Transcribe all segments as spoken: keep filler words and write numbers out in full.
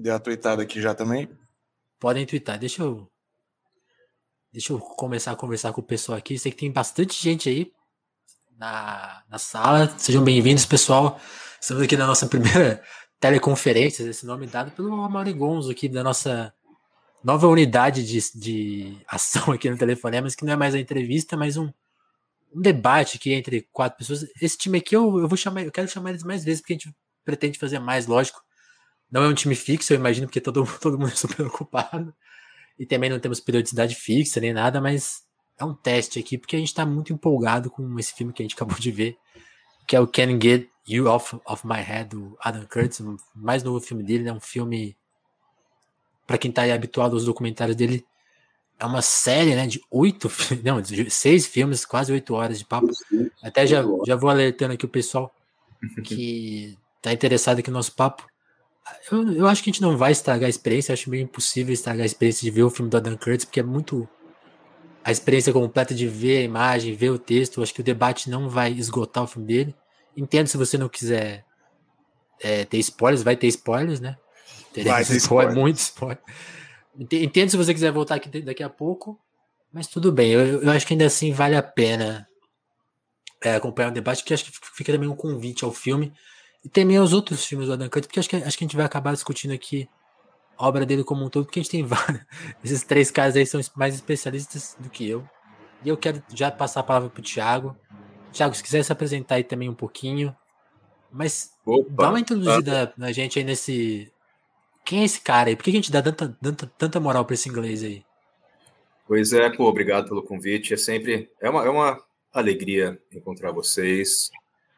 Deu a tweetada aqui já também. Podem twittar. Deixa eu. Deixa eu começar a conversar com o pessoal aqui. Sei que tem bastante gente aí na, na sala. Sejam bem-vindos, pessoal. Estamos aqui na nossa primeira teleconferência, esse nome dado pelo Amaury Gonzo aqui, da nossa nova unidade de, de ação aqui no Telefonemas, que não é mais a entrevista, mas um, um debate aqui entre quatro pessoas. Esse time aqui eu, eu vou chamar, eu quero chamar eles mais vezes, porque a gente pretende fazer mais, lógico. Não é um time fixo, eu imagino, porque todo, todo mundo é super ocupado. E também não temos periodicidade fixa nem nada, mas é um teste aqui, porque a gente tá muito empolgado com esse filme que a gente acabou de ver, que é o Can't Get You Off of My Head, do Adam Curtis, o mais novo filme dele. É um filme, pra quem tá aí habituado aos documentários dele, é uma série, né, de oito, não, de seis filmes, quase oito horas de papo. Até já, já vou alertando aqui o pessoal que tá interessado aqui no nosso papo. Eu, eu acho que a gente não vai estragar a experiência, eu acho meio impossível estragar a experiência de ver o filme do Adam Curtis, porque é muito a experiência completa de ver a imagem, ver o texto. Eu acho que o debate não vai esgotar o filme dele. Entendo se você não quiser é, ter spoilers, vai ter spoilers, né? Teremos Vai ter spoiler, spoiler. muito spoiler. Entendo se você quiser voltar aqui daqui a pouco, mas tudo bem. Eu, eu acho que ainda assim vale a pena é, acompanhar o debate, porque acho que fica também um convite ao filme e também aos outros filmes do Adam Curtis, porque acho que, acho que a gente vai acabar discutindo aqui a obra dele como um todo, porque a gente tem vários. Esses três caras aí são mais especialistas do que eu. E eu quero já passar a palavra pro Thiago. Thiago, se quiser se apresentar aí também um pouquinho. Mas dá Opa, uma introduzida na gente aí nesse. Quem é esse cara aí? Por que a gente dá tanta, tanta, tanta moral pra esse inglês aí? pois é, pô, obrigado pelo convite. É sempre é uma, é uma alegria encontrar vocês.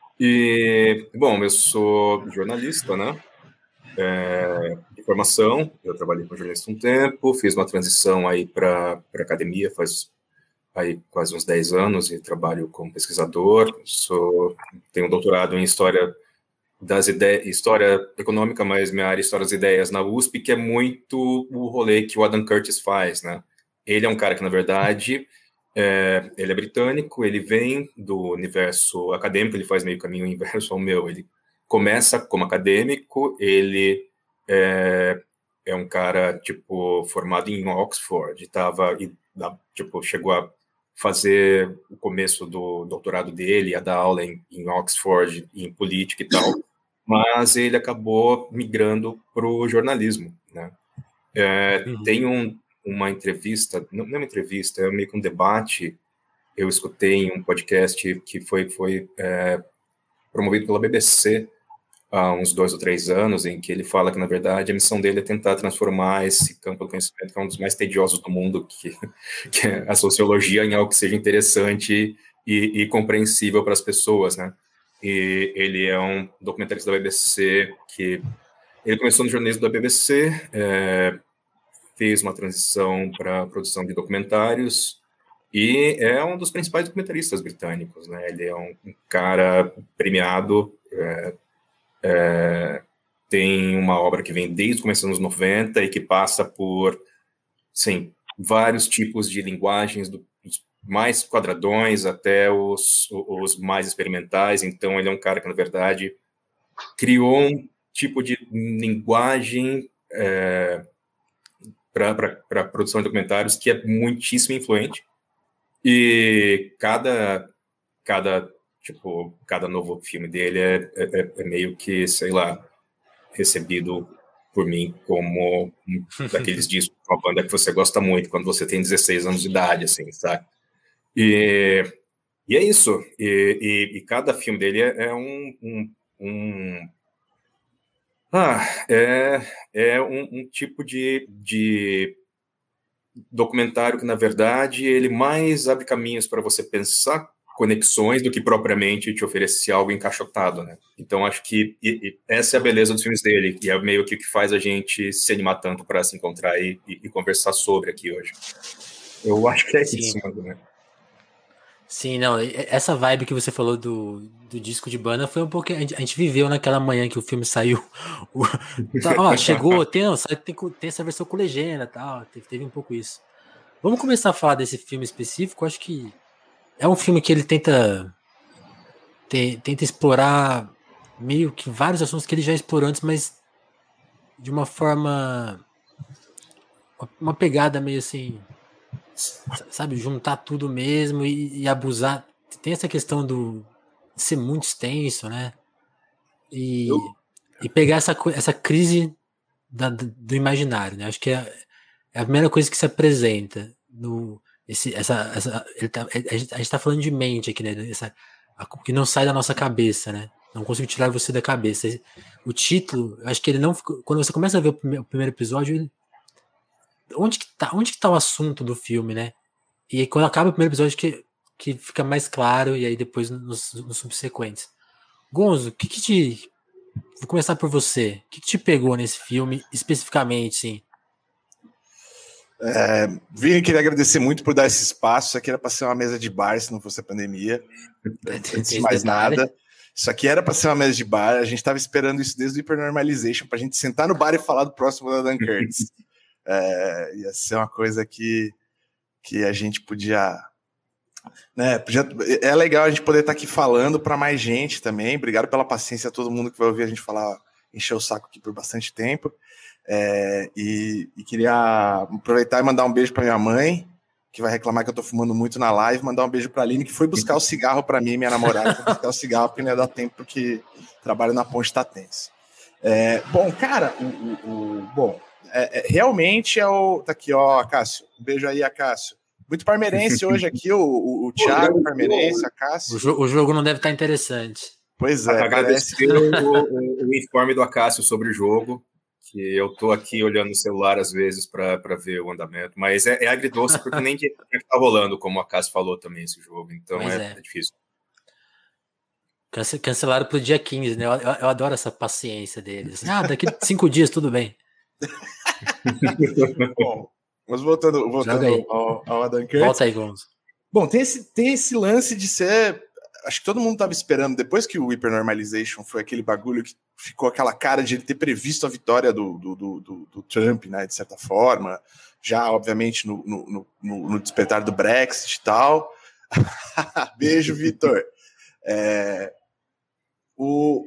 E, bom, eu sou jornalista, né? É, de formação, eu trabalhei como jornalista um tempo, fiz uma transição aí para academia faz aí quase uns dez anos e trabalho como pesquisador. Sou, tenho um doutorado em História das ideias, História Econômica, mas minha área é História das Ideias na U S P, que é muito o rolê que o Adam Curtis faz, né? Ele é um cara que, na verdade, é, ele é britânico, ele vem do universo acadêmico, ele faz meio caminho inverso ao meu. Ele começa como acadêmico, ele é, é um cara, tipo, formado em Oxford, tava, e, tipo, chegou a fazer o começo do doutorado dele, a dar aula em, em Oxford, em política e tal, mas ele acabou migrando para o jornalismo, né? É, Uhum. Tem um, uma entrevista, não é uma entrevista, é meio que um debate, eu escutei em um podcast que foi, foi é, promovido pela B B C há uns dois ou três anos, em que ele fala que, na verdade, a missão dele é tentar transformar esse campo do conhecimento, que é um dos mais tediosos do mundo, que, que é a sociologia, em algo que seja interessante e, e compreensível para as pessoas, né? E ele é um documentarista da B B C que ele começou no jornalismo da B B C, é, fez uma transição para a produção de documentários e é um dos principais documentaristas britânicos, né? Ele é um, um cara premiado, é, é, tem uma obra que vem desde o começo dos anos noventa e que passa por, sim, vários tipos de linguagens, do, dos mais quadradões até os, os mais experimentais. Então, ele é um cara que, na verdade, criou um tipo de linguagem é, para a produção de documentários que é muitíssimo influente. E cada, cada, tipo, cada novo filme dele é, é, é meio que, sei lá, recebido por mim como um daqueles discos de uma banda que você gosta muito quando você tem dezesseis anos de idade, assim, sabe? E, e é isso. E, e, e cada filme dele é, é um, um, um ah, é, é um, um tipo de, de documentário que, na verdade, ele mais abre caminhos para você pensar conexões do que propriamente te oferecer algo encaixotado, né? Então, acho que e, e essa é a beleza dos filmes dele, e é meio que o que faz a gente se animar tanto para se encontrar e, e, e conversar sobre aqui hoje. Eu acho que é Sim. isso, né? Sim, não, essa vibe que você falou do, do disco de banda foi um pouco que a gente, a gente viveu naquela manhã que o filme saiu. O, tá, ó, chegou, tem, não, tem, tem essa versão com legenda, tal, teve, teve um pouco isso. Vamos começar a falar desse filme específico. Acho que é um filme que ele tenta te, tenta explorar meio que vários assuntos que ele já explorou antes, mas de uma forma, uma pegada meio assim, sabe, juntar tudo mesmo e, e abusar. Tem essa questão do de ser muito extenso, né? E, Eu... e pegar essa, essa crise da, do imaginário, né? Acho que é, é a primeira coisa que se apresenta no esse, essa, essa ele tá, a gente está falando de mente aqui, né? Essa, a, que não sai da nossa cabeça, né? Não consigo tirar você da cabeça. O título, acho que ele não ficou, quando você começa a ver o primeiro, o primeiro episódio, ele, onde que tá, onde que tá o assunto do filme, né? E aí, quando acaba o primeiro episódio que que fica mais claro e aí depois nos, nos subsequentes. Gonzo, o que que te... Vou começar por você. O que que te pegou nesse filme, especificamente, sim? É, Vini, queria agradecer muito por dar esse espaço. Isso aqui era para ser uma mesa de bar, se não fosse a pandemia. Antes de mais nada. Isso aqui era para ser uma mesa de bar. A gente estava esperando isso desde o Hypernormalization, para a gente sentar no bar e falar do próximo da Dan Curtis. É, ia ser uma coisa que, que a gente podia... Né, podia... É legal a gente poder estar aqui falando para mais gente também. Obrigado pela paciência a todo mundo que vai ouvir a gente falar, encher o saco aqui por bastante tempo. É, e, e queria aproveitar e mandar um beijo para minha mãe, que vai reclamar que eu tô fumando muito na live, mandar um beijo para a Aline, que foi buscar o cigarro para mim, minha namorada, foi buscar o cigarro porque não ia dar tempo, porque trabalho na Ponte Tatense. É, bom, cara, o, o, o, bom, é, é, realmente é o... Tá aqui, ó, Acácio. Um beijo aí, Acácio. Muito parmeirense hoje aqui, o, o, o Thiago parmeirense, Acácio. O, jo o jogo não deve estar interessante. Pois é, agradecer parece... o, o, o informe do Acácio sobre o jogo, que eu tô aqui olhando no celular às vezes para ver o andamento, mas é, é agridoce porque nem que tá rolando, como o Acácio falou também, esse jogo, então é, é. é difícil. Cancelaram pro dia quinze, né? Eu, eu, eu adoro essa paciência deles. Ah, daqui cinco dias, tudo bem. Bom, mas voltando, voltando ao, ao Adam Curtis. Volta aí, Gonzo. Bom, tem esse, tem esse lance de ser... Acho que todo mundo estava esperando, depois que o Hypernormalization foi aquele bagulho que ficou aquela cara de ele ter previsto a vitória do, do, do, do, do Trump, né, de certa forma, já, obviamente, no, no, no, no despertar do Brexit e tal. Beijo, Vitor. É, o,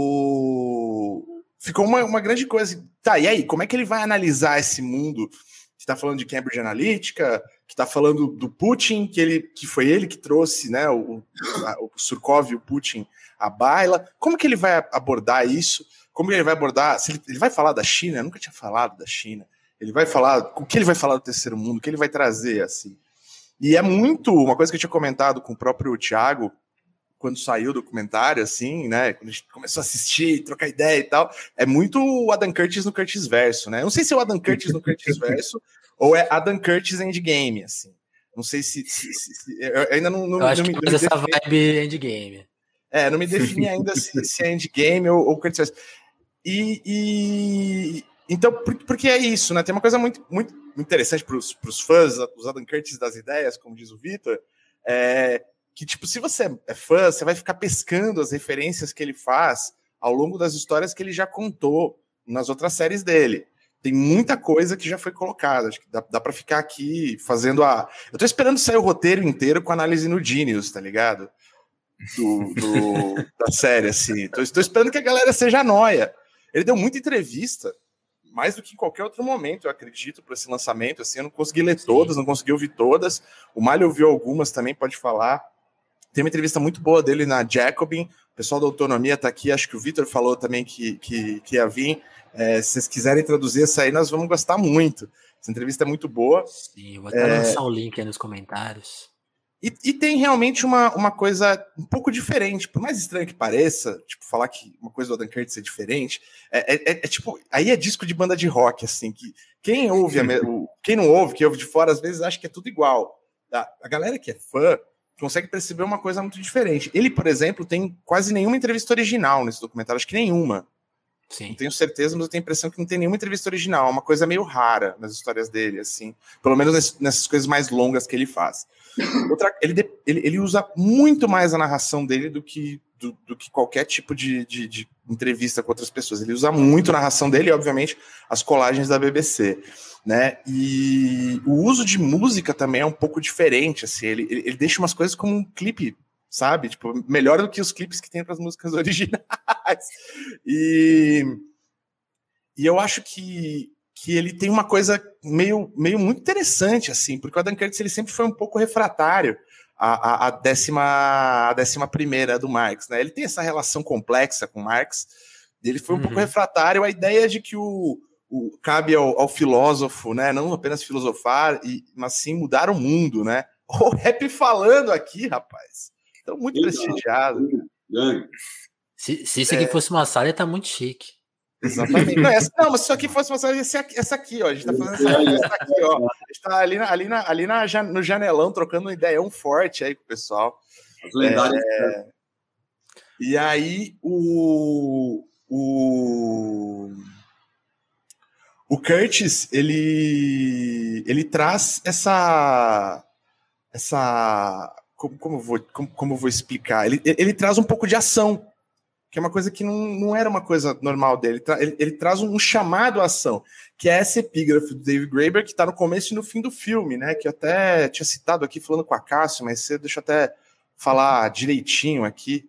o... Ficou uma, uma grande coisa. Tá, e aí, como é que ele vai analisar esse mundo que está falando de Cambridge Analytica, que está falando do Putin, que, ele, que foi ele que trouxe, né, o, a, o Surkov e o Putin à baila? Como que ele vai abordar isso? Como ele vai abordar... Se ele, ele vai falar da China? Eu nunca tinha falado da China. Ele vai falar... O que ele vai falar do terceiro mundo? O que ele vai trazer, assim? E é muito... Uma coisa que eu tinha comentado com o próprio Thiago, quando saiu o documentário, assim, né, quando a gente começou a assistir, trocar ideia e tal, é muito o Adam Curtis no Curtis verso, né? Eu não sei se é o Adam Curtis no Curtis verso ou é Adam Curtis Endgame, assim. Não sei se... se, se, se eu ainda não... não eu acho não que me, faz essa defini... vibe Endgame. É, não me defini ainda se, se é Endgame ou, ou Curtis verso. E, e... Então, porque é isso, né? Tem uma coisa muito, muito interessante para os fãs, os Adam Curtis das ideias, como diz o Vitor, é... que, tipo, se você é fã, você vai ficar pescando as referências que ele faz ao longo das histórias que ele já contou nas outras séries dele. Tem muita coisa que já foi colocada. Acho que dá, dá pra ficar aqui fazendo a... Eu tô esperando sair o roteiro inteiro com análise no Genius, tá ligado? Do, do, da série, assim. Tô, tô esperando que a galera seja nóia. Ele deu muita entrevista, mais do que em qualquer outro momento, eu acredito, para esse lançamento. Assim, eu não consegui ler todas, não consegui ouvir todas. O Malho ouviu algumas também, pode falar. Tem uma entrevista muito boa dele na Jacobin. O pessoal da Autonomia está aqui. Acho que o Vitor falou também que, que, que ia vir. É, se vocês quiserem traduzir essa aí, nós vamos gostar muito. Essa entrevista é muito boa. Sim, eu vou até é... lançar o link aí nos comentários. E, e tem realmente uma, uma coisa um pouco diferente. Por mais estranho que pareça, tipo, falar que uma coisa do Adam Curtis é diferente, é, é, é tipo, aí é disco de banda de rock, assim, que quem ouve, a, o, quem não ouve, quem ouve de fora, às vezes acha que é tudo igual. Tá? A galera que é fã consegue perceber uma coisa muito diferente. Ele, por exemplo, tem quase nenhuma entrevista original nesse documentário, acho que nenhuma. Sim. Não tenho certeza, mas eu tenho a impressão que não tem nenhuma entrevista original, é uma coisa meio rara nas histórias dele, assim, pelo menos nessas, nessas coisas mais longas que ele faz. Outra, ele, ele, ele usa muito mais a narração dele do que, do, do que qualquer tipo de, de, de entrevista com outras pessoas. Ele usa muito a narração dele e, obviamente, as colagens da B B C. Né? E o uso de música também é um pouco diferente, assim, ele, ele, ele deixa umas coisas como um clipe, sabe? Tipo, melhor do que os clipes que tem para as músicas originais. E, e eu acho que, que ele tem uma coisa meio, meio muito interessante, assim, porque o Adam Curtis ele sempre foi um pouco refratário à, à, à, décima, à décima primeira do Marx, né? Ele tem essa relação complexa com Marx, ele foi um uhum. pouco refratário à ideia de que o, o cabe ao, ao filósofo, né? Não apenas filosofar, e, mas sim mudar o mundo, né? O rap falando aqui, rapaz. Então, muito Eita, prestigiado. Se, se isso aqui é... fosse uma sala, ia tá muito chique. Exatamente. Não, essa, não, mas se isso aqui fosse uma sala, essa aqui, essa aqui, ó. A gente tá fazendo essa, essa aqui, ó. A gente tá ali, na, ali, na, ali na, no janelão, trocando uma ideião forte aí com o pessoal. É... E aí, o... O... O Curtis, ele... Ele traz essa... Essa... Como, como, eu, vou, como, como eu vou explicar? Ele, ele traz um pouco de ação, que é uma coisa que não, não era uma coisa normal dele. Ele, tra, ele, ele traz um chamado à ação, que é essa epígrafe do David Graeber, que está no começo e no fim do filme, né? Que eu até tinha citado aqui falando com a Cássio, mas você deixa eu até falar direitinho aqui.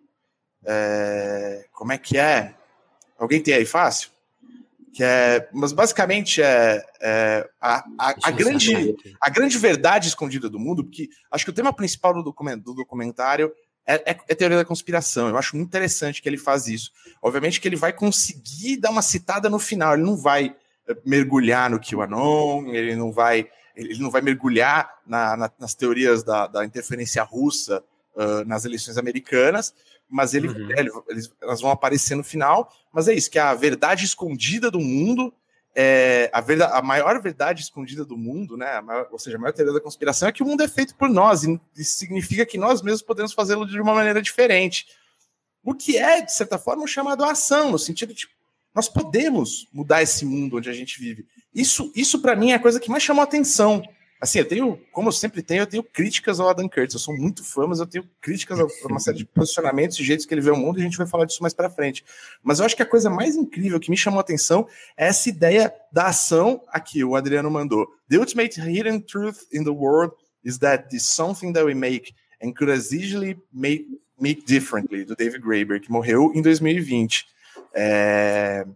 É, como é que é? Alguém tem aí fácil? Que é, mas basicamente é, é a, a, a, grande, a grande verdade escondida do mundo, porque acho que o tema principal do, document, do documentário é, é, é teoria da conspiração. Eu acho muito interessante que ele faz isso. Obviamente que ele vai conseguir dar uma citada no final, ele não vai mergulhar no QAnon, ele não vai, ele não vai mergulhar na, na, nas teorias da, da interferência russa uh, nas eleições americanas, mas ele, uhum. ele, eles, elas vão aparecer no final, mas é isso, que a verdade escondida do mundo, é, a, verdade, a maior verdade escondida do mundo, né, a maior, ou seja, a maior teoria da conspiração é que o mundo é feito por nós, e isso significa que nós mesmos podemos fazê-lo de uma maneira diferente. O que é, de certa forma, um chamado à ação, no sentido de, nós podemos mudar esse mundo onde a gente vive. Isso, isso para mim, é a coisa que mais chamou a atenção. Assim, eu tenho, como eu sempre tenho, eu tenho críticas ao Adam Curtis. Eu sou muito fã, mas eu tenho críticas a uma série de posicionamentos e jeitos que ele vê o mundo, e a gente vai falar disso mais pra frente. Mas eu acho que a coisa mais incrível que me chamou a atenção é essa ideia da ação. Aqui, o Adriano mandou. The ultimate hidden truth in the world is that the something that we make and could as easily make, make differently, do David Graeber, que morreu em dois mil e vinte. É...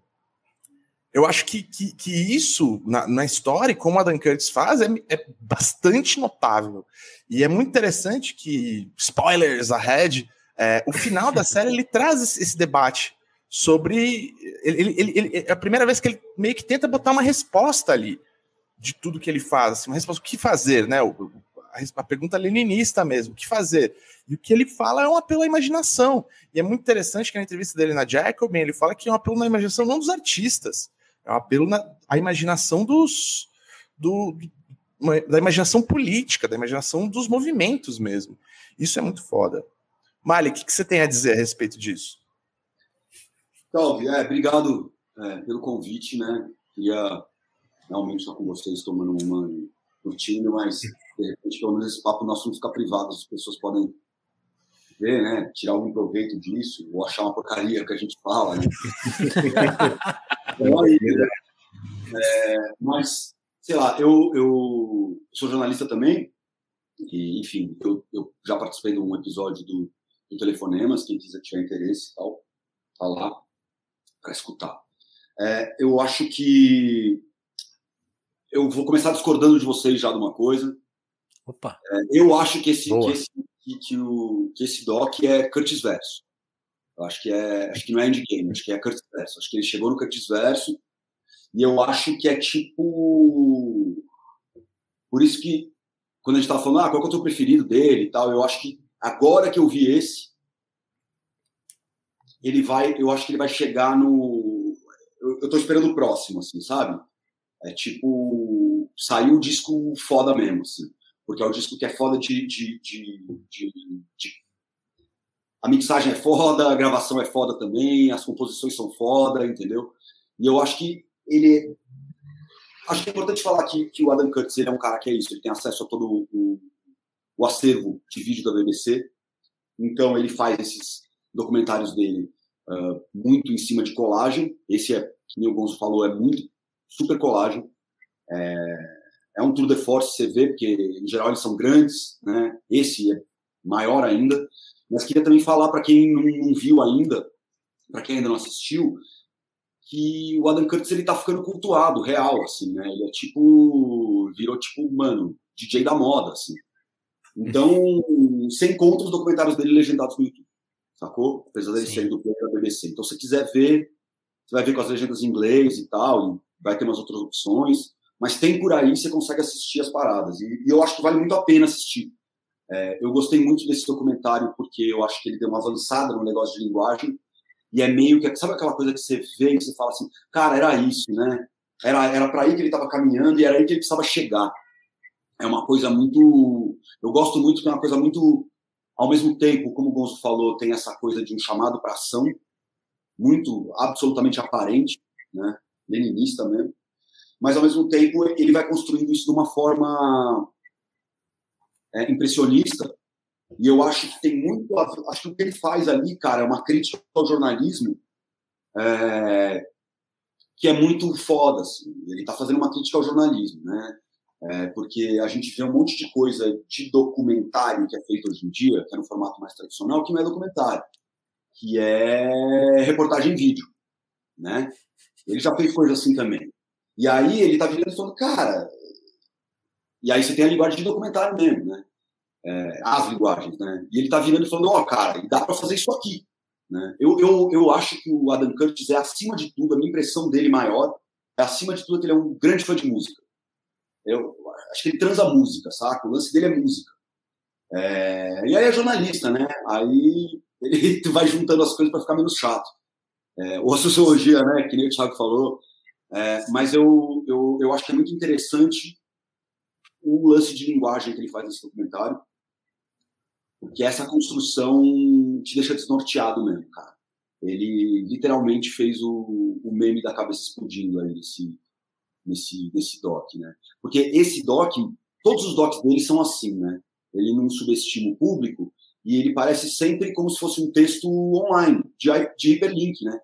Eu acho que, que, que isso, na, na história, como Adam Curtis faz, é, é bastante notável. E é muito interessante que, spoilers ahead, é, o final da série ele traz esse, esse debate sobre... Ele, ele, ele, é a primeira vez que ele meio que tenta botar uma resposta ali de tudo que ele faz. Assim, uma resposta, o que fazer, né? O, a, a pergunta leninista mesmo, o que fazer? E o que ele fala é um apelo à imaginação. E é muito interessante que na entrevista dele na Jacobin, ele fala que é um apelo à imaginação não dos artistas, é um apelo na, à imaginação dos... Do, da imaginação política, da imaginação dos movimentos mesmo. Isso é muito foda. Mali, o que, que você tem a dizer a respeito disso? Salve, é, obrigado é, pelo convite, né? Queria realmente estar com vocês tomando uma curtindo, mas de repente, pelo menos esse papo nosso não fica privado, as pessoas podem ver, né? Tirar algum proveito disso, ou achar uma porcaria que a gente fala, né? Então, aí, é, mas, sei lá, eu, eu sou jornalista também, e, enfim, eu, eu já participei de um episódio do, do Telefonemas, quem quiser tiver interesse e tal, tá lá para escutar. É, eu acho que eu vou começar discordando de vocês já de uma coisa. Opa! É, eu acho que esse, que esse, que, que, o, que esse doc é Curtis Verso. Eu acho que, é, acho que não é Endgame, acho que é Curtis Verso. Acho que ele chegou no Curtis Verso e eu acho que é tipo... Por isso que, quando a gente estava falando, ah, qual que é o teu preferido dele e tal, eu acho que agora que eu vi esse, ele vai, eu acho que ele vai chegar no... Eu, eu tô esperando o próximo, assim, sabe? É tipo, saiu o disco foda mesmo, assim. Porque é o disco que é foda de... de, de, de, de... A mixagem é foda, a gravação é foda também, as composições são foda, entendeu? E eu acho que ele... Acho que é importante falar que, que o Adam Curtis ele é um cara que é isso, ele tem acesso a todo o, o acervo de vídeo da B B C, então ele faz esses documentários dele uh, muito em cima de colagem. Esse é, que nem o Gonzo falou, é muito super colagem. É, é um tour de force, você vê, porque em geral eles são grandes, né? Esse é maior ainda. Mas queria também falar para quem não, não viu ainda, para quem ainda não assistiu, que o Adam Curtis ele tá ficando cultuado, real, assim, né? Ele é tipo, virou tipo, mano, D J da moda, assim. Então, você encontra os documentários dele legendados no YouTube, sacou? Apesar dele serem do da B B C. Então, se você quiser ver, você vai ver com as legendas em inglês e tal, e vai ter umas outras opções, mas tem por aí, você consegue assistir as paradas. E, e eu acho que vale muito a pena assistir. É, eu gostei muito desse documentário porque eu acho que ele deu uma avançada no negócio de linguagem, e é meio que, sabe aquela coisa que você vê e você fala assim, cara, era isso, né? Era, era para aí que ele estava caminhando e era aí que ele precisava chegar. É uma coisa muito... Eu gosto muito que é uma coisa muito... Ao mesmo tempo, como o Gonzo falou, tem essa coisa de um chamado para ação, muito, absolutamente aparente, né? Leninista mesmo. Mas, ao mesmo tempo, ele vai construindo isso de uma forma é, impressionista. E eu acho que tem muito... Acho que o que ele faz ali, cara, é uma crítica ao jornalismo é, que é muito foda. Assim. Ele está fazendo uma crítica ao jornalismo, né? É, porque a gente vê um monte de coisa de documentário que é feito hoje em dia, que é no formato mais tradicional, que não é documentário, que é reportagem em vídeo, né? Ele já fez coisa assim também. E aí ele tá virando e falando, cara... E aí você tem a linguagem de documentário mesmo, né? É, as linguagens, né? E ele tá virando e falando, ó, oh, cara, dá para fazer isso aqui, né? Eu, eu, eu acho que o Adam Curtis é, acima de tudo, a minha impressão dele maior, é acima de tudo que ele é um grande fã de música. Eu acho que ele transa música, saca? O lance dele é música. É... E aí é jornalista, né? Aí ele vai juntando as coisas para ficar menos chato. É... Ou a sociologia, né? Que nem o Thiago falou. É... Mas eu, eu, eu acho que é muito interessante o lance de linguagem que ele faz nesse documentário, porque essa construção te deixa desnorteado mesmo, cara. Ele literalmente fez o, o meme da cabeça explodindo aí nesse... Nesse, nesse doc, né? Porque esse doc, todos os docs dele são assim, né? Ele não subestima o público e ele parece sempre como se fosse um texto online, de, de hiperlink, né?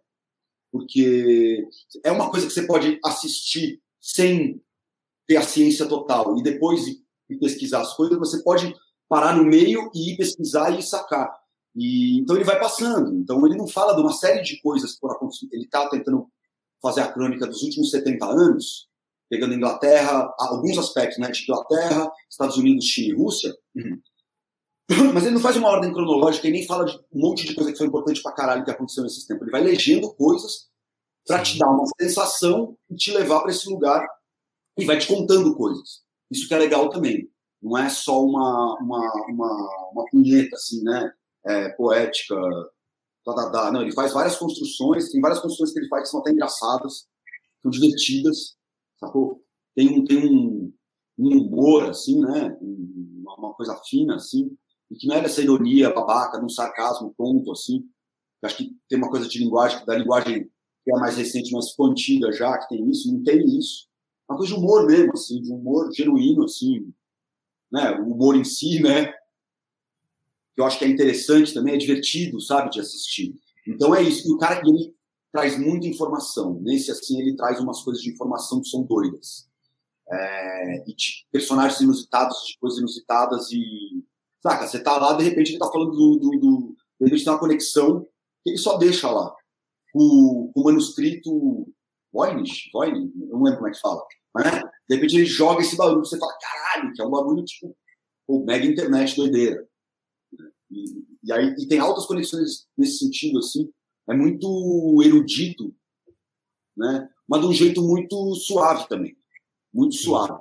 Porque é uma coisa que você pode assistir sem ter a ciência total e depois ir, ir pesquisar as coisas, você pode parar no meio e ir pesquisar e sacar. E, então ele vai passando. Então ele não fala de uma série de coisas que foram acontecendo. Ele está tentando fazer a crônica dos últimos setenta anos, pegando Inglaterra, alguns aspectos, né, de Inglaterra, Estados Unidos, China e Rússia, uhum. Mas ele não faz uma ordem cronológica e nem fala de um monte de coisa que foi importante pra caralho que aconteceu nesses tempos. Ele vai legendo coisas pra te dar uma sensação e te levar para esse lugar e vai te contando coisas. Isso que é legal também. Não é só uma, uma, uma, uma punheta, assim, né, é, poética, tá, tá, tá. Não, ele faz várias construções, tem várias construções que ele faz que são até engraçadas, são divertidas, sacou? Tem um, tem um, um humor, assim, né? Uma, uma coisa fina, assim, e que não é dessa ironia babaca, de um sarcasmo tonto, assim. Eu acho que tem uma coisa de linguagem, da linguagem que é mais recente, mas ficou antiga já, que tem isso, não tem isso. Uma coisa de humor mesmo, assim, de humor genuíno, assim, né? O humor em si, né? Que eu acho que é interessante também, é divertido, sabe, de assistir. Então é isso. E o cara, ele traz muita informação. Nesse, assim, ele traz umas coisas de informação que são doidas. É, e de personagens inusitados, de coisas inusitadas e... Saca, você tá lá, de repente ele tá falando do... do, do de repente tem uma conexão que ele só deixa lá. O, o manuscrito... Voynich? Voynich? Eu não lembro como é que fala. Mas, né? De repente ele joga esse bagulho, você fala, caralho, que é um bagulho tipo... Pô, mega internet, doideira. E, e, aí, e tem altas conexões nesse sentido, assim. É muito erudito, né? Mas de um jeito muito suave também. Muito suave.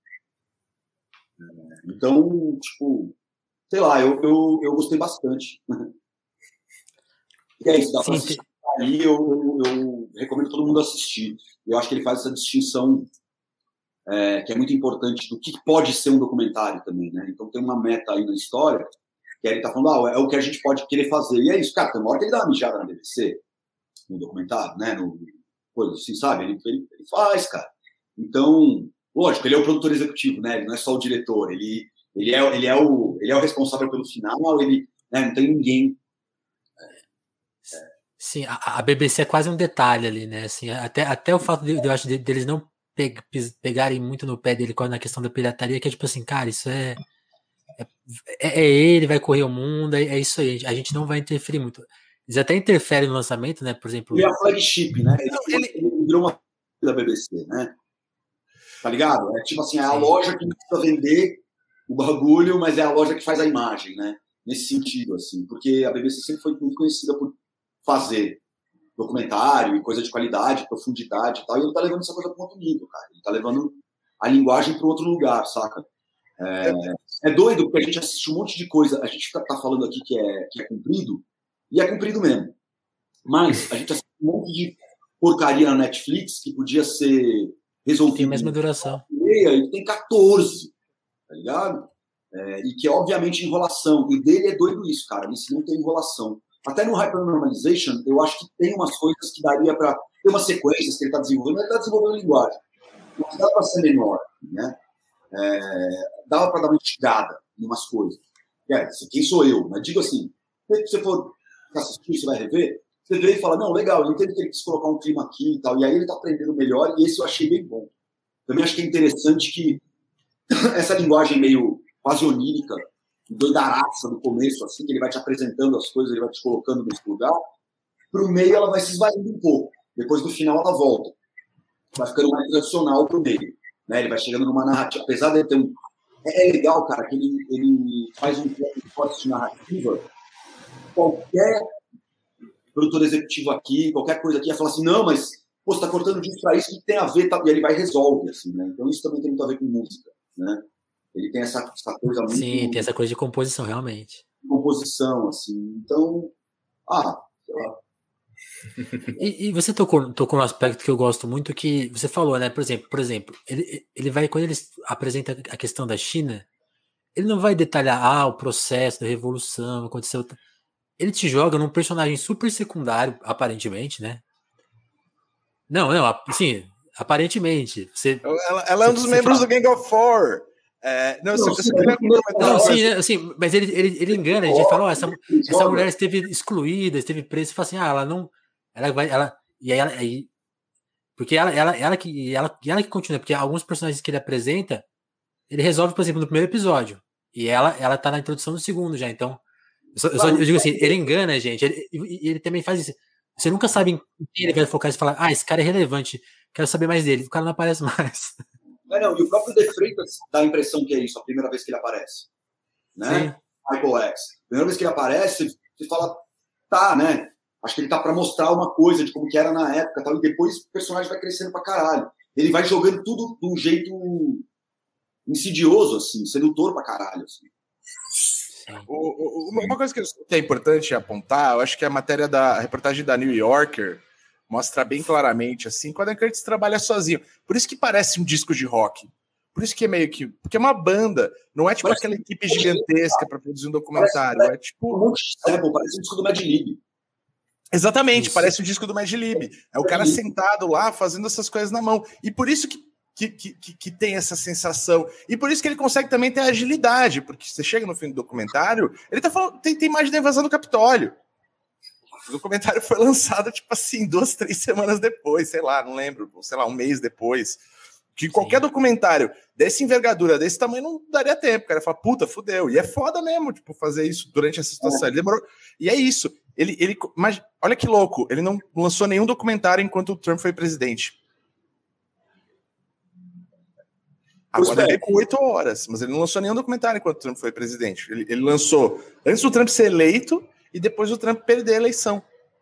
Então, tipo, sei lá, eu, eu, eu gostei bastante. E é isso, dá pra assistir. Aí eu, eu, eu recomendo todo mundo assistir. Eu acho que ele faz essa distinção é, que é muito importante do que pode ser um documentário também, né? Então tem uma meta aí na história que ele tá falando, ah, é o que a gente pode querer fazer. E é isso, cara, tem uma hora que ele dá uma mijada na B B C, no documentário, né? No, coisa assim, sabe? Ele, ele, ele faz, cara. Então, lógico, ele é o produtor executivo, né? Ele não é só o diretor, ele, ele, é, ele, é, o, ele é o responsável pelo final, ele, né? Não tem ninguém. Sim, a, a B B C é quase um detalhe ali, né? Assim, até, até o fato de, de eu acho de, deles não pe, pegarem muito no pé dele na questão da pirataria, que é tipo assim, cara, isso é. É, é ele, vai correr o mundo, é, é isso aí, a gente não vai interferir muito. eles até interferem no lançamento, né? Por exemplo... Ele é a flagship, né? Ele, Não, ele... ele virou uma da B B C, né? Tá ligado? É tipo assim, é a loja que precisa vender o bagulho, mas é a loja que faz a imagem, né? Nesse sentido, assim. Porque a B B C sempre foi muito conhecida por fazer documentário e coisa de qualidade, profundidade e tal, e ele tá levando essa coisa para outro nível, cara. Ele tá levando a linguagem para outro lugar, saca? É, é doido, porque a gente assiste um monte de coisa, a gente tá, tá falando aqui que é, que é comprido, e é comprido mesmo. Mas a gente assiste um monte de porcaria na Netflix que podia ser resolvido. Tem a mesma duração. E tem catorze, tá ligado? É, e que é obviamente enrolação. E o dele é doido isso, cara. Isso não tem enrolação. Até no Hypernormalization, eu acho que tem umas coisas que daria para ter umas sequências que ele está desenvolvendo, ele está desenvolvendo linguagem. Mas dá para ser menor, né? É, dá para dar uma instigada em umas coisas. É, quem sou eu? Mas digo assim, se você for assistir, você vai rever, você vê e fala, não, legal, eu entendo que ele quis colocar um clima aqui e tal, e aí ele está aprendendo melhor, e esse eu achei bem bom. Também acho que é interessante que essa linguagem meio quase onírica, doidaraça no começo, assim, que ele vai te apresentando as coisas, ele vai te colocando nesse lugar, pro meio ela vai se esvaindo um pouco. Depois, no final, ela volta. Vai ficando mais tradicional pro meio. Né? Ele vai chegando numa narrativa. Apesar de ter um... É, é legal, cara, que ele, ele faz um corte de narrativa. Qualquer produtor executivo aqui, qualquer coisa aqui, ia falar assim, não, mas pô, você tá cortando disso pra isso, o que tem a ver? Tá? E ele vai e resolve, assim, né? Então isso também tem muito a ver com música, né? Ele tem essa, essa coisa muito... Sim, tem essa coisa de composição, realmente. Composição, assim. Então, ah, sei lá. E, e você tocou, tocou no aspecto que eu gosto muito, que você falou, né? Por exemplo, por exemplo, ele, ele vai, quando ele apresenta a questão da China, ele não vai detalhar, ah, o processo da revolução, aconteceu... Ele te joga num personagem super secundário, aparentemente, né? Não, não, assim, aparentemente. Você, ela, ela é um dos membros fala... do Gang of Four. É, não, não, você, você não, sim, assim, mas ele, ele, ele engana, ele fala, ó, oh, essa, essa mulher esteve excluída, esteve presa, você fala assim, ah, ela não, ela vai, ela, e aí ela, aí, porque ela, ela, ela que, ela, ela que continua, porque alguns personagens que ele apresenta, ele resolve, por exemplo, no primeiro episódio, e ela, ela tá na introdução do segundo já, então, eu, só, eu, só, eu digo assim, ele engana, gente, ele, ele, ele também faz isso, você nunca sabe em quem ele vai focar e falar, ah, esse cara é relevante, quero saber mais dele, o cara não aparece mais. É, não, e o próprio De Freitas dá a impressão que é isso, a primeira vez que ele aparece. Né? Michael X. A primeira vez que ele aparece, você fala, tá, né? Acho que ele tá pra mostrar uma coisa de como que era na época, tal, e depois o personagem vai crescendo pra caralho. Ele vai jogando tudo de um jeito insidioso, assim, sedutor pra caralho. Assim. O, o, uma coisa que é importante apontar, eu acho que a matéria da a reportagem da New Yorker mostra bem claramente, assim, quando a Curtis trabalha sozinho. Por isso que parece um disco de rock. Por isso que é meio que... Porque é uma banda. Não é tipo parece aquela equipe gigantesca para produzir um documentário. Parece, é tipo... Um monte de sample, parece um disco do Mad Lib. Exatamente, isso. Parece o um disco do Mad Lib. É o cara sentado lá, fazendo essas coisas na mão. E por isso que, que, que, que tem essa sensação. E por isso que ele consegue também ter agilidade. Porque você chega no fim do documentário, ele tá falando... Tem, tem imagem da invasão do Capitólio. O documentário foi lançado, tipo assim, duas, três semanas depois, sei lá, não lembro, sei lá, um mês depois. Que qualquer Sim. documentário dessa envergadura, desse tamanho, não daria tempo. O cara fala, puta, fudeu. E é foda mesmo, tipo, fazer isso durante essa situação. Ele demorou. E é isso. Ele, ele, mas olha que louco, ele não lançou nenhum documentário enquanto o Trump foi presidente. Agora ele com oito horas, mas ele não lançou nenhum documentário enquanto o Trump foi presidente. Ele, ele lançou antes do Trump ser eleito e depois o Trump perder a eleição.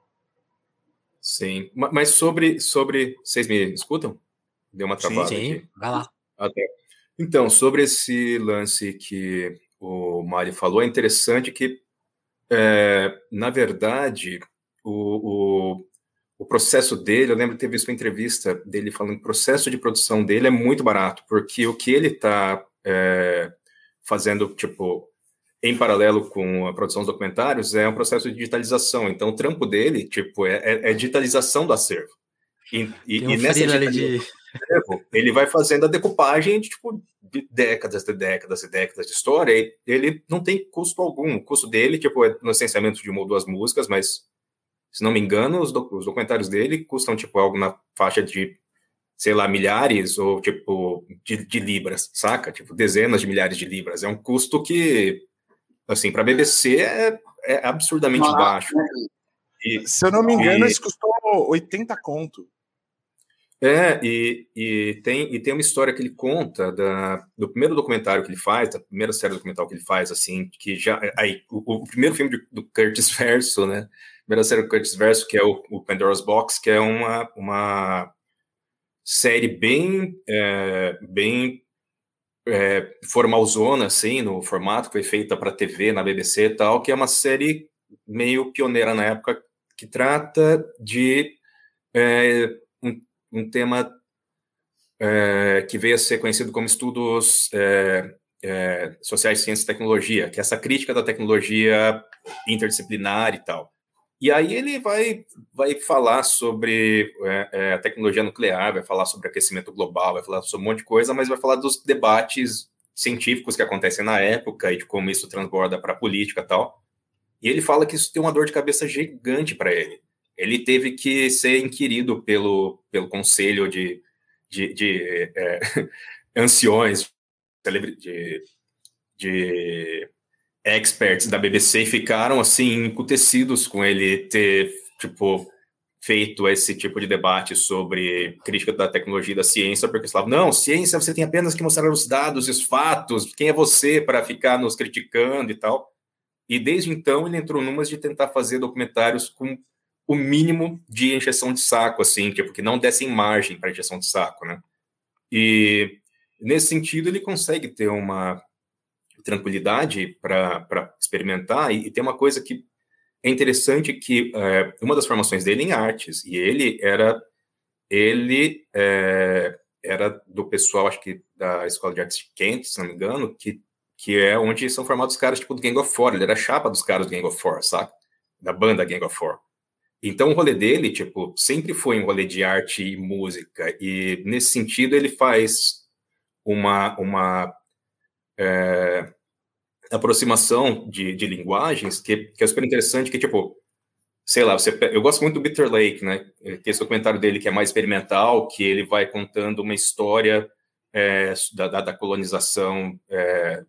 Sim, mas sobre... sobre... Vocês me escutam? Deu uma travada sim, sim. Aqui. Vai lá. Até. Então, sobre esse lance que o Mari falou, é interessante que, é, na verdade, o, o, o processo dele, eu lembro de ter visto uma entrevista dele falando que o processo de produção dele é muito barato, porque o que ele está é, fazendo, tipo... em paralelo com a produção dos documentários, é um processo de digitalização. Então, o trampo dele, tipo, é, é digitalização do acervo. E, e, um e nessa digitalização de... do acervo, ele vai fazendo a decupagem de, tipo, de décadas e décadas e décadas de história, e ele não tem custo algum. O custo dele, tipo, é no licenciamento de uma ou duas músicas, mas, se não me engano, os, doc- os documentários dele custam, tipo, algo na faixa de, sei lá, milhares ou, tipo, de, de libras, saca? Tipo, dezenas de milhares de libras. É um custo que... assim, para a B B C é, é absurdamente Maravilha, baixo. Né? e, se eu não me engano, e, isso custou oitenta conto. É, e, e, tem, e tem uma história que ele conta da, do primeiro documentário que ele faz, da primeira série documental que ele faz, assim, que já... Aí, o, o primeiro filme de, do Curtis Verso, né? A primeira série do Curtis Verso, que é o, o Pandora's Box, que é uma, uma série bem, é, bem é, formalzona, assim, no formato que foi feita para T V, na B B C e tal, que é uma série meio pioneira na época, que trata de é, um, um tema é, que veio a ser conhecido como estudos é, é, sociais, ciência e tecnologia, que é essa crítica da tecnologia interdisciplinar e tal. E aí ele vai, vai falar sobre é, é, a tecnologia nuclear, vai falar sobre aquecimento global, vai falar sobre um monte de coisa, mas vai falar dos debates científicos que acontecem na época e de como isso transborda para a política e tal. E ele fala que isso tem uma dor de cabeça gigante para ele. Ele teve que ser inquirido pelo, pelo conselho de, de, de é, anciões, de, de experts da B B C, e ficaram assim encutecidos com ele ter tipo feito esse tipo de debate sobre crítica da tecnologia e da ciência, porque eles falavam, não, ciência você tem apenas que mostrar os dados e os fatos, quem é você para ficar nos criticando e tal. E desde então ele entrou numas de tentar fazer documentários com o mínimo de encheção de saco, assim, tipo, que não dessem margem para encheção de saco, né? E nesse sentido ele consegue ter uma tranquilidade para experimentar, e, e tem uma coisa que é interessante, que é, uma das formações dele é em artes, e ele era ele é, era do pessoal, acho que da Escola de Artes de Kent, se não me engano, que, que é onde são formados caras tipo do Gang of Four, ele era chapa dos caras do Gang of Four, sabe? Da banda Gang of Four. Então o rolê dele, tipo, sempre foi um rolê de arte e música, e nesse sentido ele faz uma, uma é, aproximação de, de linguagens que, que é super interessante, que, tipo, sei lá, você, eu gosto muito do Bitter Lake, né? Que esse documentário dele que é mais experimental, que ele vai contando uma história é, da, da colonização é,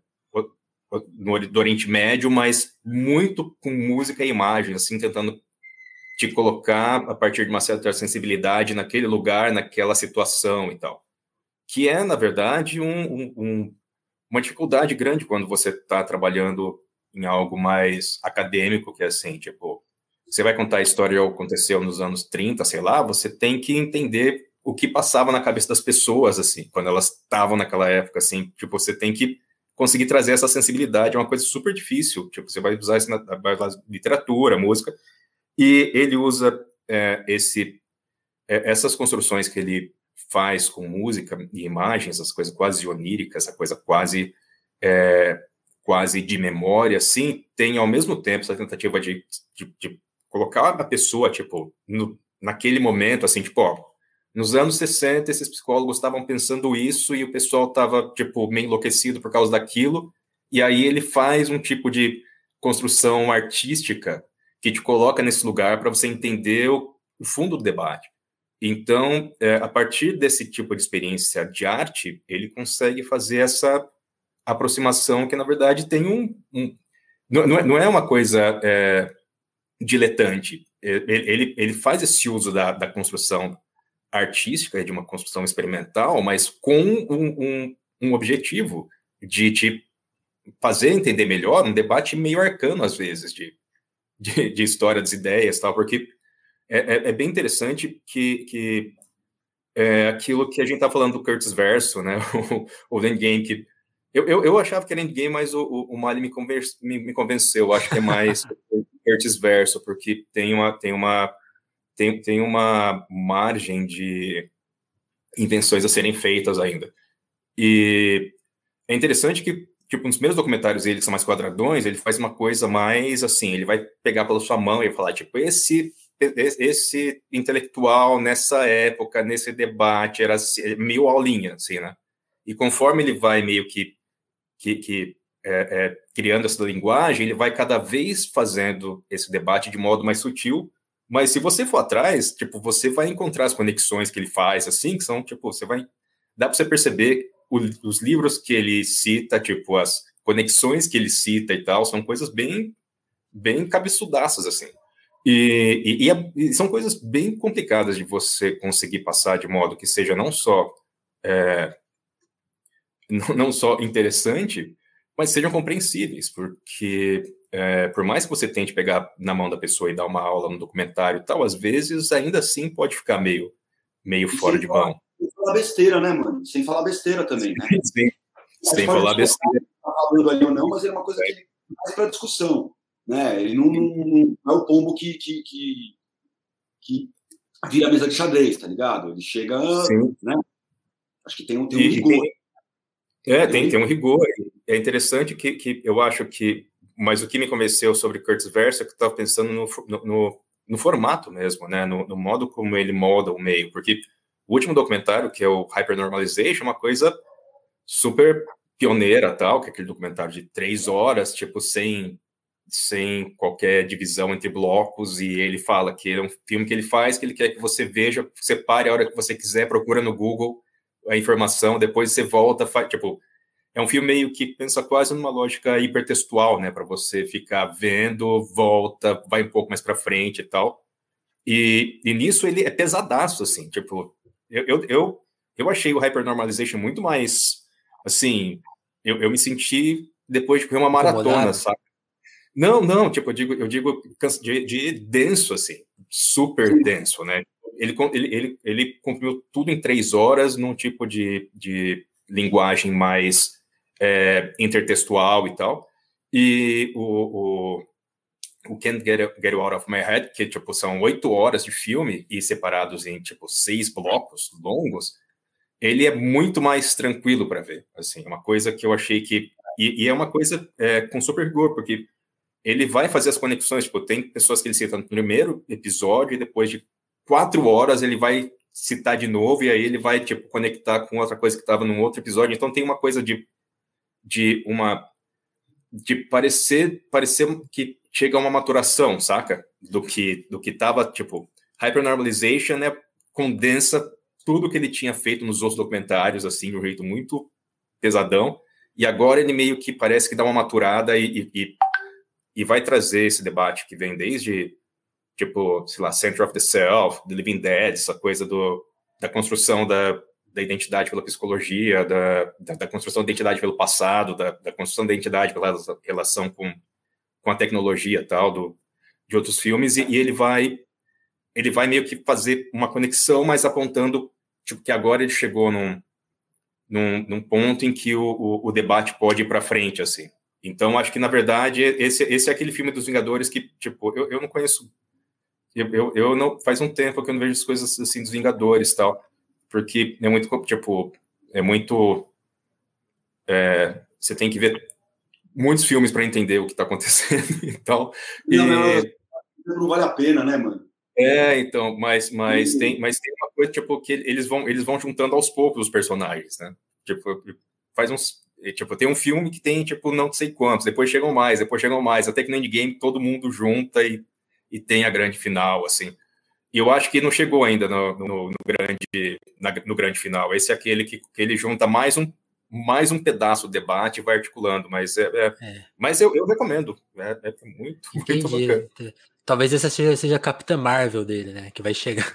no, do Oriente Médio, mas muito com música e imagem, assim, tentando te colocar a partir de uma certa sensibilidade naquele lugar, naquela situação e tal. Que é, na verdade, um, um, um, uma dificuldade grande quando você está trabalhando em algo mais acadêmico, que é assim, tipo, você vai contar a história que aconteceu nos anos trinta, sei lá, você tem que entender o que passava na cabeça das pessoas, assim, quando elas estavam naquela época, assim, tipo, você tem que conseguir trazer essa sensibilidade, é uma coisa super difícil, tipo, você vai usar isso na, na literatura, música, e ele usa é, esse, é, essas construções que ele faz com música e imagens, essas coisas quase oníricas, essa coisa quase é, quase de memória, assim, tem ao mesmo tempo essa tentativa de, de, de colocar a pessoa, tipo, no, naquele momento, assim, tipo, ó, nos anos sessenta, esses psicólogos estavam pensando isso e o pessoal estava, tipo, meio enlouquecido por causa daquilo, e aí ele faz um tipo de construção artística que te coloca nesse lugar para você entender o, o fundo do debate. Então, é, a partir desse tipo de experiência de arte, ele consegue fazer essa aproximação que, na verdade, tem um... um não, não é uma coisa é, diletante. Ele, ele, ele faz esse uso da, da construção artística, de uma construção experimental, mas com um, um, um objetivo de te fazer entender melhor um debate meio arcano, às vezes, de, de, de história das ideias, tal, porque é, é, é bem interessante que, que é aquilo que a gente está falando do Curtis Verso, né, o, o Endgame, que eu, eu, eu achava que era Endgame, mas o, o, o Mali me, converse, me, me convenceu, eu acho que é mais Curtis Verso, porque tem uma, tem uma, tem, tem uma margem de invenções a serem feitas ainda. E é interessante que, tipo, nos primeiros documentários dele, que são mais quadradões, ele faz uma coisa mais, assim, ele vai pegar pela sua mão e falar, tipo, esse, esse intelectual nessa época, nesse debate, era meio aulinha, assim, né? E conforme ele vai meio que, que, que é, é, criando essa linguagem, ele vai cada vez fazendo esse debate de modo mais sutil, mas se você for atrás, tipo, você vai encontrar as conexões que ele faz, assim, que são, tipo, você vai... Dá para você perceber o, os livros que ele cita, tipo, as conexões que ele cita e tal, são coisas bem, bem cabeçudaças, assim. E, e, e, é, e são coisas bem complicadas de você conseguir passar de modo que seja não só é, não, não só interessante, mas sejam compreensíveis, porque é, por mais que você tente pegar na mão da pessoa e dar uma aula no documentário e tal, às vezes ainda assim pode ficar meio, meio fora de mão. Sem falar besteira, né, mano? Sem falar besteira também, né? Sem, sem falar besteira. Tá falando ali ou não, mas é uma coisa que ele faz para discussão, né? Ele não, não, não é o pombo que, que, que, que vira a mesa de xadrez, tá ligado? Ele chega, Sim. né? Acho que tem um, tem um rigor. Tem, é, tem, tem um rigor. É interessante que, que eu acho que... Mas o que me convenceu sobre Kurtz Versa é que eu estava pensando no, no, no formato mesmo, né? No, no modo como ele molda o meio. Porque o último documentário, que é o Hypernormalization, é uma coisa super pioneira, tal, que é aquele documentário de três horas, tipo, sem, sem qualquer divisão entre blocos, e ele fala que é um filme que ele faz, que ele quer que você veja, você pare a hora que você quiser, procura no Google a informação, depois você volta, faz, tipo, é um filme meio que pensa quase numa lógica hipertextual, né, para você ficar vendo, volta, vai um pouco mais para frente e tal, e, e nisso ele é pesadaço, assim, tipo, eu, eu, eu, eu achei o Hypernormalization muito mais, assim, eu, eu me senti depois de correr uma maratona, Incomodado. sabe? Não, não, tipo, eu digo, eu digo de, de denso, assim, super denso, né? Ele, ele, ele, ele comprimiu tudo em três horas num tipo de, de linguagem mais é, intertextual e tal. E o, o, o Can't Get, Get It Out of My Head, que tipo, são oito horas de filme e separados em tipo seis blocos longos, ele é muito mais tranquilo para ver. Assim, uma coisa que eu achei que... E, e é uma coisa é, com super rigor, porque ele vai fazer as conexões, tipo, tem pessoas que ele cita no primeiro episódio e depois de quatro horas ele vai citar de novo e aí ele vai, tipo, conectar com outra coisa que estava num outro episódio. Então tem uma coisa de, de uma... de parecer, parecer que chega a uma maturação, saca? Do que do que estava, tipo... Hypernormalization, né, condensa tudo que ele tinha feito nos outros documentários, assim, de um jeito muito pesadão. E agora ele meio que parece que dá uma maturada e... e e vai trazer esse debate que vem desde, tipo, sei lá, Center of the Self, The Living Dead, essa coisa do, da construção da, da identidade pela psicologia, da, da, da construção da identidade pelo passado, da, da construção da identidade pela relação com, com a tecnologia e tal, do, de outros filmes, e, e ele vai ele vai meio que fazer uma conexão, mas apontando tipo, que agora ele chegou num, num, num ponto em que o, o, o debate pode ir para frente, assim. Então, acho que, na verdade, esse, esse é aquele filme dos Vingadores que, tipo, eu, eu não conheço... Eu, eu, eu não... Faz um tempo que eu não vejo as coisas, assim, dos Vingadores e tal, porque é muito, tipo... É muito... É, você tem que ver muitos filmes para entender o que está acontecendo e tal. Não, e... não, não vale a pena, né, mano? É, então, mas, mas, tem, mas tem uma coisa, tipo, que eles vão, eles vão juntando aos poucos os personagens, né? Tipo, faz uns... Tipo, tem um filme que tem, tipo, não sei quantos, depois chegam mais, depois chegam mais, até que no Endgame todo mundo junta e, e tem a grande final, assim. E eu acho que não chegou ainda no, no, no, grande, na, no grande final. Esse é aquele que, que ele junta mais um, mais um pedaço do debate e vai articulando, mas, é, é, é. mas eu, eu recomendo. É, é muito, Entendi. muito bacana. Talvez essa seja, seja a Capitã Marvel dele, né? Que vai chegar.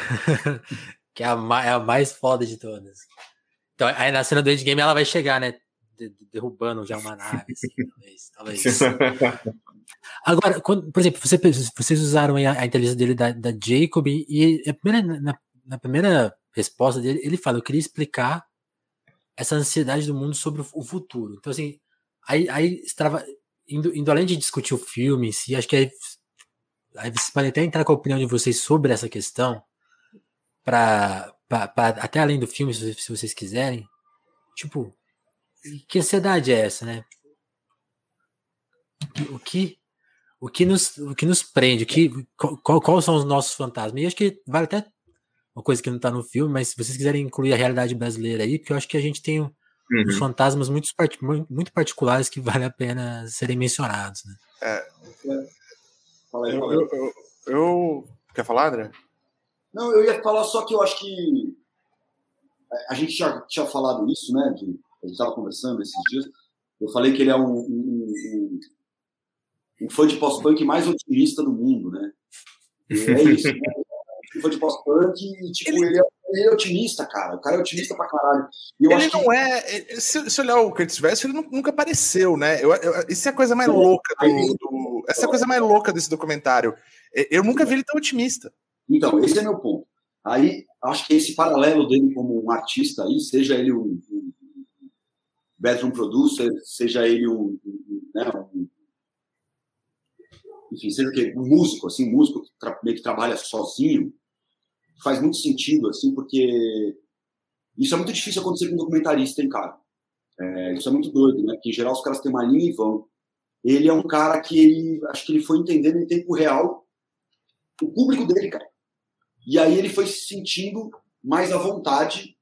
Que é a, é a mais foda de todas. Então, aí na cena do Endgame ela vai chegar, né? De, de, derrubando já uma nave, assim, talvez. talvez. Agora, quando, por exemplo, você, vocês usaram a, a inteligência dele da, da Jacob e a primeira, na, na primeira resposta dele, ele fala, eu queria explicar essa ansiedade do mundo sobre o, o futuro. Então, assim, aí, aí estava indo, indo além de discutir o filme em si, acho que aí, aí vocês podem até entrar com a opinião de vocês sobre essa questão, pra, pra, pra até além do filme, se, se vocês quiserem. Tipo, que ansiedade é essa, né? O que, o que, nos, o que nos prende? O que, qual, qual são os nossos fantasmas? E acho que vale até uma coisa que não tá no filme, mas se vocês quiserem incluir a realidade brasileira aí, porque eu acho que a gente tem um, uhum. uns fantasmas muito, muito particulares que vale a pena serem mencionados, né? É. Fala aí, fala aí. Eu, eu, eu... Quer falar, André? Não, eu ia falar só que eu acho que a gente já tinha falado isso, né? De, a gente estava conversando esses dias. Eu falei que ele é um, um, um, um fã de pós-punk mais otimista do mundo, né? É isso, né? Ele foi de pós-punk e, tipo, ele... Ele, é, ele é otimista, cara. O cara é otimista pra caralho. E eu ele acho não que... é... Se, se olhar o Curtis Verso, ele nunca apareceu, né? Eu, eu, isso é a coisa mais louca do, do... Essa é a coisa mais louca desse documentário. Eu nunca vi ele tão otimista. Então, esse é meu ponto. Aí, acho que esse paralelo dele como um artista aí, seja ele um, um bedroom producer, seja ele um, um, né, um enfim, seja que um músico, assim, um músico que tra- meio que trabalha sozinho, faz muito sentido, assim, porque isso é muito difícil acontecer com um documentarista, hein, cara? É, isso é muito doido, né? Porque, em geral, os caras têm uma linha e vão. Ele é um cara que ele, acho que ele foi entendendo em tempo real o público dele, cara. E aí ele foi se sentindo mais à vontade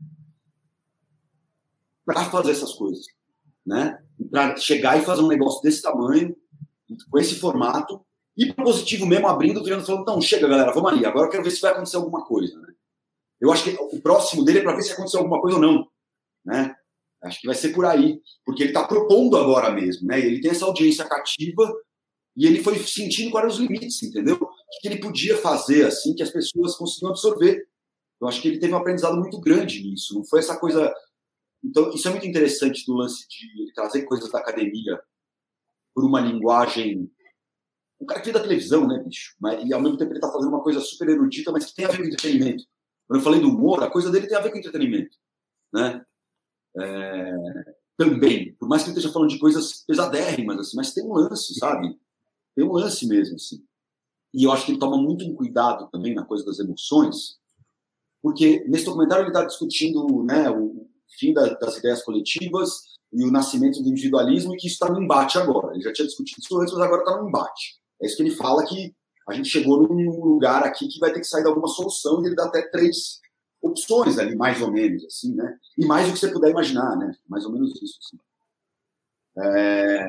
para fazer essas coisas, né? Para chegar e fazer um negócio desse tamanho, com esse formato, e positivo mesmo, abrindo, virando, falando, então, chega, galera, vamos ali, agora eu quero ver se vai acontecer alguma coisa, né? Eu acho que o próximo dele é para ver se aconteceu alguma coisa ou não, né? Acho que vai ser por aí, porque ele está propondo agora mesmo, né? Ele tem essa audiência cativa e ele foi sentindo quais eram os limites, entendeu? O que ele podia fazer, assim, que as pessoas conseguiam absorver. Eu acho que ele teve um aprendizado muito grande nisso, não foi essa coisa... Então, isso é muito interessante do lance de trazer coisas da academia por uma linguagem... Um cara que veio da televisão, né, bicho? Mas, e ao mesmo tempo ele está fazendo uma coisa super erudita, mas que tem a ver com entretenimento. Quando eu falei do humor, a coisa dele tem a ver com entretenimento, né? É... Também, por mais que ele esteja falando de coisas pesadérrimas, assim, mas tem um lance, sabe? Tem um lance mesmo, assim. E eu acho que ele toma muito cuidado também na coisa das emoções, porque nesse documentário ele está discutindo, né, o fim da, das ideias coletivas e o nascimento do individualismo, e que isso está no embate agora. Ele já tinha discutido isso antes, mas agora está no embate. É isso que ele fala, que a gente chegou num lugar aqui que vai ter que sair de alguma solução, e ele dá até três opções ali, mais ou menos, assim, né? E mais do que você puder imaginar, né? Mais ou menos isso, assim. É...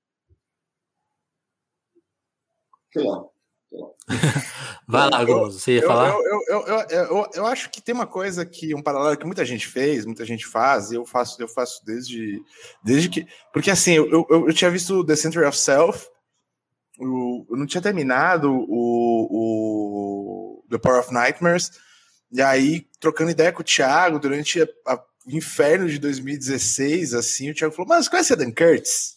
Sei lá. Sei lá. Vai lá, Gonzo, você ia eu, falar? Eu, eu, eu, eu, eu, eu acho que tem uma coisa que, um paralelo que muita gente fez, muita gente faz, e eu faço, eu faço desde, desde que... Porque, assim, eu, eu, eu tinha visto The Center of Self, eu, eu não tinha terminado o, o The Power of Nightmares, e aí, trocando ideia com o Thiago, durante a, a, o inferno de dois mil e dezesseis, assim, o Thiago falou, mas você conhece a Dan Curtis?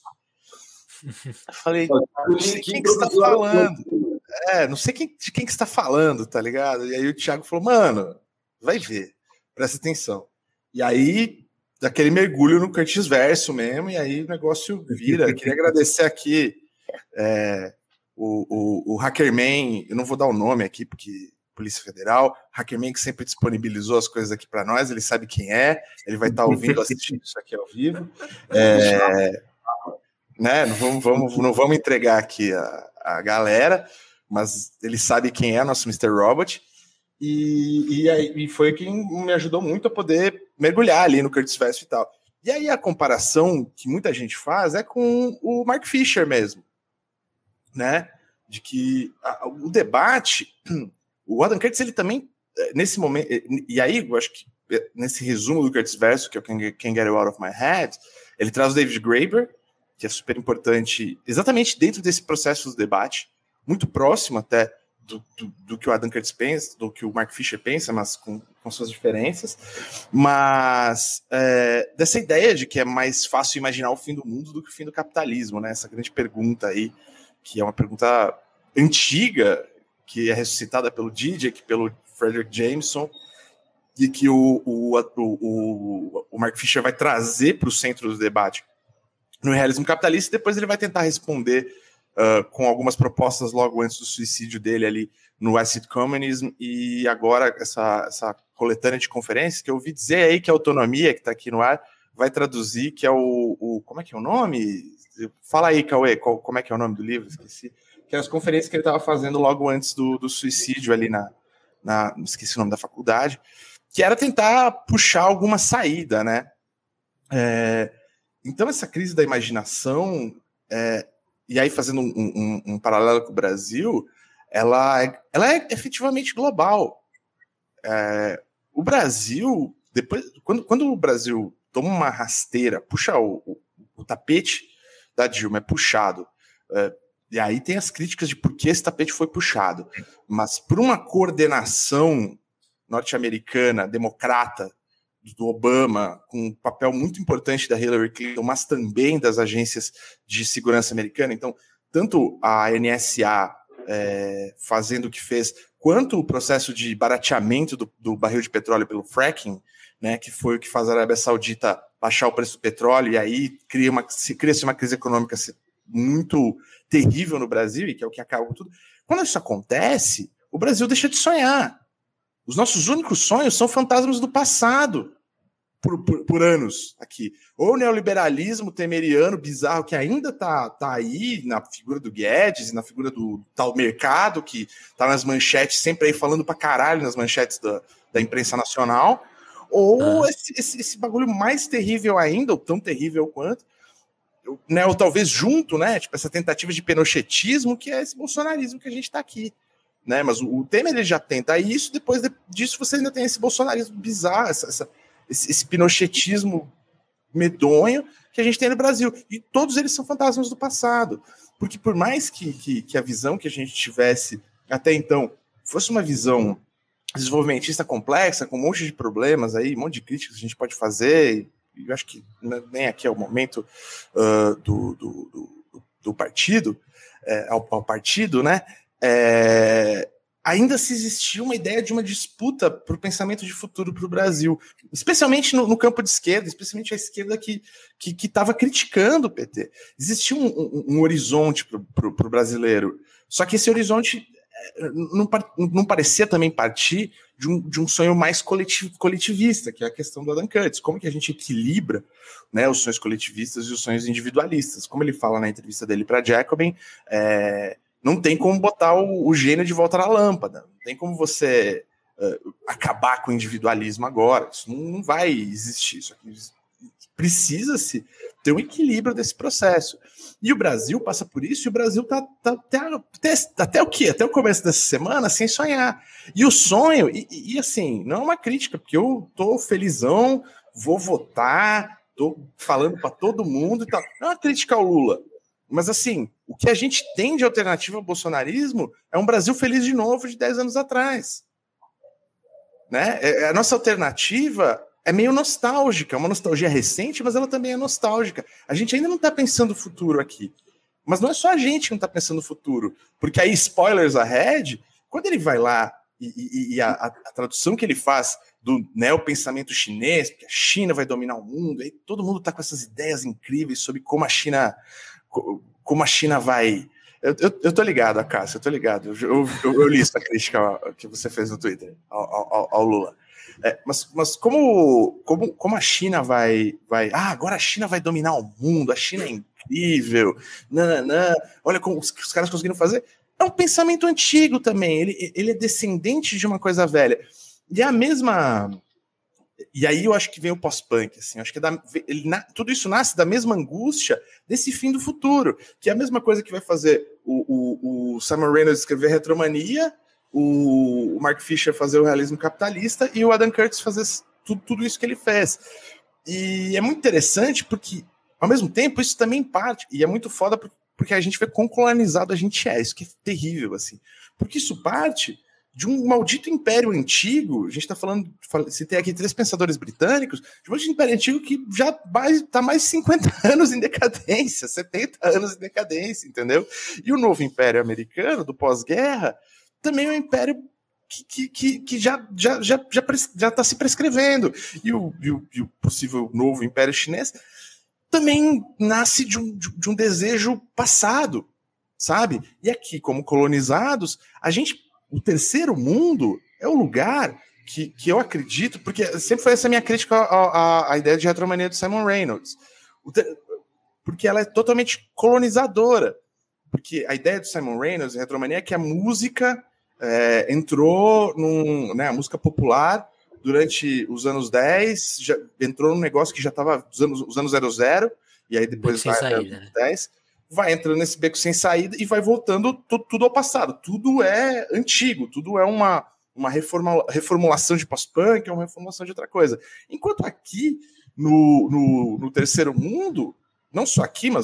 Eu falei, não sei quem que você tá falando. É, não sei quem, de quem que você tá falando, tá ligado? E aí o Thiago falou, mano, vai ver, presta atenção. E aí, daquele mergulho no Curtis Verso mesmo, e aí o negócio vira. Queria agradecer aqui é, o, o, o Hackerman, eu não vou dar o nome aqui, porque Polícia Federal, Hackerman que sempre disponibilizou as coisas aqui para nós, ele sabe quem é, ele vai estar tá ouvindo, assistindo isso aqui ao vivo. É, né, não, vamos, vamos, não vamos entregar aqui a, a galera, mas ele sabe quem é nosso mister Robot, e, e, aí, e foi quem me ajudou muito a poder mergulhar ali no Curtis Verso e tal. E aí a comparação que muita gente faz é com o Mark Fisher mesmo, né? De que a, o debate, o Adam Curtis, ele também, nesse momento, e aí eu acho que nesse resumo do Curtis Verso, que é o Can't Get You Out of My Head, ele traz o David Graeber, que é super importante, exatamente dentro desse processo do debate, muito próximo até do, do, do que o Adam Curtis pensa, do que o Mark Fisher pensa, mas com, com suas diferenças, mas é, dessa ideia de que é mais fácil imaginar o fim do mundo do que o fim do capitalismo, né? Essa grande pergunta aí, que é uma pergunta antiga, que é ressuscitada pelo Didier, pelo Frederick Jameson, e que o, o, o, o Mark Fisher vai trazer para o centro do debate no realismo capitalista, e depois ele vai tentar responder uh, com algumas propostas logo antes do suicídio dele ali no Acid Communism, e agora essa, essa coletânea de conferências que eu ouvi dizer aí que a Autonomia, que está aqui no ar, vai traduzir, que é o, o... Como é que é o nome? Fala aí, Cauê, qual, como é que é o nome do livro? Esqueci. Que é as conferências que ele estava fazendo logo antes do, do suicídio ali na, na... Esqueci o nome da faculdade. Que era tentar puxar alguma saída, né? É... Então, essa crise da imaginação, é, e aí fazendo um, um, um paralelo com o Brasil, ela é, ela é efetivamente global. É, o Brasil, depois, quando, quando o Brasil toma uma rasteira, puxa o, o, o tapete da Dilma, é puxado, é, E aí tem as críticas de por que esse tapete foi puxado. Mas por uma coordenação norte-americana, democrata, do Obama, com um papel muito importante da Hillary Clinton, mas também das agências de segurança americana. Então, tanto a N S A é, fazendo o que fez, quanto o processo de barateamento do, do barril de petróleo pelo fracking, né, que foi o que faz a Arábia Saudita baixar o preço do petróleo, e aí cria uma, cria-se uma crise econômica muito terrível no Brasil, e que é o que acaba com tudo. Quando isso acontece, o Brasil deixa de sonhar. Os nossos únicos sonhos são fantasmas do passado, por, por, por anos aqui. Ou o neoliberalismo temeriano, bizarro, que ainda está tá aí, na figura do Guedes, na figura do tal mercado, que está nas manchetes, sempre aí falando pra caralho nas manchetes da, da imprensa nacional. Ou ah. esse, esse, esse bagulho mais terrível ainda, ou tão terrível quanto, né, ou talvez junto, né, tipo essa tentativa de pinochetismo, que é esse bolsonarismo que a gente está aqui. Né, mas o, o Temer ele já tenta isso, depois de, disso você ainda tem esse bolsonarismo bizarro, essa, essa, esse, esse pinochetismo medonho que a gente tem no Brasil. E todos eles são fantasmas do passado. Porque por mais que, que, que a visão que a gente tivesse até então fosse uma visão desenvolvimentista complexa, com um monte de problemas aí, um monte de críticas que a gente pode fazer, e eu acho que nem aqui é o momento uh, do, do, do, do partido, é, ao, ao partido, né? É, ainda se existia uma ideia de uma disputa para o pensamento de futuro para o Brasil, especialmente no, no campo de esquerda, especialmente a esquerda que estava criticando o P T. Existia um, um, um horizonte para o brasileiro, só que esse horizonte não, não parecia também partir de um, de um sonho mais coletivo, coletivista, que é a questão do Adam Curtis. Como que a gente equilibra, né, os sonhos coletivistas e os sonhos individualistas? Como ele fala na entrevista dele para Jacobin, é, não tem como botar o, o gênio de volta na lâmpada, não tem como você uh, acabar com o individualismo agora, isso não, não vai existir, isso aqui precisa-se ter um equilíbrio desse processo. E o Brasil passa por isso, e o Brasil tá, tá até, até, até o quê? Até o começo dessa semana sem sonhar. E o sonho, e, e assim, não é uma crítica, porque eu tô felizão, vou votar, tô falando para todo mundo e tal. Não é uma crítica ao Lula. Mas, assim, o que a gente tem de alternativa ao bolsonarismo é um Brasil feliz de novo de dez anos atrás. Né? A nossa alternativa é meio nostálgica, é uma nostalgia recente, mas ela também é nostálgica. A gente ainda não está pensando o futuro aqui. Mas não é só a gente que não está pensando o futuro. Porque aí, spoilers ahead, quando ele vai lá e, e, e a, a, a tradução que ele faz do neopensamento chinês, porque a China vai dominar o mundo, aí todo mundo está com essas ideias incríveis sobre como a China... como a China vai... Eu, eu, eu tô ligado, Acácio, eu tô ligado. Eu, eu, eu li essa crítica que você fez no Twitter ao, ao, ao Lula. É, mas mas como, como, como a China vai, vai... Ah, agora a China vai dominar o mundo, a China é incrível, nananã, olha como os, os caras conseguiram fazer. É um pensamento antigo também, ele, ele é descendente de uma coisa velha. E é a mesma... E aí eu acho que vem o pós-punk, assim, acho que é da, ele, na, tudo isso nasce da mesma angústia desse fim do futuro, que é a mesma coisa que vai fazer o, o, o Simon Reynolds escrever Retromania, o, o Mark Fisher fazer o realismo capitalista e o Adam Curtis fazer tudo, tudo isso que ele fez. E é muito interessante porque, ao mesmo tempo, isso também parte, e é muito foda porque a gente vê quão colonizado a gente é, isso que é terrível, assim, porque isso parte de um maldito império antigo. A gente está falando, citei aqui três pensadores britânicos, de um maldito império antigo que já está mais de cinquenta anos em decadência, setenta anos em decadência, entendeu? E o novo império americano, do pós-guerra, também é um império que, que, que, que já já já já já está se prescrevendo. E o, e, o, e o possível novo império chinês também nasce de um, de um desejo passado, sabe? E aqui, como colonizados, a gente... O terceiro mundo é o lugar que, que eu acredito, porque sempre foi essa minha crítica à, à, à ideia de retromania do Simon Reynolds, ter, porque ela é totalmente colonizadora. Porque a ideia do Simon Reynolds, retromania, é que a música é, entrou num, né, a música popular durante os anos dez, já entrou num negócio que já estava os anos, os anos zero zero, e aí depois vai até os dez, vai entrando nesse beco sem saída e vai voltando tudo, tudo ao passado. Tudo é antigo, tudo é uma, uma reforma, reformulação de pós-punk, é uma reformulação de outra coisa. Enquanto aqui, no, no, no terceiro mundo, não só aqui, mas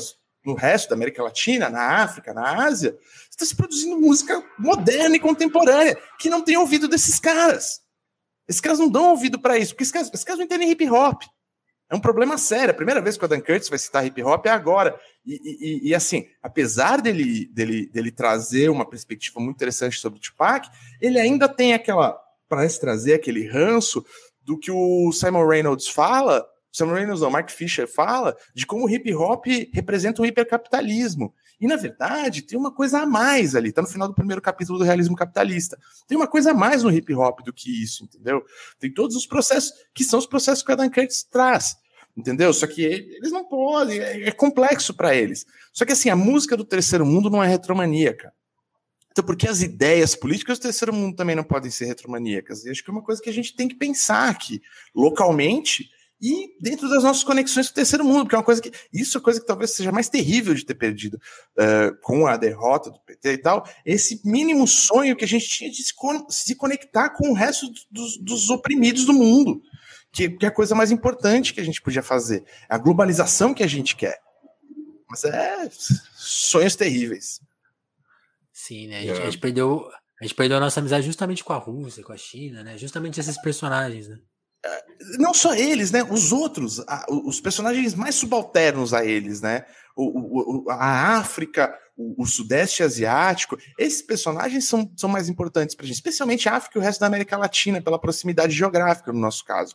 no resto da América Latina, na África, na Ásia, você está se produzindo música moderna e contemporânea, que não tem ouvido desses caras. Esses caras não dão ouvido para isso, porque esses caras, esses caras não entendem hip hop. É um problema sério. A primeira vez que o Adam Curtis vai citar hip hop é agora. E, e, e assim, apesar dele, dele, dele trazer uma perspectiva muito interessante sobre o Tupac, ele ainda tem aquela, parece trazer aquele ranço do que o Simon Reynolds fala, Simon Reynolds não, Mark Fisher fala, de como o hip hop representa um hipercapitalismo. E, na verdade, tem uma coisa a mais ali, tá no final do primeiro capítulo do Realismo Capitalista. Tem uma coisa a mais no hip hop do que isso, entendeu? Tem todos os processos, que são os processos que o Adam Curtis traz, entendeu? Só que eles não podem, é complexo para eles. Só que, assim, a música do terceiro mundo não é retromaníaca. Então, porque as ideias políticas do terceiro mundo também não podem ser retromaníacas? E acho que é uma coisa que a gente tem que pensar aqui, localmente, e dentro das nossas conexões com o terceiro mundo, porque é uma coisa que, isso é uma coisa que talvez seja mais terrível de ter perdido uh, com a derrota do P T e tal, esse mínimo sonho que a gente tinha de se, con se conectar com o resto dos, dos oprimidos do mundo, que, que é a coisa mais importante que a gente podia fazer, a globalização que a gente quer. Mas é sonhos terríveis. Sim, né? A gente, a gente perdeu, a gente perdeu a nossa amizade justamente com a Rússia, com a China, né? Justamente esses personagens, né? Não só eles, né? Os outros, a, os personagens mais subalternos a eles, né? O, o, a África, o, o Sudeste Asiático, esses personagens são, são mais importantes pra gente, especialmente a África e o resto da América Latina, pela proximidade geográfica, no nosso caso.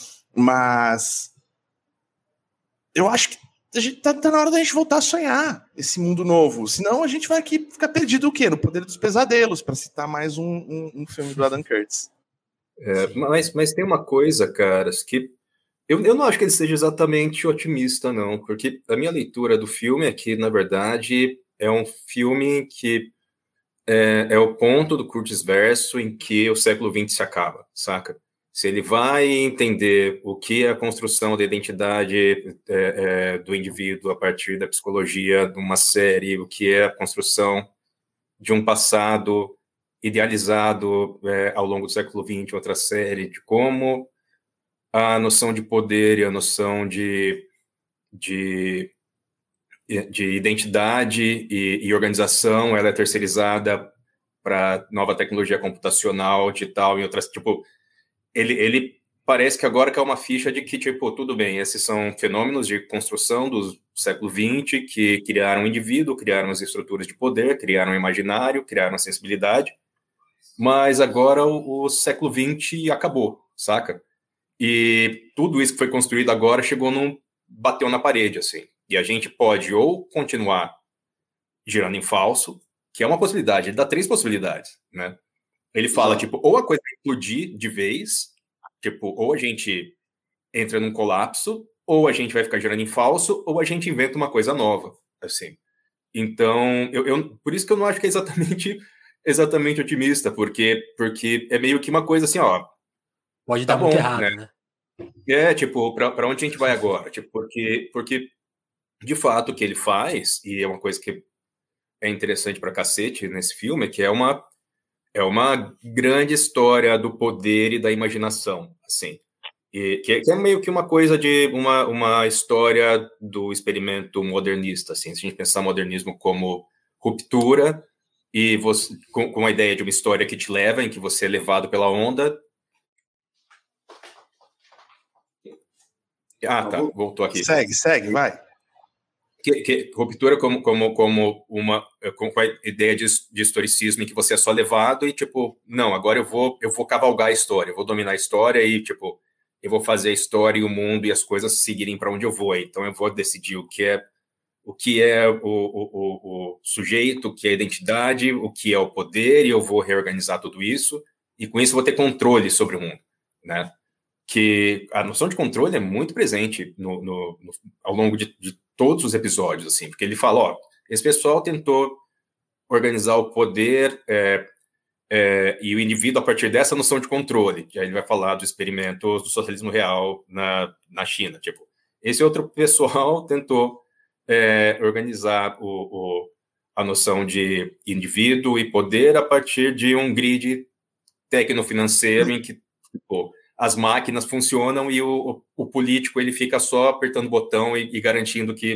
Mas eu acho que a gente, tá, tá na hora da gente voltar a sonhar esse mundo novo. Senão a gente vai aqui ficar perdido o quê? No Poder dos Pesadelos, para citar mais um, um, um filme do Adam Curtis. É, mas, mas tem uma coisa, caras, que eu, eu não acho que ele seja exatamente otimista, não, porque a minha leitura do filme é que, na verdade, é um filme que é, é o ponto do Curtis Verso em que o século vinte se acaba, saca? Se ele vai entender o que é a construção da identidade é, é, do indivíduo a partir da psicologia de uma série, o que é a construção de um passado idealizado é, ao longo do século vinte, outra série, de como a noção de poder e a noção de, de, de identidade e, e organização ela é terceirizada para nova tecnologia computacional, digital e outras, tipo, ele, ele parece que agora cai uma ficha de que, tipo, tudo bem, esses são fenômenos de construção do século vinte que criaram o indivíduo, criaram as estruturas de poder, criaram o imaginário, criaram a sensibilidade, mas agora o, o século vinte acabou, saca? E tudo isso que foi construído agora chegou num... bateu na parede, assim. E a gente pode ou continuar girando em falso, que é uma possibilidade, ele dá três possibilidades, né? Ele fala, tipo, ou a coisa vai explodir de vez, tipo, ou a gente entra num colapso, ou a gente vai ficar girando em falso, ou a gente inventa uma coisa nova, assim. Então, eu, eu, por isso que eu não acho que é exatamente, exatamente otimista, porque, porque é meio que uma coisa assim, ó... Pode tá dar bom, muito errado, né? né? É, tipo, pra, pra onde a gente vai agora? Tipo, porque, porque, de fato, o que ele faz, e é uma coisa que é interessante pra cacete nesse filme, é que é uma, é uma grande história do poder e da imaginação, assim. E, que, é, que é meio que uma coisa de uma, uma história do experimento modernista, assim. Se a gente pensar modernismo como ruptura e você, com, com a ideia de uma história que te leva, em que você é levado pela onda. Ah, tá, voltou aqui. Segue, segue, vai. Que, que, ruptura como, como, como uma com a ideia de, de historicismo em que você é só levado e, tipo, não, agora eu vou, eu vou cavalgar a história, eu vou dominar a história e, tipo, eu vou fazer a história e o mundo e as coisas seguirem para onde eu vou. Então eu vou decidir o que é o que é o, o, o, o sujeito, o que é a identidade, o que é o poder, e eu vou reorganizar tudo isso, e com isso eu vou ter controle sobre o mundo, né? Que a noção de controle é muito presente no, no, no, ao longo de, de todos os episódios, assim, porque ele fala, ó, esse pessoal tentou organizar o poder é, é, e o indivíduo a partir dessa noção de controle, que aí ele vai falar do experimento do socialismo real na, na China, tipo, esse outro pessoal tentou é, organizar o, o, a noção de indivíduo e poder a partir de um grid tecnofinanceiro em que, tipo, as máquinas funcionam e o, o político ele fica só apertando o botão e, e garantindo que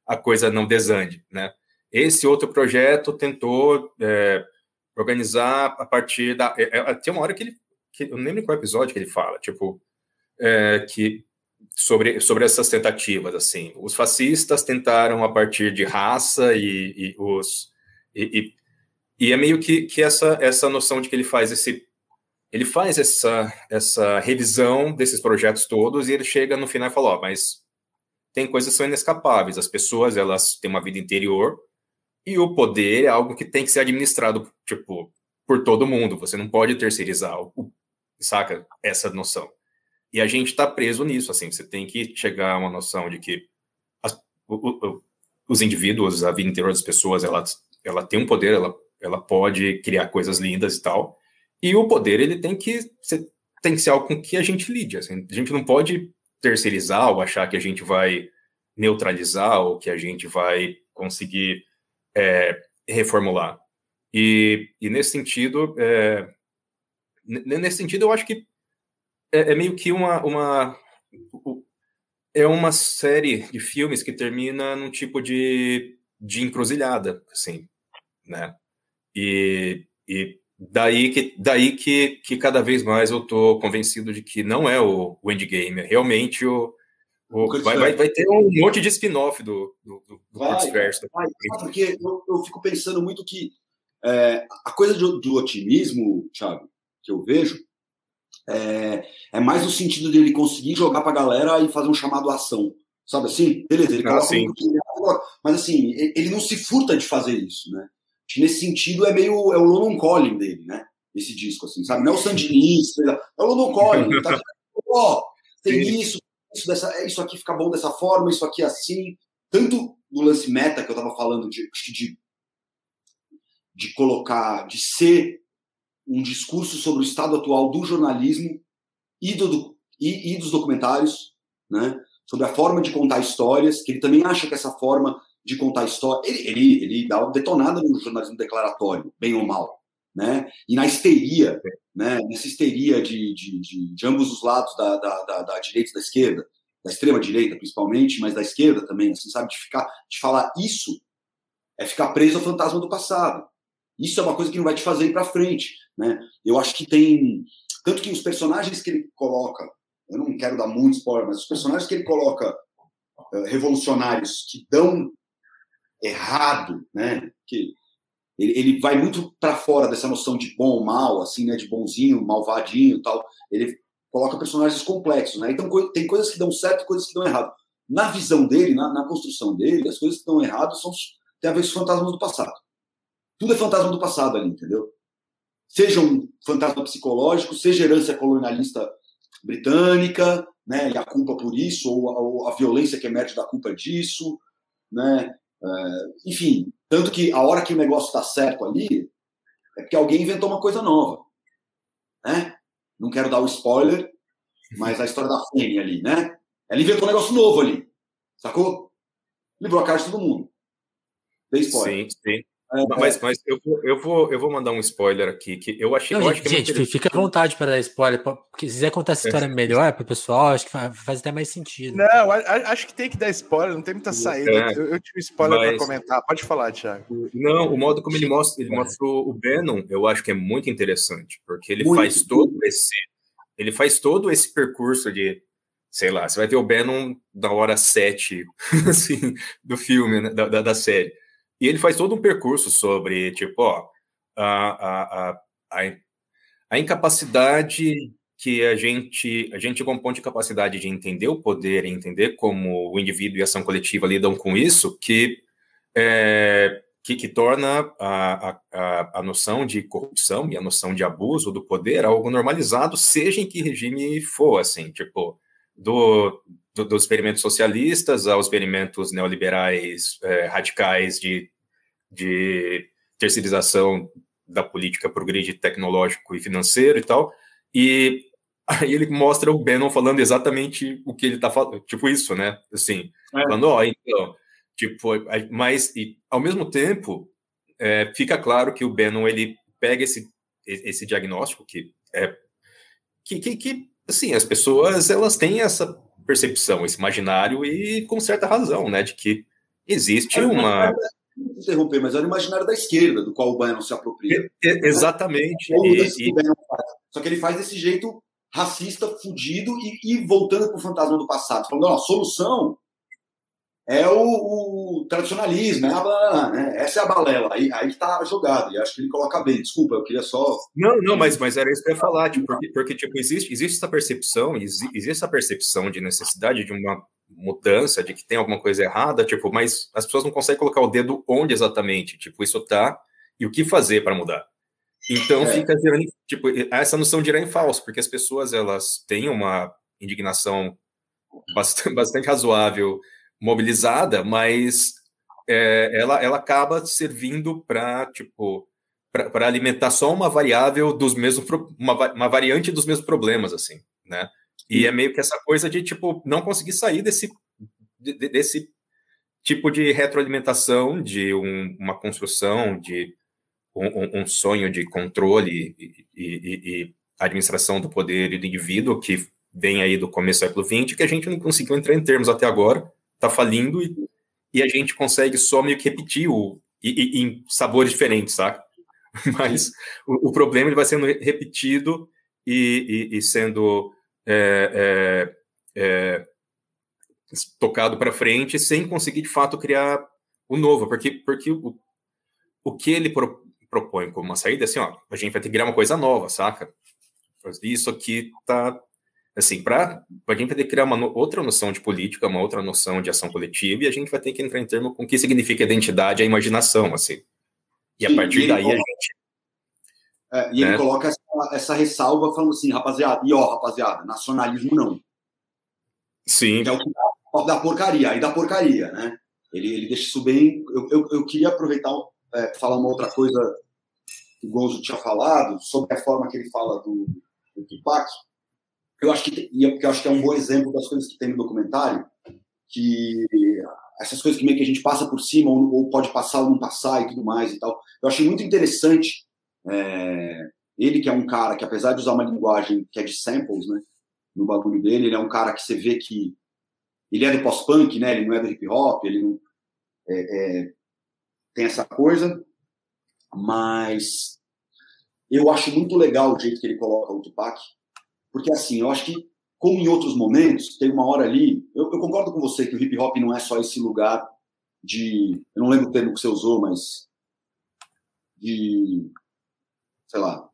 a coisa não desande, né? Esse outro projeto tentou é, organizar a partir da... É, é, tem uma hora que ele... Que, eu não lembro qual episódio que ele fala, tipo, é, que sobre, sobre essas tentativas, assim. Os fascistas tentaram a partir de raça e, e os... E, e, e é meio que, que essa, essa noção de que ele faz esse... Ele faz essa, essa revisão desses projetos todos e ele chega no final e fala, ó, mas tem coisas que são inescapáveis. As pessoas, elas têm uma vida interior e o poder é algo que tem que ser administrado, tipo, por todo mundo. Você não pode terceirizar, o, saca? Essa noção. E a gente está preso nisso, assim. Você tem que chegar a uma noção de que as, o, o, os indivíduos, a vida interior das pessoas, ela, ela tem um poder, ela, ela pode criar coisas lindas e tal. E o poder, ele tem que ser, tem que ser algo com que a gente lide. Assim. A gente não pode terceirizar ou achar que a gente vai neutralizar ou que a gente vai conseguir é, reformular. E, e nesse sentido, é, nesse sentido, eu acho que é, é meio que uma, uma... É uma série de filmes que termina num tipo de, de encruzilhada, assim, né? E... e Daí, que, daí que, que cada vez mais eu tô convencido de que não é o, o endgame, é realmente o... o vai, vai, vai ter um monte de spin-off do, do, do multiverso. Vai, vai, porque eu, eu fico pensando muito que é, a coisa do, do otimismo, Thiago, que eu vejo, é, é mais no sentido dele conseguir jogar pra galera e fazer um chamado à ação. Sabe assim? Beleza, ele coloca ah, um... Mas assim, ele não se furta de fazer isso, né? Nesse sentido, é meio é o London Calling dele, né? Esse disco, assim, sabe? Não é o Sandinista, é o London Calling. Tá? Ó, tem Sim. isso, isso, dessa, isso aqui fica bom dessa forma, isso aqui assim. Tanto no lance meta que eu tava falando, de, de, de colocar, de ser um discurso sobre o estado atual do jornalismo e, do, e, e dos documentários, né? Sobre a forma de contar histórias, que ele também acha que essa forma de contar história, ele, ele, ele dá uma detonada no jornalismo declaratório, bem ou mal, né? E na histeria, né? Nessa histeria de, de, de, de ambos os lados da, da, da, da direita e da esquerda, da extrema direita principalmente, mas da esquerda também, assim, sabe? De, ficar, de falar isso é ficar preso ao fantasma do passado. Isso é uma coisa que não vai te fazer ir para frente, né? Eu acho que tem... Tanto que os personagens que ele coloca, eu não quero dar muito spoiler, mas os personagens que ele coloca uh, revolucionários que dão errado, né? Que ele, ele vai muito para fora dessa noção de bom ou mal, assim, né? De bonzinho, malvadinho, tal. Ele coloca personagens complexos, né? Então tem coisas que dão certo e coisas que dão errado. Na visão dele, na, na construção dele, as coisas que dão errado são tem a ver com os fantasmas do passado. Tudo é fantasma do passado ali, entendeu? Seja um fantasma psicológico, seja herança colonialista britânica, né? E a culpa por isso, ou a, ou a violência que emerge da culpa disso, né? Uh, enfim, tanto que a hora que o negócio está certo ali é porque alguém inventou uma coisa nova, né? Não quero dar o spoiler, mas a história da Fêmea ali, né? Ela inventou um negócio novo ali, sacou? Livrou a cara de todo mundo. Dei spoiler. Sim, sim. É, mas mas eu, vou, eu, vou, eu vou mandar um spoiler aqui, que eu achei... Não, eu gente, acho que é gente fica à vontade para dar spoiler, porque se quiser contar essa história melhor para o pessoal, acho que faz até mais sentido. Não, acho que tem que dar spoiler, não tem muita saída. É, eu, eu tive spoiler mas... para comentar, pode falar, Thiago. Não, o modo como ele mostra, ele mostra o Bannon, eu acho que é muito interessante, porque ele muito, faz todo muito. esse ele faz todo esse percurso de, sei lá, você vai ver o Bannon da hora sete assim, do filme, né, da, da, da série. E ele faz todo um percurso sobre, tipo, ó, a, a, a, a incapacidade que a gente, a gente compõe de capacidade de entender o poder e entender como o indivíduo e a ação coletiva lidam com isso, que, é, que, que torna a, a, a noção de corrupção e a noção de abuso do poder algo normalizado, seja em que regime for, assim, tipo, do... Do, dos experimentos socialistas aos experimentos neoliberais é, radicais de, de terceirização da política para o grid tecnológico e financeiro e tal, e aí ele mostra o Bannon falando exatamente o que ele está falando, tipo isso, né, assim, é. falando, ó, então, tipo, mas, e, ao mesmo tempo, é, fica claro que o Bannon, ele pega esse, esse diagnóstico que é, que, que, que, assim, as pessoas, elas têm essa percepção, esse imaginário, e com certa razão, né, de que existe uma... Não vou interromper, mas era o imaginário da esquerda, do qual o Bannon se apropria. É, exatamente. E, e... Só que ele faz desse jeito racista, fudido, e, e voltando para o fantasma do passado, falando, ó, a solução é o, o tradicionalismo, é a, né? Essa é a balela, aí, aí que tá jogado, e acho que ele coloca bem, desculpa, eu queria só... Não, não, mas, mas era isso que eu ia falar, tipo, porque, porque tipo, existe, existe essa percepção, existe essa percepção de necessidade de uma mudança, de que tem alguma coisa errada, tipo, mas as pessoas não conseguem colocar o dedo onde exatamente, tipo, isso tá, e o que fazer para mudar. Então é. fica gerando, tipo, essa noção de em falso, porque as pessoas, elas têm uma indignação bastante, bastante razoável, mobilizada, mas é, ela, ela acaba servindo para, tipo, para alimentar só uma variável dos mesmos, uma, uma variante dos mesmos problemas, assim, né? E Sim. é meio que essa coisa de, tipo, não conseguir sair desse, de, desse tipo de retroalimentação, de um, uma construção, de um, um sonho de controle e, e, e administração do poder e do indivíduo que vem aí do começo do século vinte, que a gente não conseguiu entrar em termos até agora, está falindo, e, e a gente consegue só meio que repetir o, e, e, em sabores diferentes, sabe? Mas o, o problema ele vai sendo repetido e, e, e sendo é, é, é, tocado para frente sem conseguir, de fato, criar o novo, porque, porque o, o que ele pro, propõe como uma saída é assim, ó, a gente vai ter que criar uma coisa nova, saca? Isso aqui tá... Assim, para a gente vai ter que criar uma no, outra noção de política, uma outra noção de ação coletiva, e a gente vai ter que entrar em termos com o que significa identidade e a imaginação, assim. E Sim, a partir e daí coloca, a gente... É, e né? ele coloca essa, essa ressalva falando assim, rapaziada, e ó, rapaziada, nacionalismo não. Sim. Que é o que dá, da porcaria, aí da porcaria, né? Ele, ele deixa isso bem... Eu, eu, eu queria aproveitar, é, falar uma outra coisa que o Gonzo tinha falado, sobre a forma que ele fala do, do Tupac. Eu acho, que, eu acho que é um bom exemplo das coisas que tem no documentário, que essas coisas que meio que a gente passa por cima, ou, ou pode passar ou não passar e tudo mais e tal. Eu achei muito interessante é, ele, que é um cara que, apesar de usar uma linguagem que é de samples, né, no bagulho dele, ele é um cara que você vê que ele é do pós-punk, né, ele não é do hip-hop, ele não, é, é, tem essa coisa, mas eu acho muito legal o jeito que ele coloca o Tupac. Porque, assim, eu acho que, como em outros momentos, tem uma hora ali... Eu, eu concordo com você que o hip-hop não é só esse lugar de... Eu não lembro o termo que você usou, mas... De... Sei lá...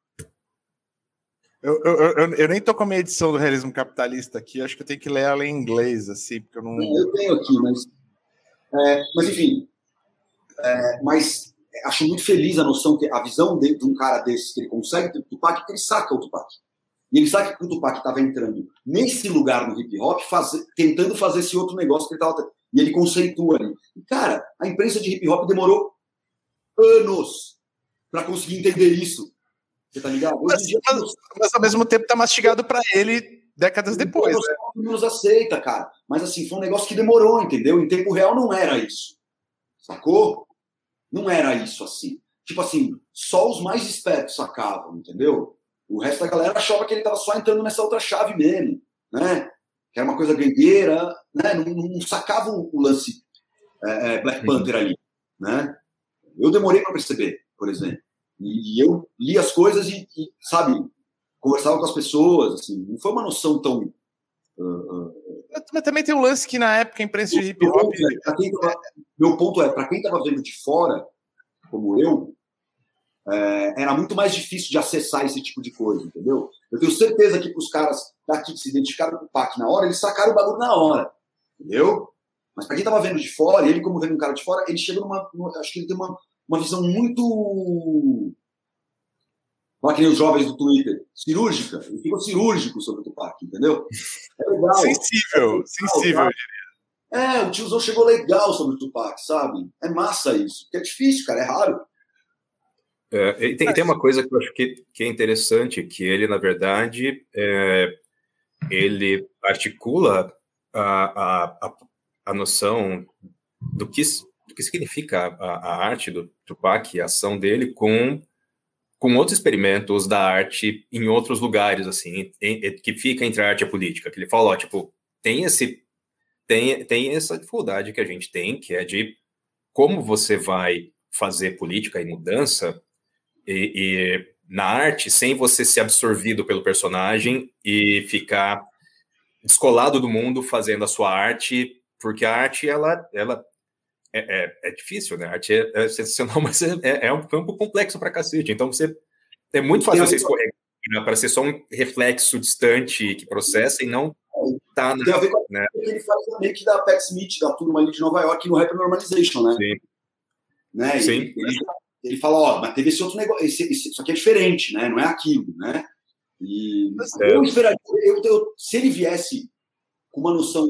Eu, eu, eu, eu nem tô com a minha edição do Realismo Capitalista aqui, acho que eu tenho que ler ela em inglês, assim, porque eu não... Eu tenho aqui, mas... É, mas, enfim... É, mas acho muito feliz a noção, que a visão de, de um cara desse, que ele consegue ter o Tupac, que ele saca o Tupac. E ele sabe que o Tupac estava entrando nesse lugar no hip-hop, tentando fazer esse outro negócio que ele estava... E ele conceitua ali. E, cara, a imprensa de hip-hop demorou anos para conseguir entender isso. Você tá ligado? Hoje mas, em dia, mas, mas, ao mesmo tempo, tá mastigado para ele décadas depois. Né? Nos aceita, cara. Mas, assim, foi um negócio que demorou, entendeu? Em tempo real não era isso. Sacou? Não era isso, assim. Tipo assim, só os mais espertos sacavam, entendeu? O resto da galera achava que ele estava só entrando nessa outra chave mesmo, né? Que era uma coisa gangueira, né? Não, não sacava o, o lance é, é, Black Panther ali, né? Eu demorei para perceber, por exemplo. E, e eu li as coisas e, e, sabe, conversava com as pessoas, assim. Não foi uma noção tão... Uh, uh, Mas também tem um lance que na época a imprensa de hip-hop... É, meu ponto é, para quem estava vendo de fora, como eu, É, era muito mais difícil de acessar esse tipo de coisa, entendeu? Eu tenho certeza que para os caras daqui que se identificaram com o Tupac na hora, eles sacaram o bagulho na hora, entendeu? Mas para quem estava vendo de fora, ele como vendo um cara de fora, ele chega numa... numa acho que ele tem uma, uma visão muito... Olha que nem os jovens do Twitter, cirúrgica. Ele ficou cirúrgico sobre o Tupac, entendeu? É legal. Sensível, é legal, sensível, eu diria. É, o tiozão chegou legal sobre o Tupac, sabe? É massa isso, porque é difícil, cara, é raro. É, tem, tem uma coisa que eu acho que, que é interessante, que ele, na verdade, é, ele articula a, a, a noção do que, do que significa a, a arte do Tupac, a ação dele, com, com outros experimentos da arte em outros lugares, assim, em, em, que fica entre a arte e a política. Que ele fala, ó, tipo, tem esse, tem, tem essa dificuldade que a gente tem, que é de como você vai fazer política e mudança e, e na arte sem você ser absorvido pelo personagem e ficar descolado do mundo fazendo a sua arte, porque a arte, ela, ela é, é, é difícil, né? A arte é, é sensacional, mas é, é um campo complexo pra cacete. Então, você é muito fácil você escorregar para ser só um reflexo distante que processa e não tá na, tem a ver com né? o que ele faz também que da Pat Smith, da turma ali de Nova York, no Hyper Normalization, né? Sim. Né? Sim. Ele, ele, ele fala, ó, mas teve esse outro negócio, esse, esse, isso aqui é diferente, né? Não é aquilo, né? E é. eu esperaria, eu, eu, se ele viesse com uma noção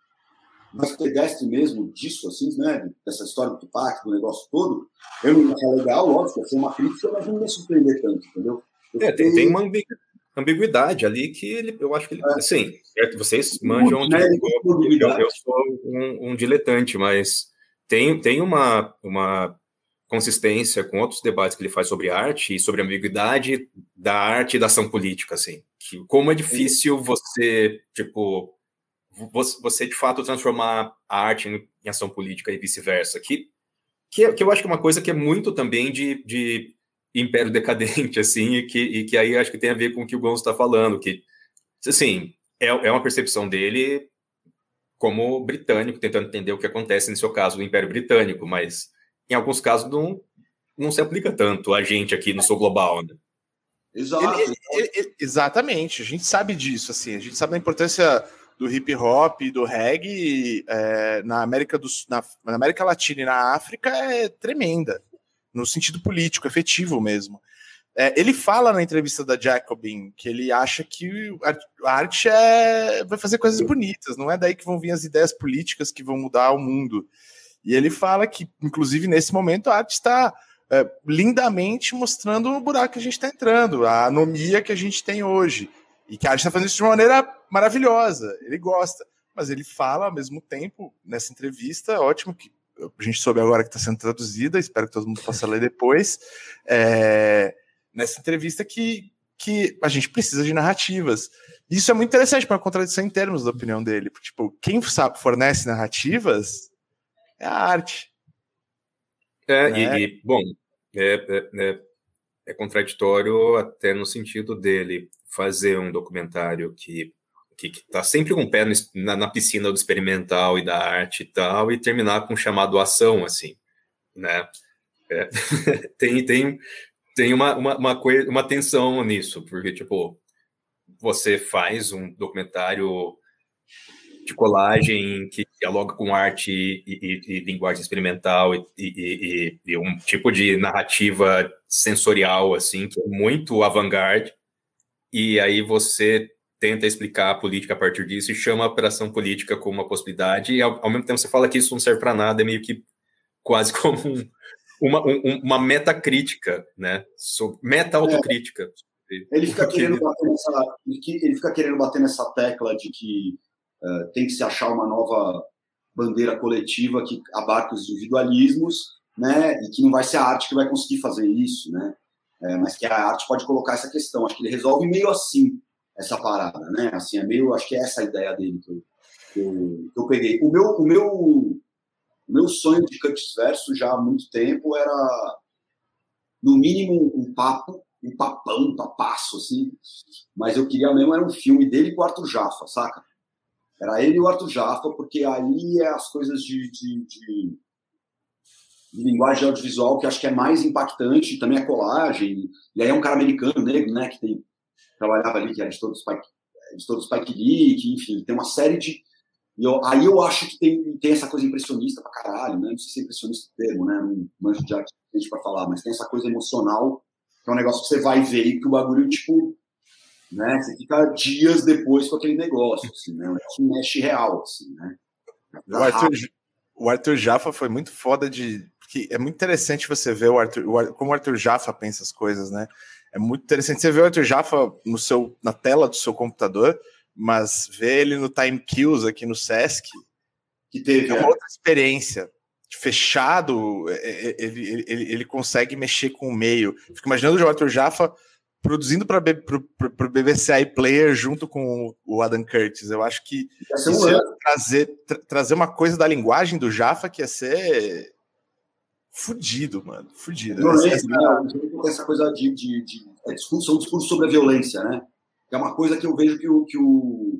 mais pedestre mesmo disso, assim, né? Dessa história do Tupac, do negócio todo, eu não ia achar legal, lógico, ia ser uma crítica, mas não ia surpreender tanto, entendeu? É, tem, tem uma ambiguidade ali que ele, eu acho que ele, é. assim, certo? Vocês manjam, Muito, né? eu, eu, eu sou um, um diletante, mas tem, tem uma, uma consistência com outros debates que ele faz sobre arte e sobre a ambiguidade da arte e da ação política, assim, que como é difícil você, tipo, você, você de fato transformar a arte em, em ação política e vice-versa, que, que, que eu acho que é uma coisa que é muito também de, de império decadente, assim, e que, e que aí acho que tem a ver com o que o Gonzo está falando, que, assim, é, é uma percepção dele como britânico, tentando entender o que acontece no seu caso do Império Britânico, mas em alguns casos não, não se aplica tanto a gente aqui no Sul Global, né? Exato. Ele, ele, ele, exatamente, a gente sabe disso, assim, a gente sabe da importância do hip hop e do reggae é, na, América do, na, na América Latina e na África é tremenda, no sentido político, efetivo mesmo. É, ele fala na entrevista da Jacobin que ele acha que a arte é, vai fazer coisas bonitas, não é daí que vão vir as ideias políticas que vão mudar o mundo. E ele fala que, inclusive, nesse momento, a arte está é, lindamente mostrando o buraco que a gente está entrando, a anomia que a gente tem hoje. E que a arte está fazendo isso de uma maneira maravilhosa. Ele gosta. Mas ele fala, ao mesmo tempo, nessa entrevista, ótimo, que a gente soube agora que está sendo traduzida, espero que todo mundo possa ler depois, é, nessa entrevista que, que a gente precisa de narrativas. Isso é muito interessante, para uma contradição em termos da opinião dele. Tipo, quem sabe, fornece narrativas é a arte. É, né? e, e, bom, é, é, é contraditório até no sentido dele fazer um documentário que que está sempre com o pé no, na, na piscina do experimental e da arte e tal, e terminar com um chamado ação, assim, né? É, tem tem, tem uma, uma, uma, coisa, uma tensão nisso, porque, tipo, você faz um documentário de colagem que dialoga com arte e, e, e linguagem experimental e, e, e, e um tipo de narrativa sensorial, assim, que é muito avant-garde, e aí você tenta explicar a política a partir disso e chama a operação política como uma possibilidade, e ao, ao mesmo tempo você fala que isso não serve para nada, é meio que quase como um, uma, um, uma metacrítica, né? So, meta-autocrítica. É, ele, fica querendo bater nessa, ele fica querendo bater nessa tecla de que uh, tem que se achar uma nova bandeira coletiva que abarque os individualismos, né? E que não vai ser a arte que vai conseguir fazer isso, né? É, mas que a arte pode colocar essa questão. Acho que ele resolve meio assim essa parada, né? Assim, é meio, acho que é essa a ideia dele que eu, que eu, que eu peguei. O meu, o meu, o meu sonho de Cuts Verso já há muito tempo era, no mínimo, um papo, um papão, um papaço, assim. Mas eu queria mesmo era um filme dele com o Arthur Jaffa, saca? Era ele e o Arthur Jaffa, porque aí é as coisas de, de, de, de linguagem audiovisual que acho que é mais impactante, também a colagem. E aí é um cara americano, negro, né? Que tem trabalhava ali, que era editor do Spike, editor do Spike Lee, que, enfim, tem uma série de... Eu, aí eu acho que tem, tem essa coisa impressionista pra caralho, né? Não sei se é impressionista o termo, né? Não manjo de arte pra falar, mas tem essa coisa emocional, que é um negócio que você vai ver e que o bagulho, tipo, né? Você fica dias depois com aquele negócio, assim, né? Que mexe real, assim, né? O Arthur, o Arthur Jaffa foi muito foda de... Porque é muito interessante você ver o Arthur, o, como o Arthur Jaffa pensa as coisas, né? É muito interessante você ver o Arthur Jaffa no seu, na tela do seu computador, mas ver ele no Time Kills aqui no Sesc, que teve, é uma é. outra experiência. Fechado, ele, ele, ele consegue mexer com o meio. Fico imaginando o Arthur Jaffa produzindo para o B B C iPlayer junto com o Adam Curtis. Eu acho que Ia isso ia trazer, tra trazer uma coisa da linguagem do Jaffa que ia ser fudido, mano. Fudido. Violência, né? Essa coisa de, de, de é discurso, são discursos sobre a violência, né? Que é uma coisa que eu vejo que o, que o,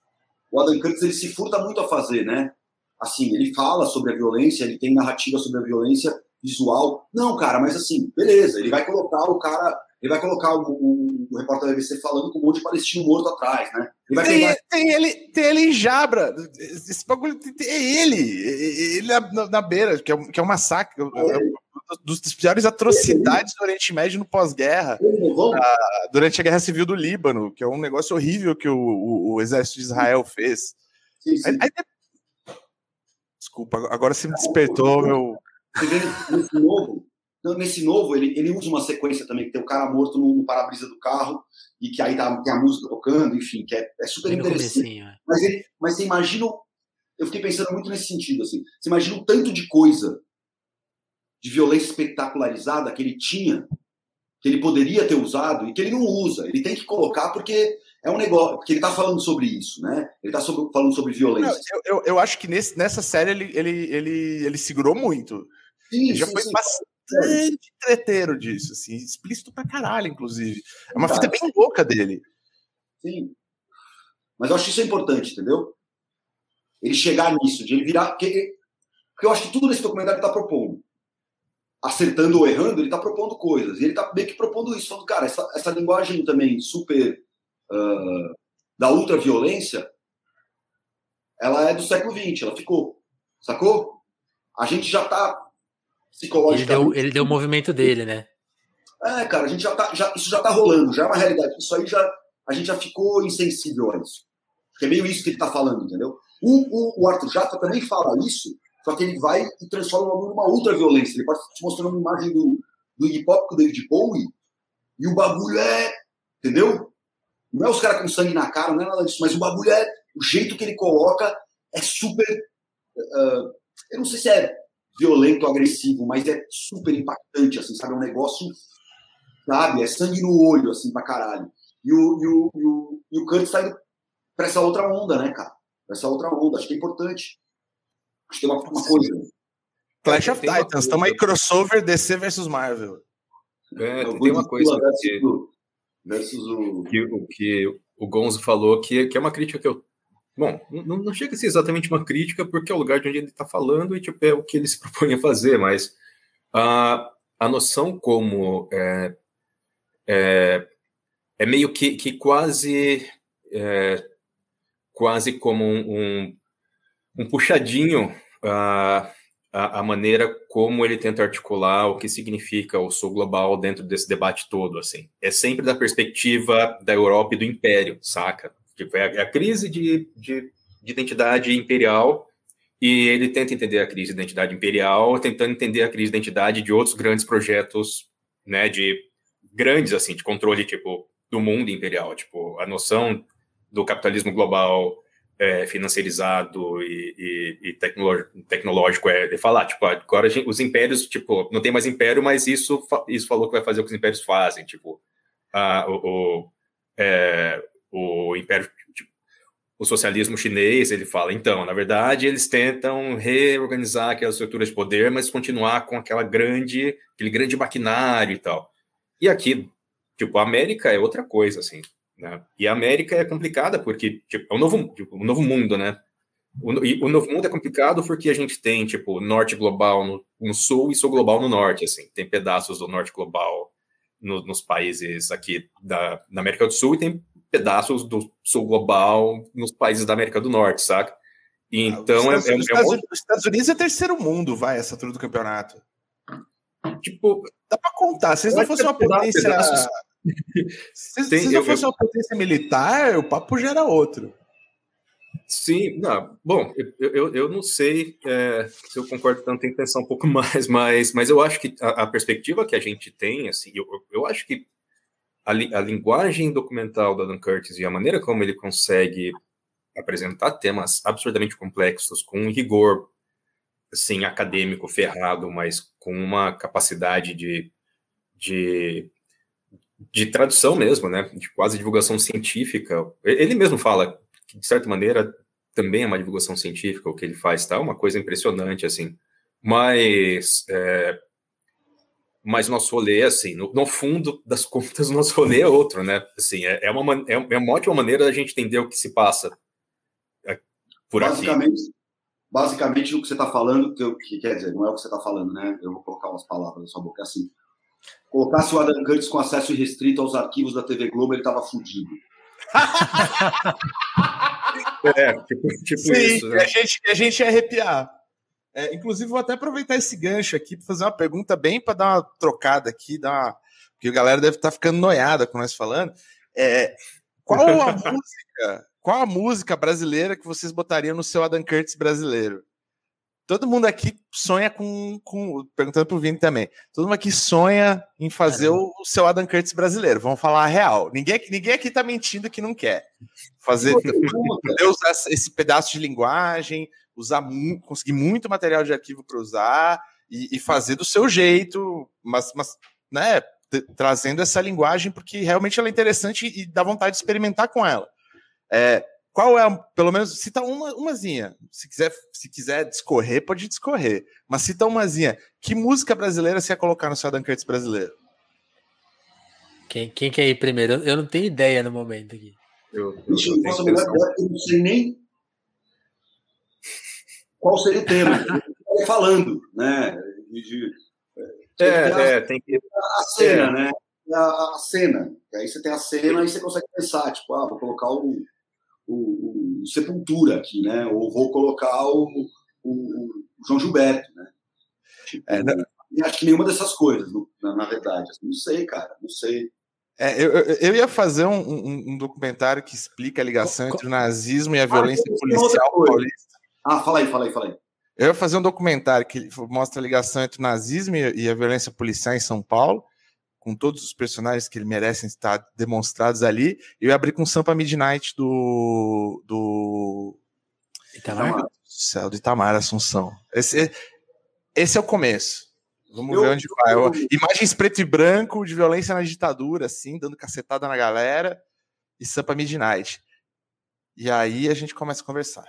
o Adam Curtis ele se furta muito a fazer, né? Assim, ele fala sobre a violência, ele tem narrativa sobre a violência visual. Não, cara, mas assim, beleza, ele vai colocar o cara, ele vai colocar o, o, o repórter da B B C falando com um monte de palestino morto atrás, né? Ele vai tem, pegar... tem, ele, tem ele em Jabra. Esse bagulho é ele. Ele na, na beira, que é, que é um massacre. É. É dos, dos piores atrocidades do Oriente Médio no pós-guerra. Durante a Guerra Civil do Líbano, que é um negócio horrível que o, o, o exército de Israel fez. Sim, sim. Aí, aí, desculpa, agora você me despertou, meu. Você vê nesse novo, nesse novo ele, ele usa uma sequência também, que tem o cara morto no, no para-brisa do carro, e que aí tá, tem a música tocando, enfim, que é, é super interessante. Mas, ele, mas você imagina, eu fiquei pensando muito nesse sentido, assim, você imagina o tanto de coisa de violência espetacularizada que ele tinha, que ele poderia ter usado, e que ele não usa. Ele tem que colocar porque é um negócio, porque ele tá falando sobre isso, né? Ele tá sobre, falando sobre violência. Não, eu, eu, eu acho que nesse, nessa série ele, ele, ele, ele segurou muito. Sim, ele já sim, foi sim. bastante treteiro disso, assim, explícito pra caralho, inclusive. É uma fita bem louca dele. Sim. Mas eu acho isso importante, entendeu? Ele chegar nisso, de ele virar... Porque, porque eu acho que tudo nesse documentário ele tá propondo. Acertando ou errando, ele tá propondo coisas. E ele tá meio que propondo isso, falando, cara, essa, essa linguagem também super... Uh, da ultraviolência, ela é do século vinte, ela ficou. Sacou? A gente já tá psicologicamente... Ele deu, ele deu o movimento dele, né? É, cara, a gente já tá, já, isso já tá rolando, já é uma realidade. Isso aí já, a gente já ficou insensível a isso. Porque é meio isso que ele tá falando, entendeu? O, o, o Arthur Jaffa também fala isso, só que ele vai e transforma numa ultraviolência. Ele pode te mostrar uma imagem do, do Iggy Pop com o David Bowie, e o bagulho é... Entendeu? Não é os caras com sangue na cara, não é nada disso, mas o bagulho é... O jeito que ele coloca é super... Uh, eu não sei se é violento ou agressivo, mas é super impactante, assim, sabe? É um negócio, sabe? É sangue no olho, assim, pra caralho. E o, e o, e o, e o Curtis tá indo pra essa outra onda, né, cara? Pra essa outra onda. Acho que é importante. Acho que é uma, uma coisa. Clash of Titans. Estamos aí, crossover D C versus Marvel. É, tem, tem uma coisa que, versus o... que, o que o Gonzo falou, que, que é uma crítica que eu... Bom, não, não chega a ser exatamente uma crítica, porque é o lugar de onde ele está falando e tipo, é o que ele se propõe a fazer, mas a, a noção como é, é, é meio que, que quase é, quase como um, um, um puxadinho a, a, a maneira como ele tenta articular o que significa o sul global dentro desse debate todo, assim. É sempre da perspectiva da Europa e do Império, saca? Tipo, é a, é a crise de, de, de identidade imperial, e ele tenta entender a crise de identidade imperial, tentando entender a crise de identidade de outros grandes projetos, né, de grandes, assim, de controle, tipo, do mundo imperial, tipo, a noção do capitalismo global é, financiarizado e, e, e tecnológico, tecnológico é de falar, tipo, agora a gente, os impérios, tipo, não tem mais império, mas isso, isso falou que vai fazer o que os impérios fazem, tipo, a, o... o é, o império, tipo, o socialismo chinês, ele fala, então, na verdade, eles tentam reorganizar aquelas estruturas de poder, mas continuar com aquela grande, aquele grande maquinário e tal. E aqui, tipo, a América é outra coisa, assim, né? E a América é complicada porque, tipo, é um novo, tipo, um novo mundo, né? O, e o novo mundo é complicado porque a gente tem, tipo, norte global no, no sul e sul global no norte, assim. Tem pedaços do norte global no, nos países aqui da, da América do Sul e tem pedaços do sul global nos países da América do Norte, saca? E então ah, os, é, Estados, é, é um... os Estados Unidos é terceiro mundo, vai, essa altura do campeonato. Tipo, dá pra contar, se eles não fossem uma potência... Pedaços... Se, Tem, se não eu, fosse eu... uma potência militar, o papo já era outro. Sim, não, bom, eu, eu, eu não sei é, se eu concordo tanto, tem que pensar um pouco mais, mas, mas eu acho que a, a perspectiva que a gente tem, assim, eu, eu acho que A, li, a linguagem documental da Adam Curtis e a maneira como ele consegue apresentar temas absurdamente complexos, com um rigor assim, acadêmico ferrado, mas com uma capacidade de, de, de tradução mesmo, né? De quase divulgação científica. Ele mesmo fala que, de certa maneira, também é uma divulgação científica o que ele faz, tá? Uma coisa impressionante, assim. Mas, é, mas nosso rolê, assim, no, no fundo das contas, nosso rolê é outro, né? Assim, é, é, uma, é uma ótima maneira da gente entender o que se passa por basicamente, aqui. Basicamente, o que você está falando, que, eu, que quer dizer, não é o que você está falando, né? Eu vou colocar umas palavras na sua boca, assim. Colocasse o Adam Curtis com acesso irrestrito aos arquivos da T V Globo, ele estava fudido. É, tipo, tipo Sim, isso, né? a gente, a gente ia arrepiar. É, inclusive, vou até aproveitar esse gancho aqui para fazer uma pergunta bem para dar uma trocada aqui, dar uma... porque a galera deve estar ficando noiada com nós falando. É, qual a música, qual a música brasileira que vocês botariam no seu Adam Curtis brasileiro? Todo mundo aqui sonha com, com perguntando pro Vini também. Todo mundo aqui sonha em fazer o, o seu Adam Curtis brasileiro. Vamos falar a real. Ninguém, ninguém aqui tá mentindo que não quer fazer. Poder usar esse pedaço de linguagem, usar mu- conseguir muito material de arquivo para usar e, e fazer do seu jeito, mas, mas né, t- trazendo essa linguagem porque realmente ela é interessante e, e dá vontade de experimentar com ela. É, qual é, a, pelo menos, cita uma, umazinha. Se quiser, se quiser discorrer, pode discorrer. Mas cita umazinha. Que música brasileira você ia colocar no seu Adam Curtis brasileiro? Quem, quem quer ir primeiro? Eu não tenho ideia no momento aqui. Eu, eu, Isso, eu eu, tenho posso que melhor, pensar. eu não sei nem qual seria o tema. Eu falando, né? De, de, É, é, é, tem que... a cena, é. né? A, a cena. Aí você tem a cena e você consegue pensar, tipo, ah, vou colocar o, o, o Sepultura aqui, né? Ou vou colocar o, o, o João Gilberto, né? Tipo, é, não... acho que nenhuma dessas coisas, na, na verdade. Não sei, cara, não sei. É, eu, eu ia fazer um, um, um documentário que explica a ligação co, entre o nazismo e a violência ah, policial paulista. Ah, fala aí, fala aí, fala aí. Eu ia fazer um documentário que mostra a ligação entre o nazismo e a violência policial em São Paulo, com todos os personagens que merecem estar demonstrados ali. Eu ia abrir com Sampa Midnight do... do... Itamar? Do céu, do Itamar Assunção. Esse, esse é o começo. Vamos eu, ver onde vai. Eu, imagens preto e branco de violência na ditadura, assim, dando cacetada na galera, e Sampa Midnight. E aí a gente começa a conversar.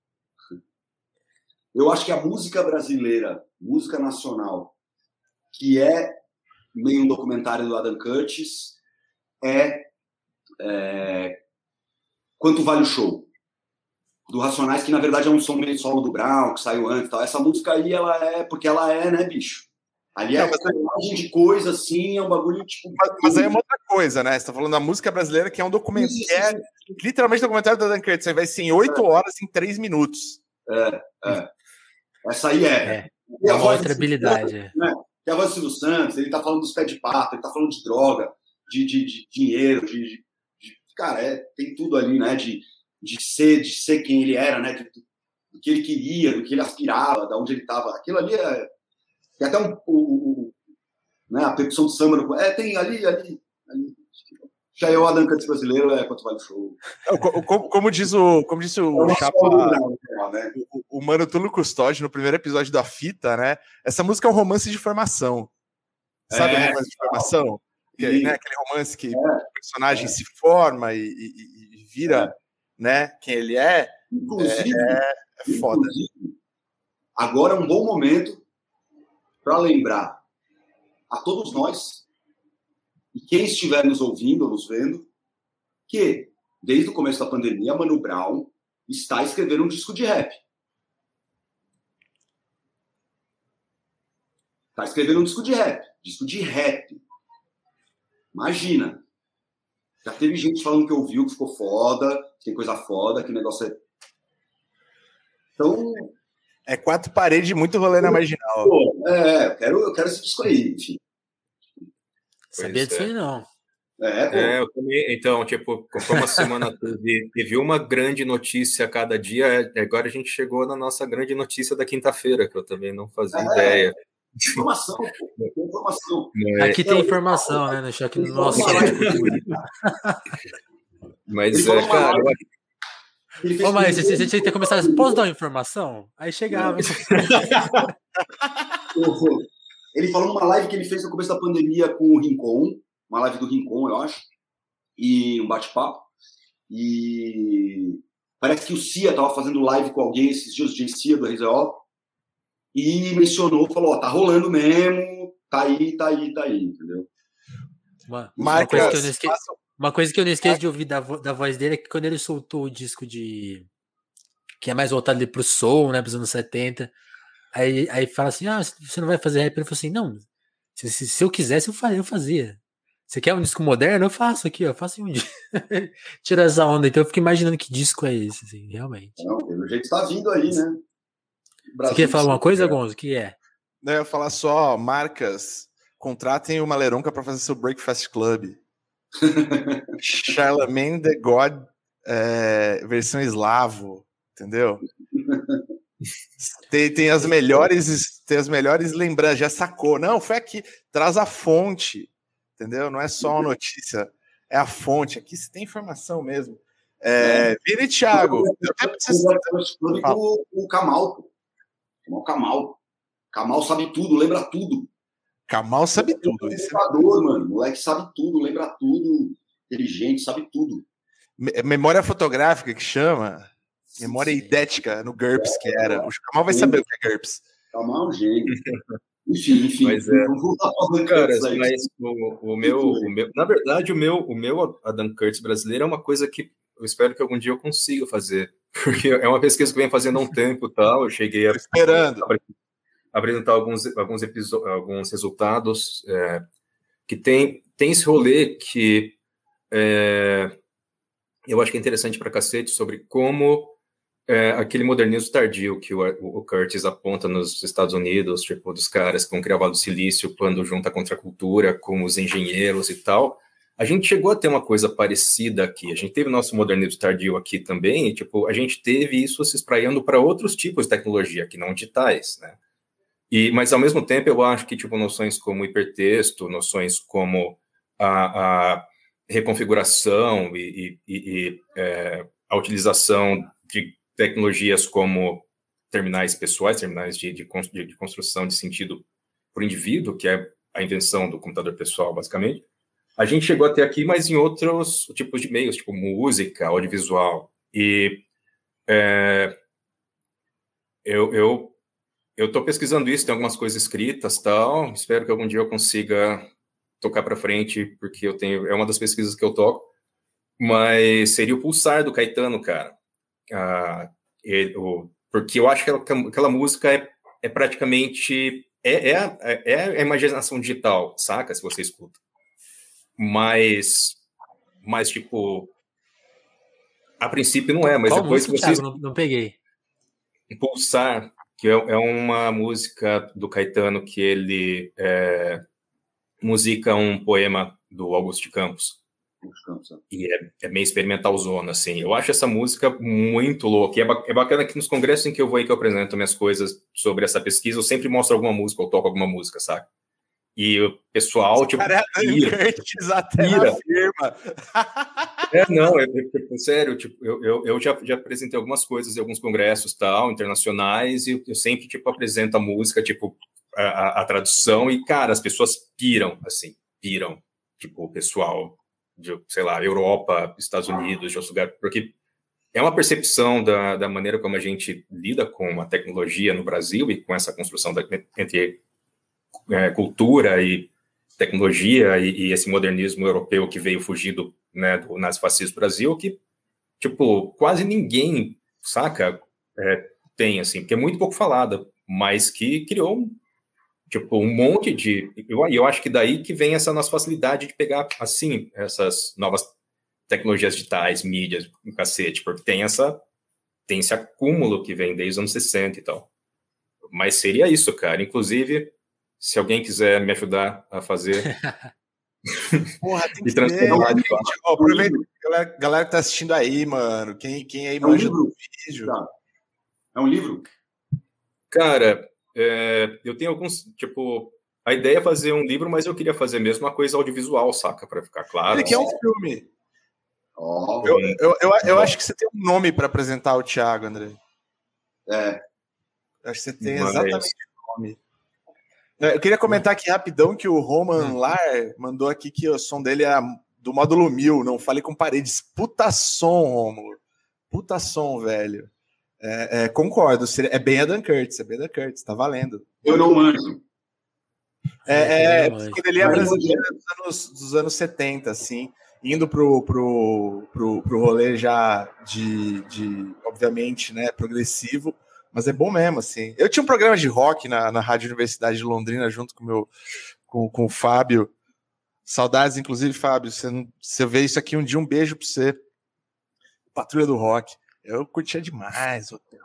Eu acho que a música brasileira, música nacional, que é meio um documentário do Adam Curtis, é, é Quanto Vale o Show? Do Racionais, que na verdade é um som meio solo do Brown, que saiu antes. Tal. Essa música aí, ela é, porque ela é, né, bicho? Ali é uma de coisa, assim, é um bagulho tipo... Mas, mas aí é uma outra coisa, né? Você tá falando da música brasileira, que é um documentário, que é literalmente um documentário do Adam Curtis. Você vai ser em oito horas, em três minutos. É, é. Essa aí é. É, é uma outra habilidade. Santos, né? Que é a voz do Silvio Santos, ele tá falando dos pés de pato, ele tá falando de droga, de, de, de dinheiro, de, de, de... Cara, é, tem tudo ali, né? De, de, ser, de ser quem ele era, né? De, do que ele queria, do que ele aspirava, de onde ele tava. Aquilo ali é... Tem até um... O, o, né, a percussão do samba. No... É, tem ali, ali, ali. Já é o Adam Curtis brasileiro, é Quanto Vale o Show. É, como, como diz o, como disse o é Chapa, legal, né? o, o Mano Túlio Custódio, no primeiro episódio da Fita, né? Essa música é um romance de formação. Sabe é, o romance de formação? Que, né, aquele romance que é, o personagem é. se forma e, e, e vira é. né, quem ele é. Inclusive, é, é foda. Inclusive, agora é um bom momento para lembrar a todos nós e quem estiver nos ouvindo ou nos vendo, que, desde o começo da pandemia, Mano Brown está escrevendo um disco de rap. Está escrevendo um disco de rap. Disco de rap. Imagina. Já teve gente falando que ouviu, que ficou foda, que tem coisa foda, que o negócio é... Então... É quatro paredes, muito rolê na marginal. Pô, é, eu quero, eu quero esse disco aí, enfim. Sabia disso aí, não. É, pô. É, eu também, então, tipo, como a semana teve, teve uma grande notícia a cada dia, agora a gente chegou na nossa grande notícia da quinta-feira, que eu também não fazia é, ideia. Informação, pô, informação. É, aqui tem informação, né, no choque no nosso site. Mas, é, cara... Eu... Ô, mas você tinha que ter começado, posso dar uma informação? Aí chegava. Ele falou numa live que ele fez no começo da pandemia com o Rincon, uma live do Rincon, eu acho, e um bate-papo. E parece que o Cia tava fazendo live com alguém esses dias, o J Cia do R Z O, e mencionou, falou, ó, tá rolando mesmo, tá aí, tá aí, tá aí, entendeu? Uma, Marcas, uma, coisa, que eu não esqueço, uma coisa que eu não esqueço de ouvir da, vo, da voz dele é que quando ele soltou o disco de... que é mais voltado ali pro soul, né, pros anos setenta, aí, aí fala assim, ah, você não vai fazer rap? Ele falou assim, não, se, se, se eu quisesse eu faria, eu fazia. Você quer um disco moderno? Eu faço aqui, ó, eu faço um dia. Tira essa onda, então eu fico imaginando que disco é esse, assim, realmente. Não, pelo jeito tá vindo aí, né? Você quer falar alguma coisa, Gonzo? O que é? Não, eu ia falar só, marcas, contratem uma Leronca para fazer seu Breakfast Club. Charlemagne the God, é, versão eslavo, entendeu? Tem, tem as melhores, tem as melhores lembranças, já sacou. Não, foi aqui, traz a fonte, entendeu? Não é só uma notícia, é a fonte. Aqui você tem informação mesmo. É, Vini e Thiago. Eu até preciso... o, o Kamal. O Kamal. Kamal sabe tudo, lembra tudo. Kamal sabe tudo. É um mano. O moleque sabe tudo, lembra tudo. Inteligente, sabe tudo. Memória fotográfica que chama. Memória idética no GURPS, que era. O Kamal vai saber o que é GURPS. Kamal é um gênio. Enfim, enfim. Mas é. Cara, mas o, o, meu, o meu. Na verdade, o meu, o meu Adam Curtis brasileiro é uma coisa que eu espero que algum dia eu consiga fazer. Porque é uma pesquisa que eu venho fazendo há um tempo e tal. Eu cheguei a. Esperando. a apresentar alguns, alguns, alguns resultados é, que tem, tem esse rolê que é, eu acho que é interessante pra cacete sobre como é, aquele modernismo tardio que o, o Curtis aponta nos Estados Unidos, tipo, dos caras com cravado silício, quando junta a contracultura com os engenheiros e tal. A gente chegou a ter uma coisa parecida aqui. A gente teve o nosso modernismo tardio aqui também, e, tipo, a gente teve isso se espraiando para outros tipos de tecnologia, que não digitais, né? E, mas, ao mesmo tempo, eu acho que tipo, noções como hipertexto, noções como a, a reconfiguração e, e, e é, a utilização de tecnologias como terminais pessoais, terminais de, de, de construção de sentido para o indivíduo, que é a invenção do computador pessoal, basicamente, a gente chegou até aqui, mas em outros tipos de meios, tipo música, audiovisual. E é, eu... eu Eu estou pesquisando isso, tem algumas coisas escritas tal. Espero que algum dia eu consiga tocar para frente, porque eu tenho é uma das pesquisas que eu toco. Mas seria o Pulsar do Caetano, cara. Ah, ele, o, porque eu acho que aquela, aquela música é, é praticamente é, é, é a imaginação digital, saca? Se você escuta. Mas, mas tipo, a princípio não é. Mas Qual depois música, que vocês Thiago? Não, não peguei. Pulsar, que é, é uma música do Caetano que ele é, musica um poema do Augusto de Campos. E é, é meio experimentalzona, assim. Eu acho essa música muito louca. E é, ba é bacana que nos congressos em que eu vou e que eu apresento minhas coisas sobre essa pesquisa, eu sempre mostro alguma música, eu toco alguma música, sabe? E o pessoal, tipo, cara, tira, até tira. na firma. É, não, é, é, é sério, tipo, eu, eu, eu já, já apresentei algumas coisas em alguns congressos, tal, internacionais, e eu sempre, tipo, apresento a música, tipo, a, a, a tradução, e, cara, as pessoas piram, assim, piram, tipo, o pessoal de, sei lá, Europa, Estados Unidos, de outros lugares, porque é uma percepção da, da maneira como a gente lida com a tecnologia no Brasil e com essa construção da, entre é, cultura e tecnologia e, e esse modernismo europeu que veio fugido, né, do nazifascismo do Brasil, que, tipo, quase ninguém, saca, é, tem, assim, porque é muito pouco falada, mas que criou, um, tipo, um monte de... Eu, eu acho que daí que vem essa nossa facilidade de pegar, assim, essas novas tecnologias digitais, mídias, um cacete, porque tem essa... tem esse acúmulo que vem desde os anos sessenta e tal. Mas seria isso, cara. Inclusive, se alguém quiser me ajudar a fazer... Porra, tem e que ter, gente, ó, aproveita, galera, galera que tá assistindo aí, mano. Quem, quem aí é um manja livro. do vídeo. Tá. É um livro? Cara, é, eu tenho alguns, tipo, a ideia é fazer um livro, mas eu queria fazer mesmo uma coisa audiovisual, saca? Pra ficar claro. Ele quer um filme. Oh. Eu, eu, eu, eu acho que você tem um nome pra apresentar o Thiago, André. É. Eu acho que você tem Mas... exatamente o nome. Eu queria comentar aqui rapidão que o Roman Lar mandou aqui que o som dele era do módulo mil, não fale com paredes. Puta som, Rômulo. Puta som, velho. É, é, concordo, é bem a Dan Curtis, é bem a Dan Curtis, tá valendo. Eu não manjo. É, é, quando ele é brasileiro dos anos, dos anos setenta, assim, indo pro, pro, pro, pro rolê já de, de, obviamente, né, progressivo, mas é bom mesmo, assim. Eu tinha um programa de rock na, na Rádio Universidade de Londrina, junto com, meu, com, com o Fábio. Saudades, inclusive, Fábio, você, não, você vê isso aqui um dia, um beijo pra você. Patrulha do Rock. Eu curtia demais.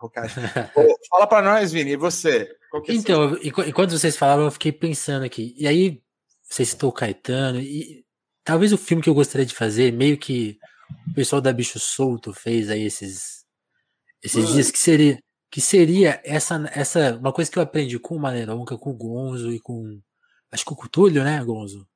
Fala pra nós, Vini, e você? É então, seu... enquanto vocês falavam, eu fiquei pensando aqui. E aí, você citou o Caetano, e talvez o filme que eu gostaria de fazer, meio que o pessoal da Bicho Solto fez aí esses, esses dias, que seria, que seria essa, essa, uma coisa que eu aprendi com o Maneironca, com o Gonzo e com, acho que com o Túlio, né, Gonzo?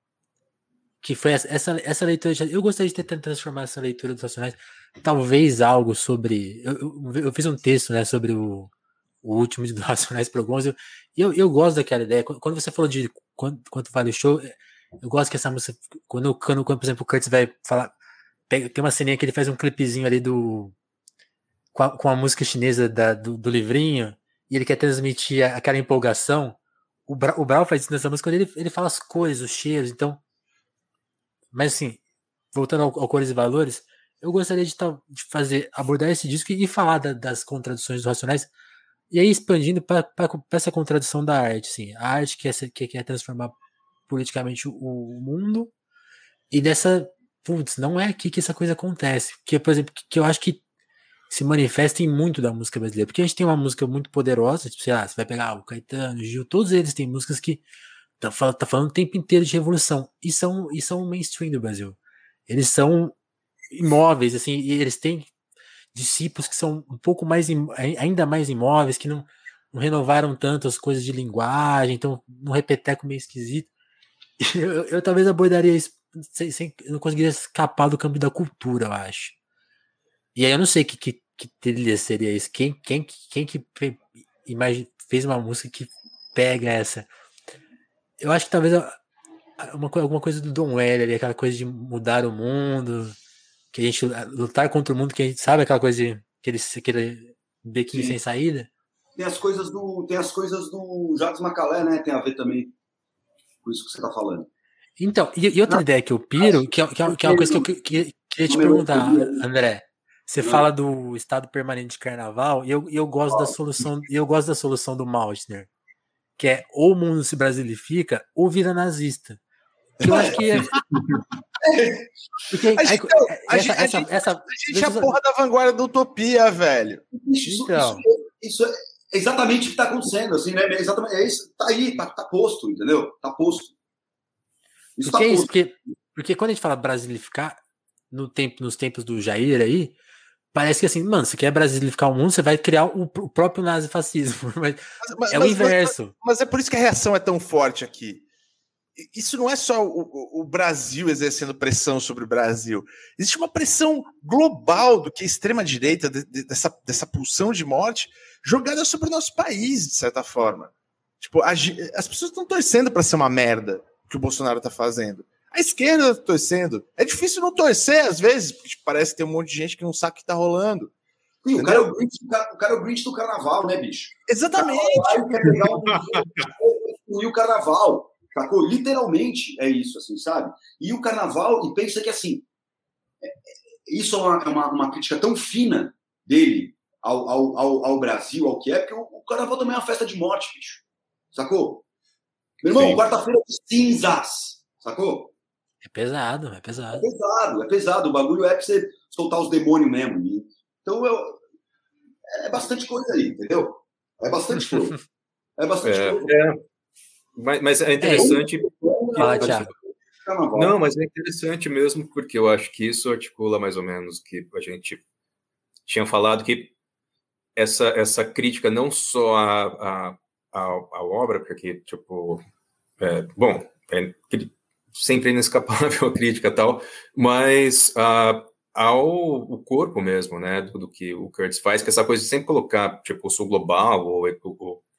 Que foi essa, essa, essa leitura, de, eu gostaria de ter transformado essa leitura dos Racionais, talvez algo sobre, eu, eu, eu fiz um texto, né, sobre o o último de Racionais pro Gonzo, e eu, eu gosto daquela ideia. Quando você falou de quanto, quanto vale o show, eu gosto que essa música, quando, quando, quando por exemplo, o Curtis vai falar, pega, tem uma ceninha que ele faz um clipezinho ali do com a, com a música chinesa da, do, do livrinho, e ele quer transmitir aquela empolgação. O, Bra, o Brau faz isso nessa música, quando ele, ele fala as cores, os cheiros, então, mas assim, voltando ao, ao Cores e Valores, eu gostaria de, tá, de fazer, abordar esse disco e, e falar da, das contradições dos Racionais. E aí, expandindo para essa contradição da arte, assim, a arte que quer, que quer transformar politicamente o, o mundo, e dessa, putz, não é aqui que essa coisa acontece. Que, por exemplo, que, que eu acho que se manifesta em muito da música brasileira. Porque a gente tem uma música muito poderosa, tipo, sei lá, você vai pegar o Caetano, o Gil, todos eles têm músicas que tá, tá falando o tempo inteiro de revolução, e são, e são o mainstream do Brasil. Eles são imóveis, assim, e eles têm discípulos que são um pouco mais, ainda mais imóveis, que não, não renovaram tanto as coisas de linguagem, então um repeteco meio esquisito. Eu, eu, eu talvez abordaria isso sem, sem, eu não conseguiria escapar do campo da cultura, eu acho. E aí eu não sei que, que, que trilha seria isso. Quem, quem, quem que imagine, fez uma música que pega essa? Eu acho que talvez uma, alguma coisa do Don Weller ali, aquela coisa de mudar o mundo, que a gente lutar contra o mundo, que a gente sabe aquela coisa de aquele, aquele bequinho sem saída. Tem as coisas do tem as coisas do Jacques Macalé, né? Tem a ver também com isso que você tá falando. Então, e, e outra não, ideia que eu piro, que é, que é, que é uma coisa que eu que, que, queria te perguntar, André. Você não. fala do estado permanente de carnaval, e eu, eu gosto da solução, eu gosto da solução do Maltner, que é ou o mundo se brasilifica ou vira nazista. Que eu acho que é. Porque, a gente, aí, a essa, essa, gente, essa, a gente é a porra da vanguarda da utopia, velho. Isso, então. isso, isso é exatamente o que está acontecendo, assim, né? Exatamente, é isso, tá aí, tá, tá posto, entendeu? Tá posto. Isso porque tá é isso, porque, porque quando a gente fala brasilificar, no tempo, nos tempos do Jair aí, parece que assim, mano, você quer brasilificar o mundo, você vai criar o, o próprio nazifascismo. Mas, mas é mas, o inverso. Mas, mas é por isso que a reação é tão forte aqui. Isso não é só o, o Brasil exercendo pressão sobre o Brasil. Existe uma pressão global do que a extrema-direita, de, de, dessa, dessa pulsão de morte, jogada sobre o nosso país, de certa forma. Tipo, a, as pessoas estão torcendo para ser uma merda que o Bolsonaro está fazendo. A esquerda está torcendo. É difícil não torcer, às vezes, porque tipo, parece que tem um monte de gente que não sabe o que está rolando. Sim, o cara, é o Grinch, o, cara, o cara é o Grinch do carnaval, né, bicho? Exatamente. O cara quer pegar um, o carnaval. Sacou? Literalmente é isso, assim, sabe? E o carnaval, e pensa que, assim, é, isso é uma, uma, uma crítica tão fina dele ao, ao, ao, ao Brasil, ao que é, porque o, o carnaval também é uma festa de morte, bicho. Sacou? Meu irmão, quarta-feira de cinzas, sacou? É pesado, é pesado. É pesado, é pesado. O bagulho é pra você soltar os demônios mesmo. E, então, eu, é bastante coisa aí, entendeu? É bastante coisa. É bastante é, coisa. É. Mas, mas é interessante. É. Fala, Thiago. Não, mas é interessante mesmo, porque eu acho que isso articula mais ou menos que a gente tinha falado, que essa, essa crítica não só à, à, à obra, porque, tipo, é, bom, é sempre inescapável a crítica e tal, mas a, ao o corpo mesmo, né, do, do que o Curtis faz, que essa coisa de sempre colocar, tipo, o sul global, ou o, o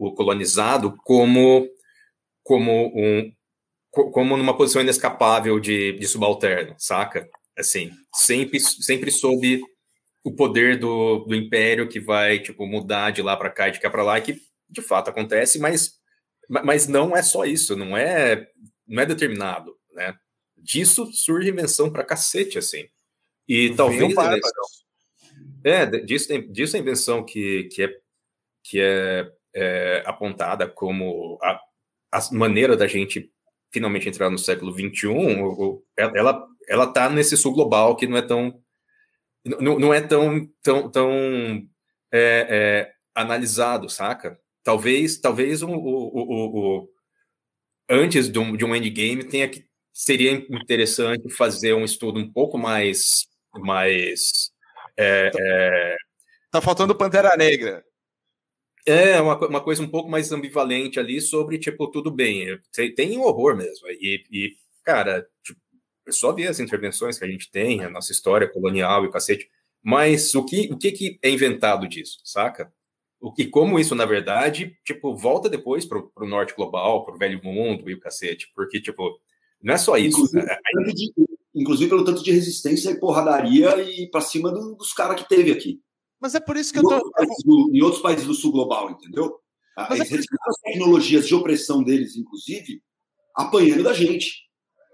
o colonizado como, como, um, como numa posição inescapável de, de subalterno, saca? Assim, sempre, sempre sob o poder do, do império que vai, tipo, mudar de lá para cá e de cá para lá, que de fato acontece, mas, mas não é só isso, não é, não é determinado, né? Disso surge invenção pra cacete, assim. E Vem talvez um a invenção, é, disso, disso a invenção que, que, é, que é, é apontada como a, a maneira da gente finalmente entrar no século vinte e um, ela, ela tá nesse sul global que não é tão não, não é tão, tão, tão é, é, analisado, saca? Talvez, talvez o, o, o, o antes de um, de um endgame tenha que seria interessante fazer um estudo um pouco mais mais é, tá, é, tá faltando Pantera Negra. É uma, uma coisa um pouco mais ambivalente ali sobre, tipo, tudo bem, tem, tem horror mesmo. E, e cara, tipo, eu só vi as intervenções que a gente tem, a nossa história colonial e o cacete, mas o que, o que, que é inventado disso, saca? O, e como isso, na verdade, tipo, volta depois pro, pro norte global, pro velho mundo e o cacete, porque, tipo, não é só isso. Inclusive, é, de, inclusive pelo tanto de resistência e porradaria e pra cima do, dos caras que teve aqui. Mas é por isso que em eu tô... Outros países do, em outros países do sul global, entendeu? Mas Eles é por... respeitaram as tecnologias de opressão deles, inclusive, apanhando da gente.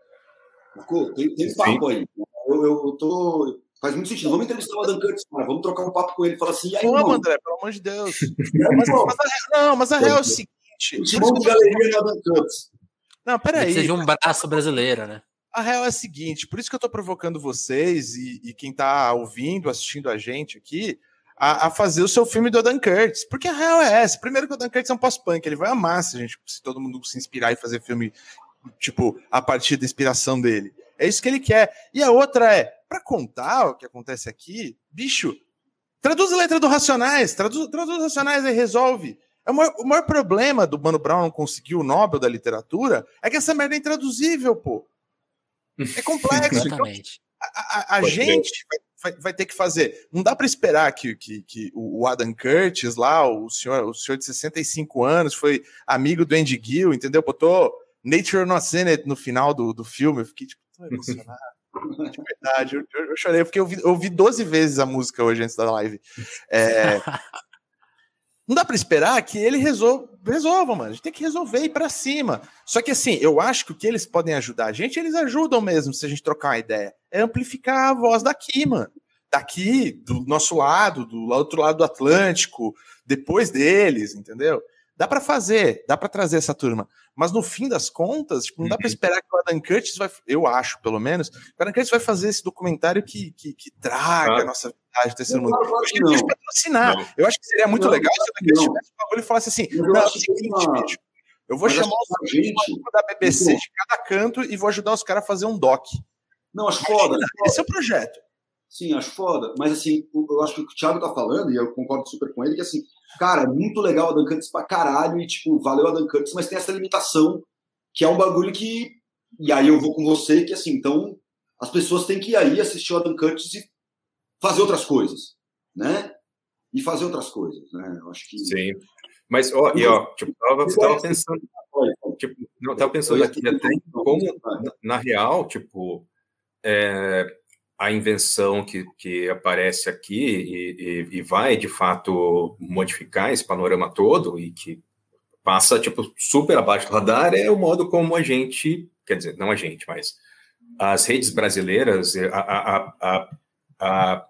Tem, tem papo aí. Eu, eu tô... Faz muito sentido. Vamos entrevistar o Adam Curtis, cara. Vamos trocar um papo com ele. Falar assim, e aí, Vamos, irmão? André, pelo amor de Deus. mas, mas a, não, mas a real é o seguinte... Timão de galeria do Adam Curtis. Não, peraí. Seja um braço brasileiro, né? A real é a seguinte, por isso que eu tô provocando vocês e, e quem tá ouvindo, assistindo a gente aqui, a, a fazer o seu filme do Adam Curtis. Porque a real é essa. Primeiro que o Adam Curtis é um pós-punk, ele vai amar se, a gente, se todo mundo se inspirar e fazer filme, tipo, a partir da inspiração dele. É isso que ele quer. E a outra é, pra contar o que acontece aqui, bicho, traduz a letra do Racionais, traduz, traduz Racionais e resolve. É o, maior, o maior problema do Mano Brown não conseguir o Nobel da literatura é que essa merda é intraduzível, pô. É complexo. Então, a, a, a gente vai, vai, vai ter que fazer. Não dá para esperar que, que, que o Adam Curtis lá, o senhor, o senhor de sessenta e cinco anos, foi amigo do Andy Gill, entendeu? Botou Nature Not Seen It no final do, do filme. Eu fiquei tipo, tão emocionado. De verdade, eu, eu, eu chorei, porque eu ouvi, eu ouvi doze vezes a música hoje antes da live. É... Não dá para esperar que ele resolva, resolva, mano. A gente tem que resolver e ir para cima. Só que assim, eu acho que o que eles podem ajudar a gente, eles ajudam mesmo se a gente trocar uma ideia. É amplificar a voz daqui, mano. Daqui, do nosso lado, do outro lado do Atlântico, depois deles, entendeu? Dá para fazer, dá para trazer essa turma. Mas no fim das contas, tipo, não dá para esperar que o Adam Curtis vai, eu acho, pelo menos, que o Adam Curtis vai fazer esse documentário que, que, que traga ah. a nossa verdade do terceiro mundo. Eu acho que ele pode patrocinar. Não. Eu acho que seria muito não, legal se o Adam Curtis tivesse um bagulho e falasse assim, não, é o seguinte, uma... bicho, eu vou Mas chamar os gente da B B C de cada canto e vou ajudar os caras a fazer um doc. Não, acho foda. Imagina, esse é o projeto. Sim, acho foda. Mas assim, eu acho que o que o Thiago tá falando, e eu concordo super com ele, que assim, cara, é muito legal o Adam Curtis pra caralho, e tipo, valeu Adam Curtis, mas tem essa limitação, que é um bagulho que, e aí eu vou com você, que assim, então, as pessoas têm que ir aí assistir o Adam Curtis e fazer outras coisas, né? E fazer outras coisas, né? Eu acho que... Sim. Mas, ó, e ó, tipo, tava, tava pensando, tipo, não, tava pensando aqui até como, na, na real, tipo, é... a invenção que, que aparece aqui e, e, e vai, de fato, modificar esse panorama todo e que passa, tipo, super abaixo do radar é o modo como a gente, quer dizer, não a gente, mas as redes brasileiras, a, a, a, a, a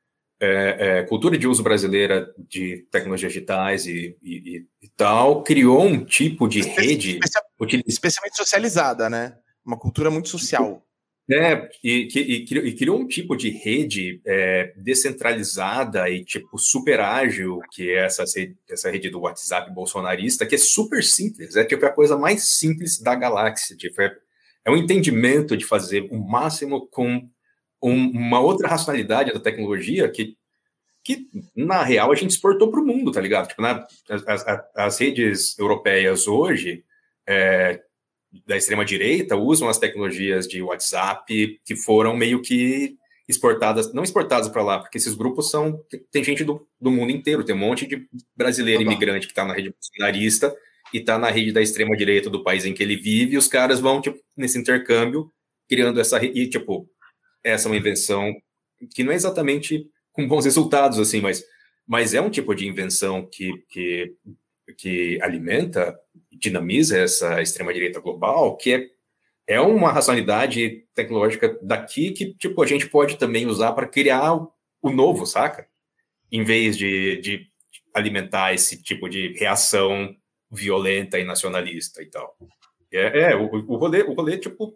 é, é, cultura de uso brasileira de tecnologias digitais e, e, e tal, criou um tipo de rede... Especialmente socializada, né? Uma cultura muito social. É, e, e, e criou um tipo de rede é, descentralizada e tipo super ágil, que é essa, essa rede do WhatsApp bolsonarista, que é super simples, é tipo a coisa mais simples da galáxia. Tipo, é, é um entendimento de fazer o máximo com um, uma outra racionalidade da tecnologia que, que, na real, a gente exportou para o mundo, tá ligado? Tipo, na, as, as, as redes europeias hoje... É, da extrema-direita usam as tecnologias de WhatsApp que foram meio que exportadas, não exportadas para lá, porque esses grupos são, tem gente do, do mundo inteiro, tem um monte de brasileiro Tá. imigrante que está na rede bolsonarista e está na rede da extrema-direita do país em que ele vive, e os caras vão, tipo, nesse intercâmbio, criando essa, e, tipo, essa é uma invenção que não é exatamente com bons resultados, assim, mas, mas é um tipo de invenção que, que, que alimenta, dinamiza essa extrema-direita global, que é, é uma racionalidade tecnológica daqui que, tipo, a gente pode também usar para criar o, o novo, saca? Em vez de, de alimentar esse tipo de reação violenta e nacionalista e tal. É, é o, o, rolê, o rolê, tipo,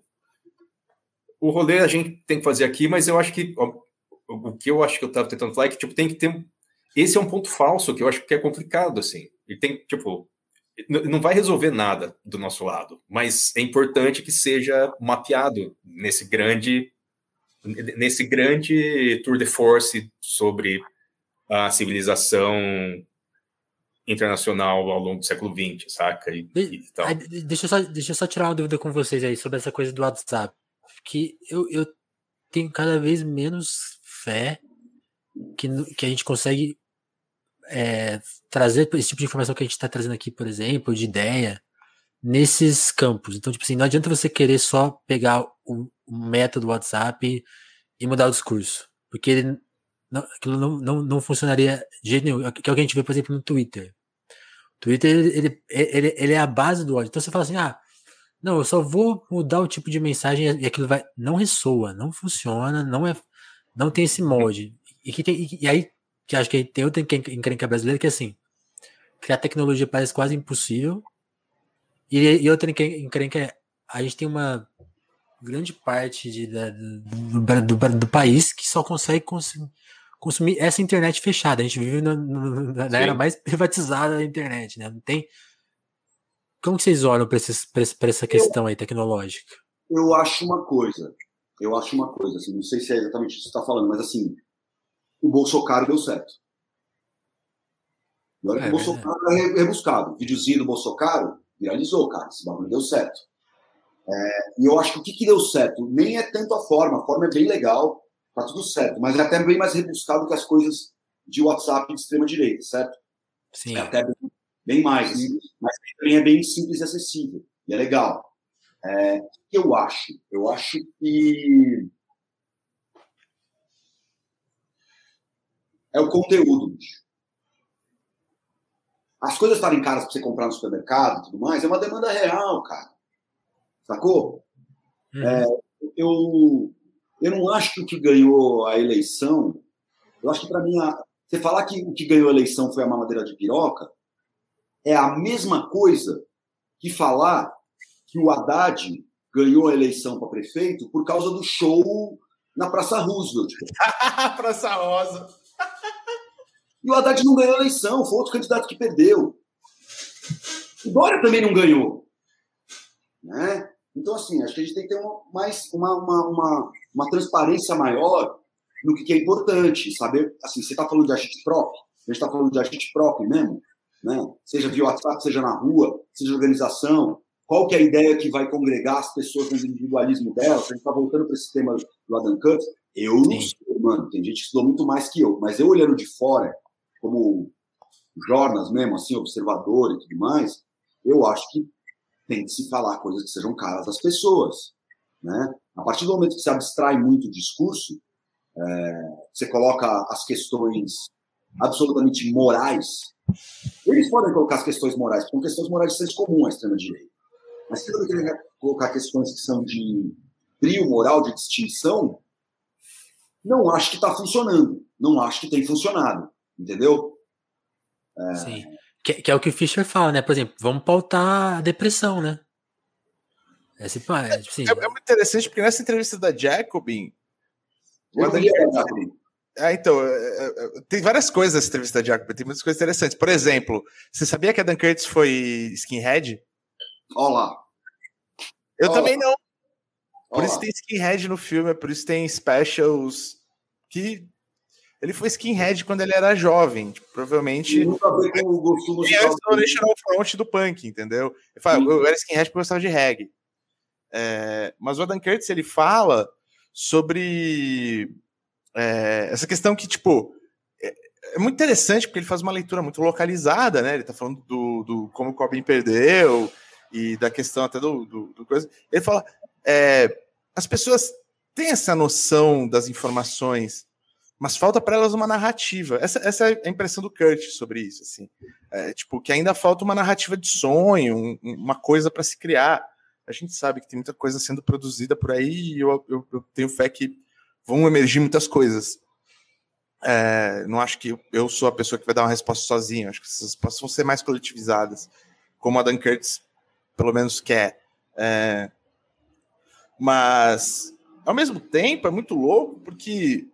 o rolê a gente tem que fazer aqui, mas eu acho que ó, o que eu acho que eu estava tentando falar é que, tipo, tem que ter, esse é um ponto falso que eu acho que é complicado, assim, e tem, tipo, não vai resolver nada do nosso lado, mas é importante que seja mapeado nesse grande, nesse grande tour de force sobre a civilização internacional ao longo do século vinte, saca? E, De, e tal. aí, deixa, eu só, deixa eu só tirar uma dúvida com vocês aí sobre essa coisa do WhatsApp. Que eu, eu tenho cada vez menos fé que, que a gente consegue é, trazer esse tipo de informação que a gente está trazendo aqui, por exemplo, de ideia, nesses campos. Então, tipo assim, não adianta você querer só pegar o, o método WhatsApp e, e mudar o discurso. Porque ele, não, aquilo não, não, não funcionaria de jeito nenhum. Que é o que a gente vê, por exemplo, no Twitter. O Twitter, ele, ele, ele, ele é a base do ódio. Então você fala assim, ah, não, eu só vou mudar o tipo de mensagem e aquilo vai. Não ressoa, não funciona, não é. Não tem esse molde. E, que tem, e, e aí, que acho que tem outra encrenca brasileira que é assim: criar tecnologia parece quase impossível. E, e outra encrenca é: a gente tem uma grande parte de, da, do, do, do, do país que só consegue consumir, consumir essa internet fechada. A gente vive na, na, na era mais privatizada da internet, né? Não tem. Como que vocês olham para essa questão aí tecnológica? Eu acho uma coisa, eu acho uma coisa, assim, não sei se é exatamente isso que você está falando, mas assim, o Bolsonaro deu certo. E olha que é, o Bolsonaro é rebuscado. O videozinho do Bolsonaro viralizou, cara, esse bagulho deu certo. É, e eu acho que o que, que deu certo nem é tanto a forma, a forma é bem legal, tá tudo certo, mas é até bem mais rebuscado que as coisas de WhatsApp de extrema-direita, certo? Sim. É até bem, bem mais, assim, mas também é bem simples e acessível, e é legal. É, o que eu acho? Eu acho que é o conteúdo, bicho. As coisas estarem caras para você comprar no supermercado e tudo mais, é uma demanda real, cara. Sacou? Uhum. É, eu, eu não acho que o que ganhou a eleição, eu acho que para mim, a, você falar que o que ganhou a eleição foi a mamadeira de piroca, é a mesma coisa que falar que o Haddad ganhou a eleição para prefeito por causa do show na Praça Roosevelt. Praça Rosa. E o Haddad não ganhou a eleição, foi outro candidato que perdeu. O Dória também não ganhou. Né? Então, assim, acho que a gente tem que ter uma, mais, uma, uma, uma, uma transparência maior no que, que é importante. Saber, assim, você está falando de agente próprio, a gente está falando de agente próprio mesmo, né? Seja via WhatsApp, seja na rua, seja organização. Qual que é a ideia que vai congregar as pessoas no individualismo delas? A gente está voltando para esse tema do Adam Kurtz. Eu não sei, mano. Tem gente que estudou muito mais que eu. Mas eu olhando de fora, como jornas mesmo, assim, observador e tudo mais, eu acho que tem que se falar coisas que sejam caras das pessoas. Né? A partir do momento que você abstrai muito o discurso, é, você coloca as questões absolutamente morais. Eles podem colocar as questões morais, porque são questões morais de senso comum à extrema-direita. Mas se você quer colocar questões que são de brio moral, de distinção, não acho que está funcionando. Não acho que tem funcionado. Entendeu? É... Sim. Que, que é o que o Fischer fala, né? Por exemplo, vamos pautar a depressão, né? É, assim, é, tipo assim, é, é muito interessante, porque nessa entrevista da Jacobin... Eu não ia dar, Ah, então, é, é, tem várias coisas nessa entrevista da Jacobin, tem muitas coisas interessantes. Por exemplo, você sabia que a Dan Curtis foi skinhead? Olha lá. Eu Olá. também não. Por Olá. isso tem skinhead no filme, por isso tem specials que... Ele foi skinhead quando ele era jovem. Tipo, provavelmente. E nunca veio com o gosto musical. É o National Front do punk, entendeu? Ele fala, eu era skinhead porque eu gostava de reggae. É, mas o Adam Curtis, ele fala sobre é, essa questão que, tipo, é, é muito interessante porque ele faz uma leitura muito localizada, né? Ele tá falando do, do como o Corbyn perdeu e da questão até do, do, do coisa. Ele fala, é, as pessoas têm essa noção das informações, mas falta para elas uma narrativa. Essa, essa é a impressão do Kurt sobre isso, assim. É, tipo, que ainda falta uma narrativa de sonho, um, uma coisa para se criar. A gente sabe que tem muita coisa sendo produzida por aí e eu, eu, eu tenho fé que vão emergir muitas coisas. É, não acho que eu sou a pessoa que vai dar uma resposta sozinho. Acho que essas respostas vão ser mais coletivizadas, como a Dan Curtis pelo menos quer. É, mas, ao mesmo tempo, é muito louco porque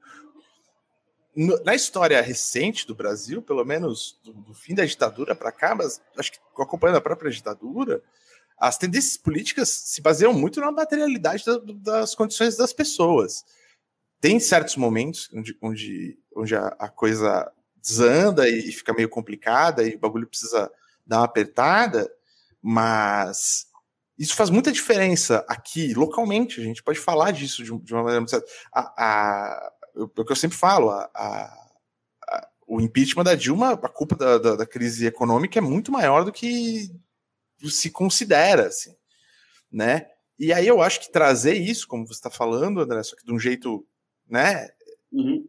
no, na história recente do Brasil, pelo menos do, do fim da ditadura para cá, mas acho que acompanhando a própria ditadura, as tendências políticas se baseiam muito na materialidade da, das condições das pessoas. Tem certos momentos onde, onde, onde a, a coisa desanda e, e fica meio complicada e o bagulho precisa dar uma apertada, mas isso faz muita diferença aqui, localmente. A gente pode falar disso de, de uma maneira muito certa. A, a, o que eu sempre falo, a, a, a, o impeachment da Dilma, a culpa da, da, da crise econômica é muito maior do que se considera, assim, né? E aí eu acho que trazer isso, como você está falando, André, só que de um jeito, né? Uhum.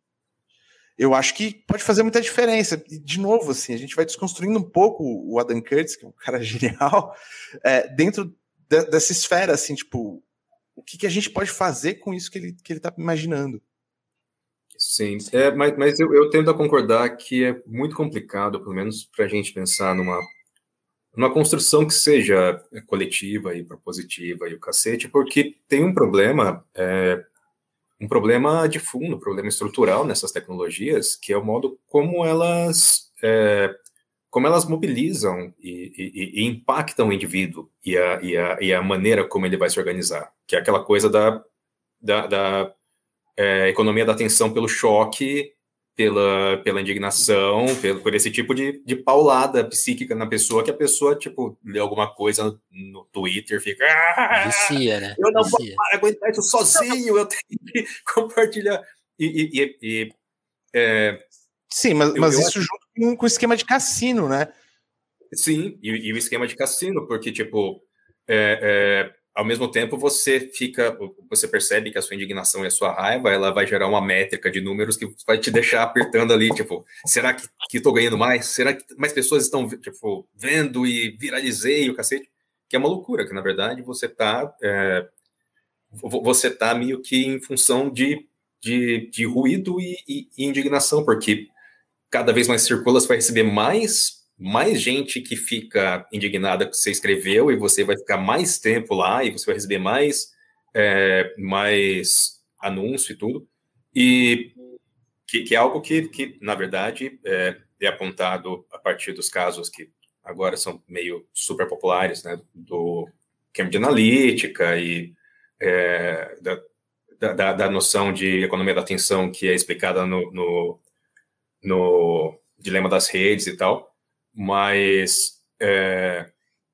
Eu acho que pode fazer muita diferença. E, de novo, assim, a gente vai desconstruindo um pouco o Adam Curtis, que é um cara genial, é, dentro de, dessa esfera, assim, tipo, o que, que a gente pode fazer com isso que ele, que ele tá imaginando. Sim, é, mas, mas eu, eu tendo a concordar que é muito complicado, pelo menos para a gente pensar numa uma construção que seja coletiva e propositiva e o cacete, porque tem um problema, é, um problema de fundo, um problema estrutural nessas tecnologias, que é o modo como elas, é, como elas mobilizam e, e, e impactam o indivíduo e a, e, a, e a maneira como ele vai se organizar, que é aquela coisa da, da, da é, economia da atenção pelo choque, Pela, pela indignação, pelo, por esse tipo de, de paulada psíquica na pessoa, que a pessoa, tipo, lê alguma coisa no Twitter, fica... Ah, vicia, né? Eu não Vicia. vou aguentar isso sozinho, eu tenho que compartilhar. E, e, e, e é, Sim, mas, eu, mas eu isso acho... junto com, com o esquema de cassino, né? Sim, e, e o esquema de cassino, porque, tipo, é, é, ao mesmo tempo você fica, você percebe que a sua indignação e a sua raiva, ela vai gerar uma métrica de números que vai te deixar apertando ali, tipo, será que, que tô ganhando mais? Será que mais pessoas estão, tipo, vendo e viralizei o cacete? Que é uma loucura, que na verdade você tá, é, você tá meio que em função de, de, de ruído e, e, e indignação, porque cada vez mais circula, você vai receber mais mais gente que fica indignada que você escreveu e você vai ficar mais tempo lá e você vai receber mais, é, mais anúncio e tudo. E que, que é algo que, que na verdade, é, é apontado a partir dos casos que agora são meio super populares, né, do Cambridge Analytica e é, da, da, da noção de economia da atenção que é explicada no, no, no Dilema das Redes e tal. Mas, é,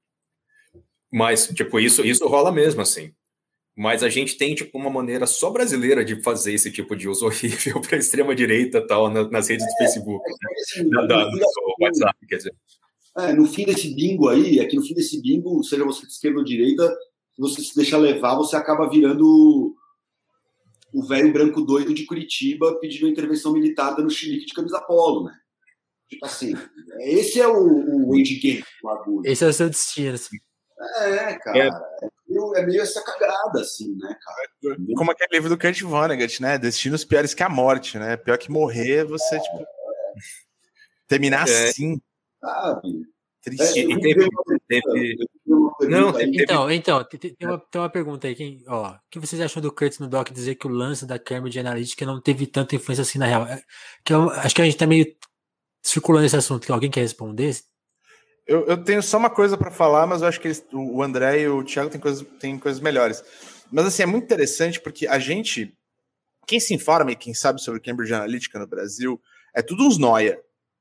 mas tipo, isso, isso rola mesmo, assim. Mas a gente tem, tipo, uma maneira só brasileira de fazer esse tipo de uso horrível para a extrema-direita tal, na, nas redes do Facebook, é, né? assim, da, da, no, do WhatsApp, quer dizer. É, no fim desse bingo aí, é que no fim desse bingo, seja você de esquerda ou direita, se você se deixa levar, você acaba virando o velho branco doido de Curitiba pedindo intervenção militar dando chilique de camisa polo, né? Tipo assim, esse é o, o endgame do bagulho. Esse é o seu destino. É, cara. É, é, meio, é meio essa cagada, assim, né, cara? Como aquele livro do Kurt Vonnegut, né? Destinos piores que a morte, né? Pior que morrer, você, tipo, terminar É. assim. Sabe? Triste. E, e teve, teve... Não, teve, então, então tem, tem, uma, tem uma pergunta aí. Quem, ó, o que vocês acham do Curtis no doc dizer que o lance da Cambridge Analytica não teve tanta influência assim na real? Que eu, acho que a gente tá meio circulando esse assunto. Que alguém quer responder? Eu, eu tenho só uma coisa para falar, mas eu acho que eles, o André e o Thiago têm coisas, têm coisas melhores. Mas assim, é muito interessante porque a gente, quem se informa e quem sabe sobre Cambridge Analytica no Brasil, é tudo uns noia.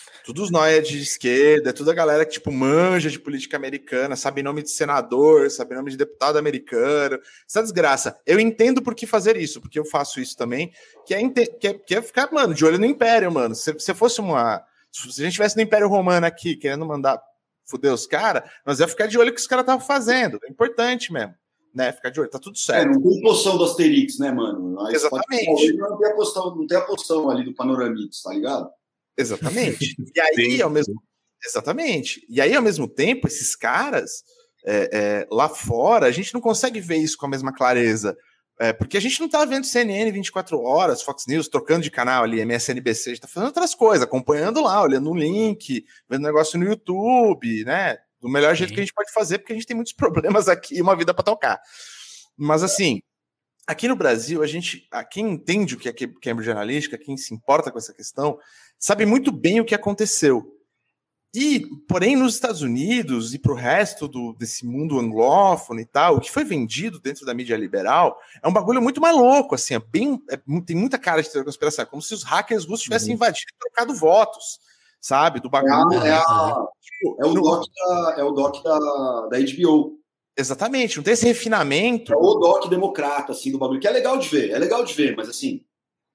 Todos os nóia de esquerda, é toda a galera que, tipo, manja de política americana, sabe nome de senador, sabe nome de deputado americano. Essa desgraça. Eu entendo por que fazer isso, porque eu faço isso também, que é, que é, que é ficar, mano, de olho no Império, mano. Se você fosse uma... Se a gente estivesse no Império Romano aqui, querendo mandar foder os caras, nós ia ficar de olho no que os caras estavam fazendo. É importante mesmo, né? Ficar de olho, tá tudo certo. É, não tem poção do Asterix, né, mano? Mas exatamente. Pode... Não, tem a poção, não tem a poção ali do Panoramix, tá ligado? Exatamente. E aí, ao mesmo... Exatamente. E aí, ao mesmo tempo, esses caras, é, é, lá fora, a gente não consegue ver isso com a mesma clareza. É, porque a gente não tá vendo C N N vinte e quatro horas, Fox News, trocando de canal ali, M S N B C, a gente tá fazendo outras coisas, acompanhando lá, olhando o link, vendo negócio no YouTube, né? Do melhor jeito Sim. que a gente pode fazer, porque a gente tem muitos problemas aqui e uma vida para tocar. Mas, assim, aqui no Brasil, a gente, a quem entende o que é Cambridge Analytica, quem se importa com essa questão, sabe muito bem o que aconteceu. E, porém, nos Estados Unidos e para o resto do, desse mundo anglófono e tal, o que foi vendido dentro da mídia liberal é um bagulho muito mais louco, assim, é bem, é, tem muita cara de teoria da conspiração, é como se os hackers russos tivessem uhum. invadido e trocado votos, sabe, do bagulho. É, a, é, a, tipo, é o, no... doc, da, é o doc da, da H B O. Exatamente, não tem esse refinamento. É o doc democrata, assim, do bagulho, que é legal de ver, é legal de ver, mas assim,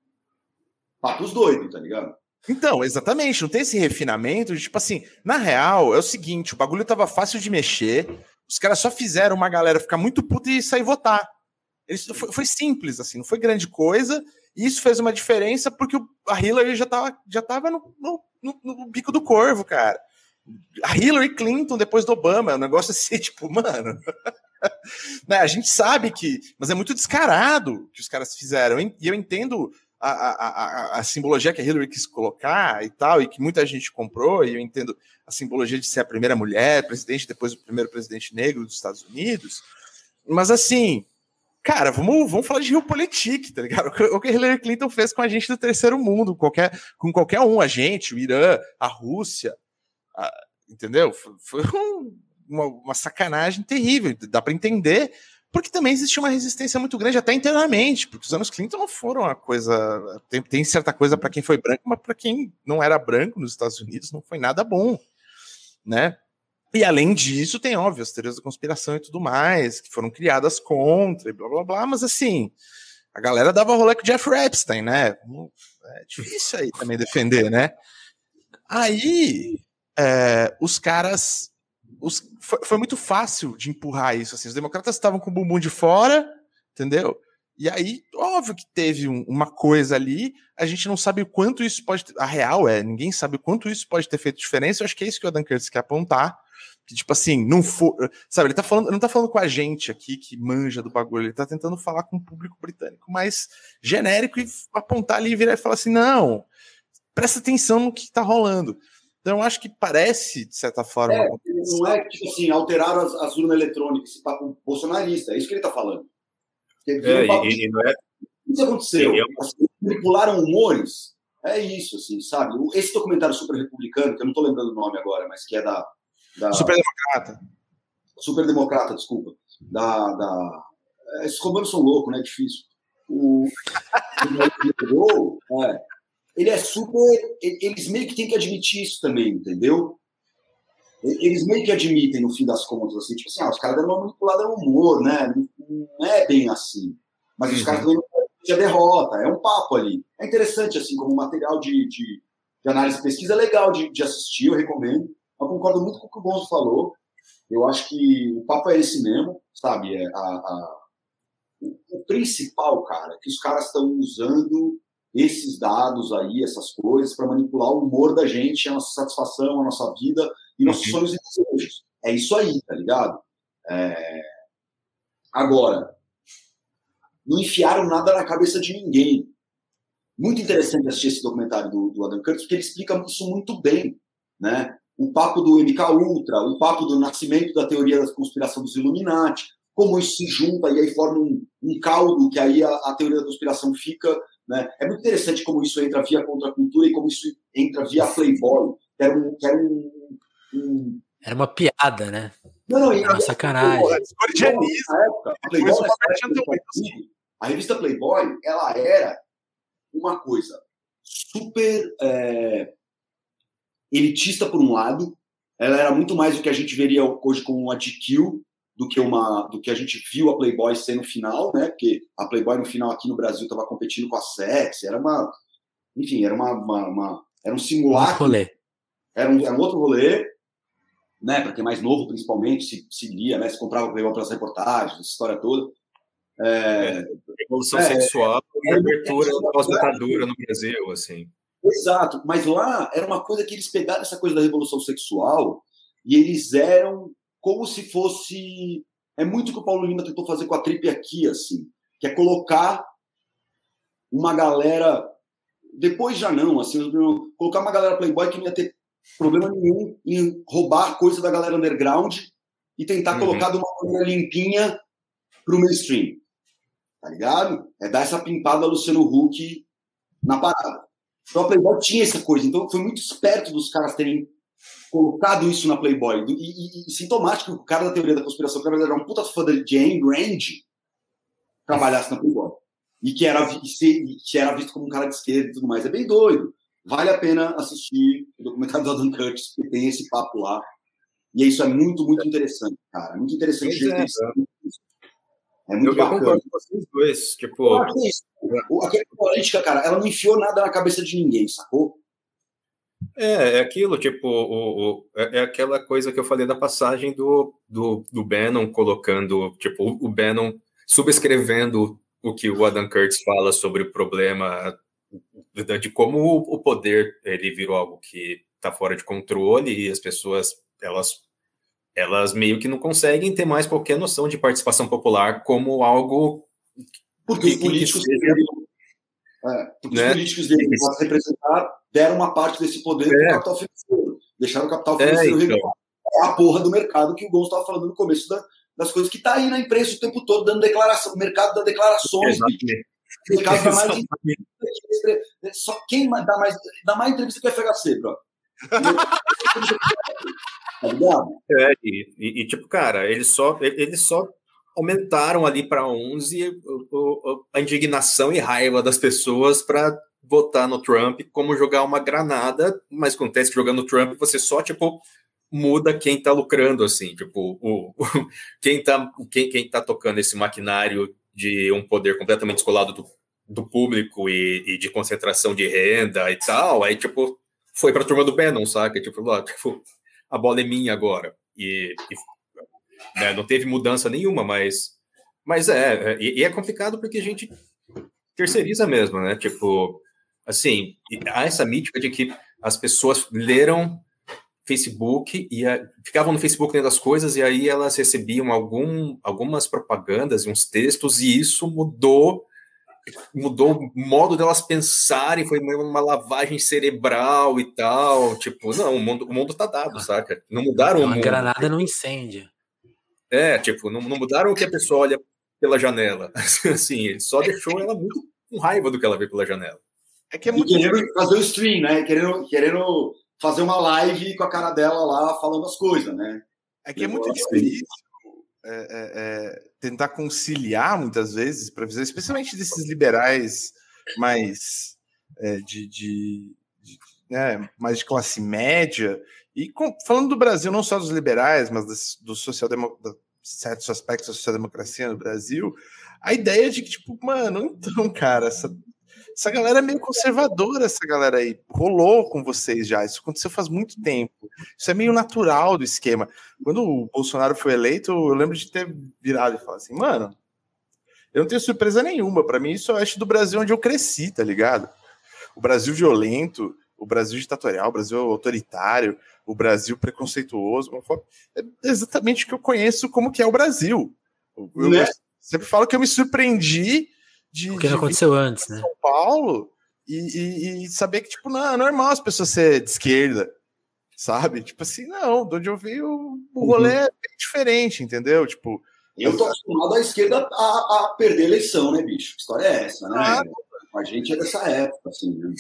papos doidos, tá ligado? Então, exatamente, não tem esse refinamento de, tipo assim, na real, é o seguinte, o bagulho tava fácil de mexer, os caras só fizeram uma galera ficar muito puta e sair votar. Isso foi, foi simples, assim, não foi grande coisa, e isso fez uma diferença porque a Hillary já tava, já tava no, no, no, no bico do corvo, cara. A Hillary Clinton depois do Obama, é um negócio assim, tipo, mano... né, a gente sabe que... Mas é muito descarado que os caras fizeram, e eu entendo... A, a, a, a simbologia que a Hillary quis colocar e tal, e que muita gente comprou, e eu entendo a simbologia de ser a primeira mulher presidente, depois o primeiro presidente negro dos Estados Unidos, mas assim, cara, vamos, vamos falar de Realpolitik, tá ligado? O que a Hillary Clinton fez com a gente do terceiro mundo, qualquer, com qualquer um, a gente, o Irã, a Rússia, a, entendeu? Foi, foi um, uma, uma sacanagem terrível, dá para entender. Porque também existe uma resistência muito grande, até internamente, porque os anos Clinton não foram uma coisa... Tem, tem certa coisa para quem foi branco, mas para quem não era branco nos Estados Unidos não foi nada bom, né? E além disso, tem, óbvio, as teorias da conspiração e tudo mais, que foram criadas contra e blá, blá, blá, mas assim, a galera dava rolê com o Jeffrey Epstein, né? É difícil aí também defender, né? Aí, é, os caras... Os, foi, foi muito fácil de empurrar isso, assim, os democratas estavam com o bumbum de fora, entendeu? E aí, óbvio que teve um, uma coisa ali, a gente não sabe o quanto isso pode ter, a real é, ninguém sabe o quanto isso pode ter feito diferença, eu acho que é isso que o Adam Curtis quer apontar, que tipo assim, não for, sabe, ele tá falando, não tá falando com a gente aqui que manja do bagulho, ele tá tentando falar com o público britânico mais genérico e apontar ali e virar e falar assim, não, presta atenção no que tá rolando. Então, eu acho que parece, de certa forma... É, não é, tipo assim, alteraram as, as urnas eletrônicas, esse papo bolsonarista, é isso que ele está falando. É, e, e não é... O que aconteceu? É... Assim, manipularam humores, é isso, assim, sabe? Esse documentário super republicano, que eu não estou lembrando o nome agora, mas que é da... da... Super Democrata. Super Democrata, desculpa. Da... da... Esses romanos são loucos, né? É difícil. O... o... é... Ele é super... Eles meio que têm que admitir isso também, entendeu? Eles meio que admitem, no fim das contas, assim, tipo assim, ah, os caras deram uma manipulada no humor, né? Não é bem assim. Mas os caras também não têm a derrota, é um papo ali. É interessante, assim, como material de, de, de análise e pesquisa, é legal de, de assistir, eu recomendo. Eu concordo muito com o que o Gonzo falou. Eu acho que o papo é esse mesmo, sabe? É a, a... O, o principal, cara, é que os caras estão usando... esses dados aí, essas coisas, para manipular o humor da gente, a nossa satisfação, a nossa vida e nossos uhum. sonhos e desejos. É isso aí, tá ligado? É... Agora, não enfiaram nada na cabeça de ninguém. Muito interessante assistir esse documentário do, do Adam Curtis, porque ele explica isso muito bem, né? O papo do M K Ultra, o papo do nascimento da teoria da conspiração dos Illuminati, como isso se junta e aí forma um, um caldo que aí a, a teoria da conspiração fica... Né? É muito interessante como isso entra via contracultura e como isso entra via Playboy, que era um... Que era, um, um... era uma piada, né? Não, não, era uma sacanagem. Na época, a, Playboy, a revista Playboy, ela era uma coisa super... É, elitista por um lado, ela era muito mais do que a gente veria hoje como uma G Q, do que, uma, do que a gente viu a Playboy ser no final, né? Porque a Playboy no final aqui no Brasil estava competindo com a Sexy, era uma... Enfim, era, uma, uma, uma era um simulacro. Rolê. Era um, era um outro rolê, né? Para quem é mais novo, principalmente, se, se lia, né? Se comprava o Playboy pelas reportagens, essa história toda. É, Revolução é, sexual é, e abertura é, pós-ditadura no Brasil, assim. Exato, mas lá era uma coisa que eles pegaram essa coisa da revolução sexual e eles eram como se fosse... É muito o que o Paulo Lima tentou fazer com a Trip aqui, assim, que é colocar uma galera... Depois já não, assim, colocar uma galera Playboy que não ia ter problema nenhum em roubar coisa da galera underground e tentar uhum. colocar de uma maneira limpinha pro mainstream. Tá ligado? É dar essa pimpada Luciano Huck na parada. Então a Playboy tinha essa coisa. Então foi muito esperto dos caras terem colocado isso na Playboy. E, e, e sintomático que o cara da teoria da conspiração, que era um puta fã da Jane Grant, trabalhasse na Playboy. E que era, que era visto como um cara de esquerda e tudo mais. É bem doido. Vale a pena assistir o documentário do Adam Curtis, que tem esse papo lá. E isso é muito, muito interessante, cara. Muito interessante. O jeito que eles... É muito eu, bacana. Eu concordo com vocês dois. Tipo... Ah, que isso? Aquela política, cara, ela não enfiou nada na cabeça de ninguém, sacou? É, é aquilo, tipo, o, o, é, é aquela coisa que eu falei da passagem do, do, do Bannon colocando, tipo, o Bannon subscrevendo o que o Adam Curtis fala sobre o problema de, de como o poder ele virou algo que está fora de controle e as pessoas, elas, elas meio que não conseguem ter mais qualquer noção de participação popular como algo... Porque que, os políticos... Que seja, é, porque né? os políticos devem representar, deram uma parte desse poder é. para o capital financeiro. Deixaram o capital financeiro é, então. regular. É a porra do mercado que o Gonçalo estava falando no começo da, das coisas que está aí na imprensa o tempo todo, dando declaração. O mercado dá declarações. O mercado dá mais entrevista. Só quem dá mais, dá mais entrevista que o F H C, bro. Tá ligado? É, e, e, e, tipo, cara, eles só, eles só aumentaram ali para uns e o, o, a indignação e raiva das pessoas para votar no Trump como jogar uma granada, mas acontece que jogando no Trump você só, tipo, muda quem tá lucrando, assim, tipo, o, o, quem, tá, quem, quem tá tocando esse maquinário de um poder completamente descolado do, do público e, e de concentração de renda e tal, aí, tipo, foi pra turma do Bannon, saca? Tipo, ó, tipo, a bola é minha agora. E, e né, não teve mudança nenhuma, mas, mas é, é, e é complicado porque a gente terceiriza mesmo, né? Tipo, assim, há essa mítica de que as pessoas leram Facebook e a, ficavam no Facebook lendo as coisas e aí elas recebiam algum, algumas propagandas e uns textos e isso mudou mudou o modo delas pensarem, foi uma lavagem cerebral e tal, tipo, não, o mundo, o mundo tá dado, saca? Não mudaram é o mundo. Uma granada não incêndia. É, tipo, não, não mudaram o que a pessoa olha pela janela, assim, ele só deixou ela muito com raiva do que ela vê pela janela. É que é muito... Querendo fazer o stream, né? Querendo, querendo fazer uma live com a cara dela lá falando as coisas, né? É que é muito difícil é, é, é, tentar conciliar muitas vezes, para visão, especialmente desses liberais mais é, de, de, de né, mais de classe média, e com, falando do Brasil, não só dos liberais, mas das, do social certos aspectos da social-democracia no Brasil, a ideia de que, tipo, mano, então, cara, essa Essa galera é meio conservadora, essa galera aí. Rolou com vocês já. Isso aconteceu faz muito tempo. Isso é meio natural do esquema. Quando o Bolsonaro foi eleito, eu lembro de ter virado e falar assim, mano, eu não tenho surpresa nenhuma. Pra mim, isso é o oeste do Brasil onde eu cresci, tá ligado? O Brasil violento, o Brasil ditatorial, o Brasil autoritário, o Brasil preconceituoso. É exatamente o que eu conheço como que é o Brasil. Eu, né? eu sempre falo que eu me surpreendi De, o que não de aconteceu antes, né? São Paulo e, e, e saber que, tipo, não, é normal as pessoas serem de esquerda, sabe? Tipo assim, não, de onde eu vi o, o rolê uhum. é bem diferente, entendeu? Tipo, eu tô acostumado à esquerda a, a perder eleição, né, bicho? A história é essa, né? Ah, a gente é dessa época, assim, né?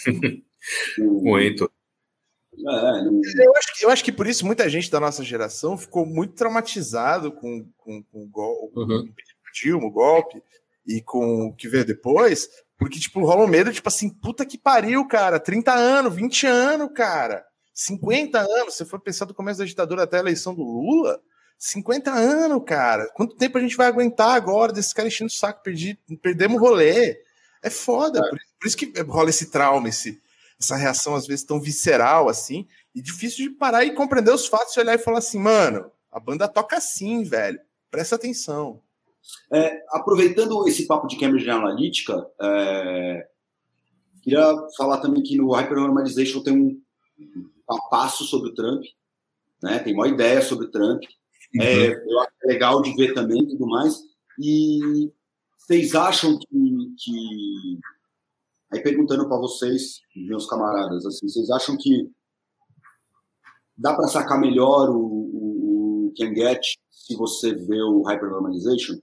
Muito. É, não... eu, acho que, eu acho que por isso muita gente da nossa geração ficou muito traumatizado com, com, com o golpe, uhum. Dilma, o golpe, e com o que veio depois, porque, tipo, rola um medo, tipo assim, puta que pariu, cara, trinta anos, vinte anos, cara, cinquenta anos, você for pensar do começo da ditadura até a eleição do Lula, cinquenta anos, cara. Quanto tempo a gente vai aguentar agora desse cara enchendo o saco, perdi, perdemos o rolê? É foda, é. Por, por isso que rola esse trauma, esse, essa reação às vezes tão visceral assim, e difícil de parar e compreender os fatos e olhar e falar assim, mano, a banda toca assim, velho, presta atenção. É, aproveitando esse papo de Cambridge Analytica, é, queria falar também que no Hypernormalization tem um, um passo sobre o Trump, né? Tem uma ideia sobre o Trump, uhum. é, eu acho legal de ver também e tudo mais, e vocês acham que, que... aí perguntando para vocês, meus camaradas, assim, vocês acham que dá para sacar melhor o, o, o Can Get se você vê o Hypernormalization?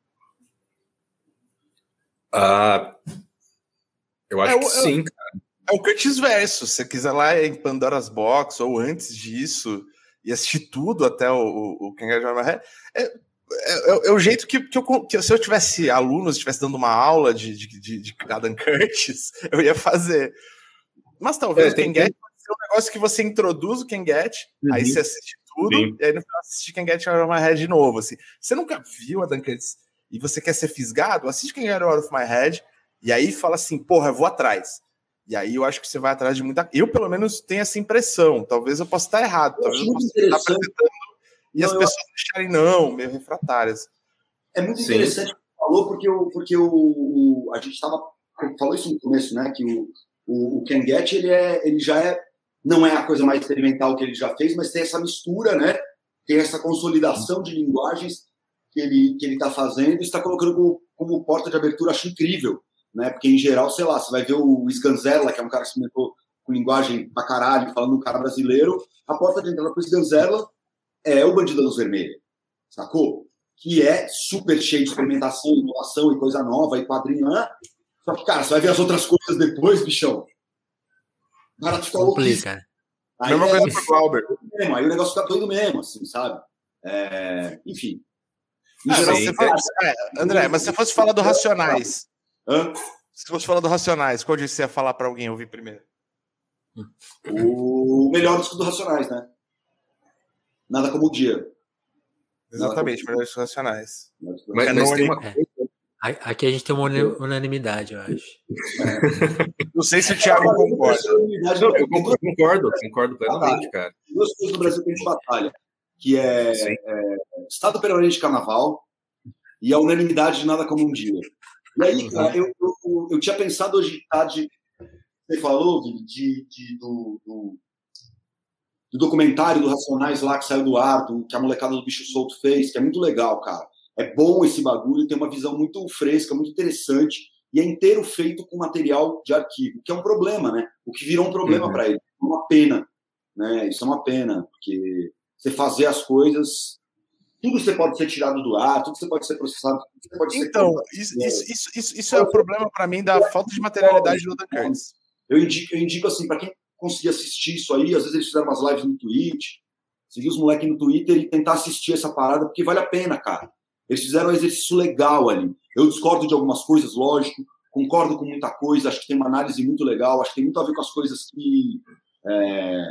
Ah, eu acho é, que eu, sim, cara. É o Curtis Verso. Se você quiser lá em Pandora's Box ou antes disso e assistir tudo até o, o, o Can Get é, é, é, é o jeito que, que, eu, que se eu tivesse alunos, estivesse dando uma aula de, de, de, de Adam Curtis, eu ia fazer. Mas talvez é, o Can Get pode ser um negócio que você introduz o Can Get, uhum. aí você assiste tudo, sim. E aí no final assiste Can Get Out of My Head de novo. Assim. Você nunca viu Adam Curtis e você quer ser fisgado? Assiste Can Get Out of My Head e aí fala assim, porra, eu vou atrás. E aí eu acho que você vai atrás de muita... Eu, pelo menos, tenho essa impressão. Talvez eu possa estar errado. Talvez eu, eu possa estar apresentando e não, as pessoas eu... deixarem não, meio refratárias. É muito Sim. interessante o que você falou, porque, o, porque o, o, a gente estava... Falou isso no começo, né? Que o, o, o Can Get, ele, é, ele já é... Não é a coisa mais experimental que ele já fez, mas tem essa mistura, né? Tem essa consolidação de linguagens que ele que ele está fazendo e está colocando como, como porta de abertura. Acho incrível. Né? Porque, em geral, sei lá, você vai ver o Sganzerla, que é um cara que se meteu com linguagem pra caralho, falando um cara brasileiro, a porta de entrada pro Sganzerla é o Bandido da Luz Vermelha, sacou? Que é super cheio de experimentação, inovação e coisa nova, e quadrinho, né? Só que, cara, você vai ver as outras coisas depois, bichão. O cara fica louquíssimo. Aí mesma é, coisa pro Glauber. Aí o negócio fica doido mesmo, assim, sabe? É, enfim. Ah, geral, você fosse, é, André, mas se você fosse falar do Racionais... Hã? Se você falar do Racionais, qual dia você ia falar para alguém ouvir primeiro? O melhor disco do Racionais, né? Nada como o dia. Exatamente, melhor disco do Racionais. Mas, mas tem uma... é. Aqui a gente tem uma unanimidade, eu acho. É. Não sei se o Thiago concorda. Não, eu concordo, concordo plenamente, cara. Duas coisas no Brasil que a gente batalha, que é, é Estado Permanente de Carnaval e a unanimidade de Nada como um Dia. E aí, cara, eu, eu, eu tinha pensado hoje de tarde, você falou, de, de, do, do, do documentário do Racionais lá que saiu do ar, do, que a molecada do Bicho Solto fez, que é muito legal, cara. É bom esse bagulho, tem uma visão muito fresca, muito interessante, e é inteiro feito com material de arquivo, que é um problema, né? O que virou um problema uhum. para ele. É uma pena, né? Isso é uma pena, porque você fazer as coisas... Tudo você pode ser tirado do ar, tudo você pode ser processado. Você pode então, ser isso, isso, isso, isso, isso é o problema para mim da falta de materialidade do Adam Curtis. Eu indico, eu indico assim, para quem conseguir assistir isso aí, às vezes eles fizeram umas lives no Twitch, seguir os moleques no Twitter e tentar assistir essa parada, porque vale a pena, cara. Eles fizeram um exercício legal ali. Eu discordo de algumas coisas, lógico, concordo com muita coisa, acho que tem uma análise muito legal, acho que tem muito a ver com as coisas que... É...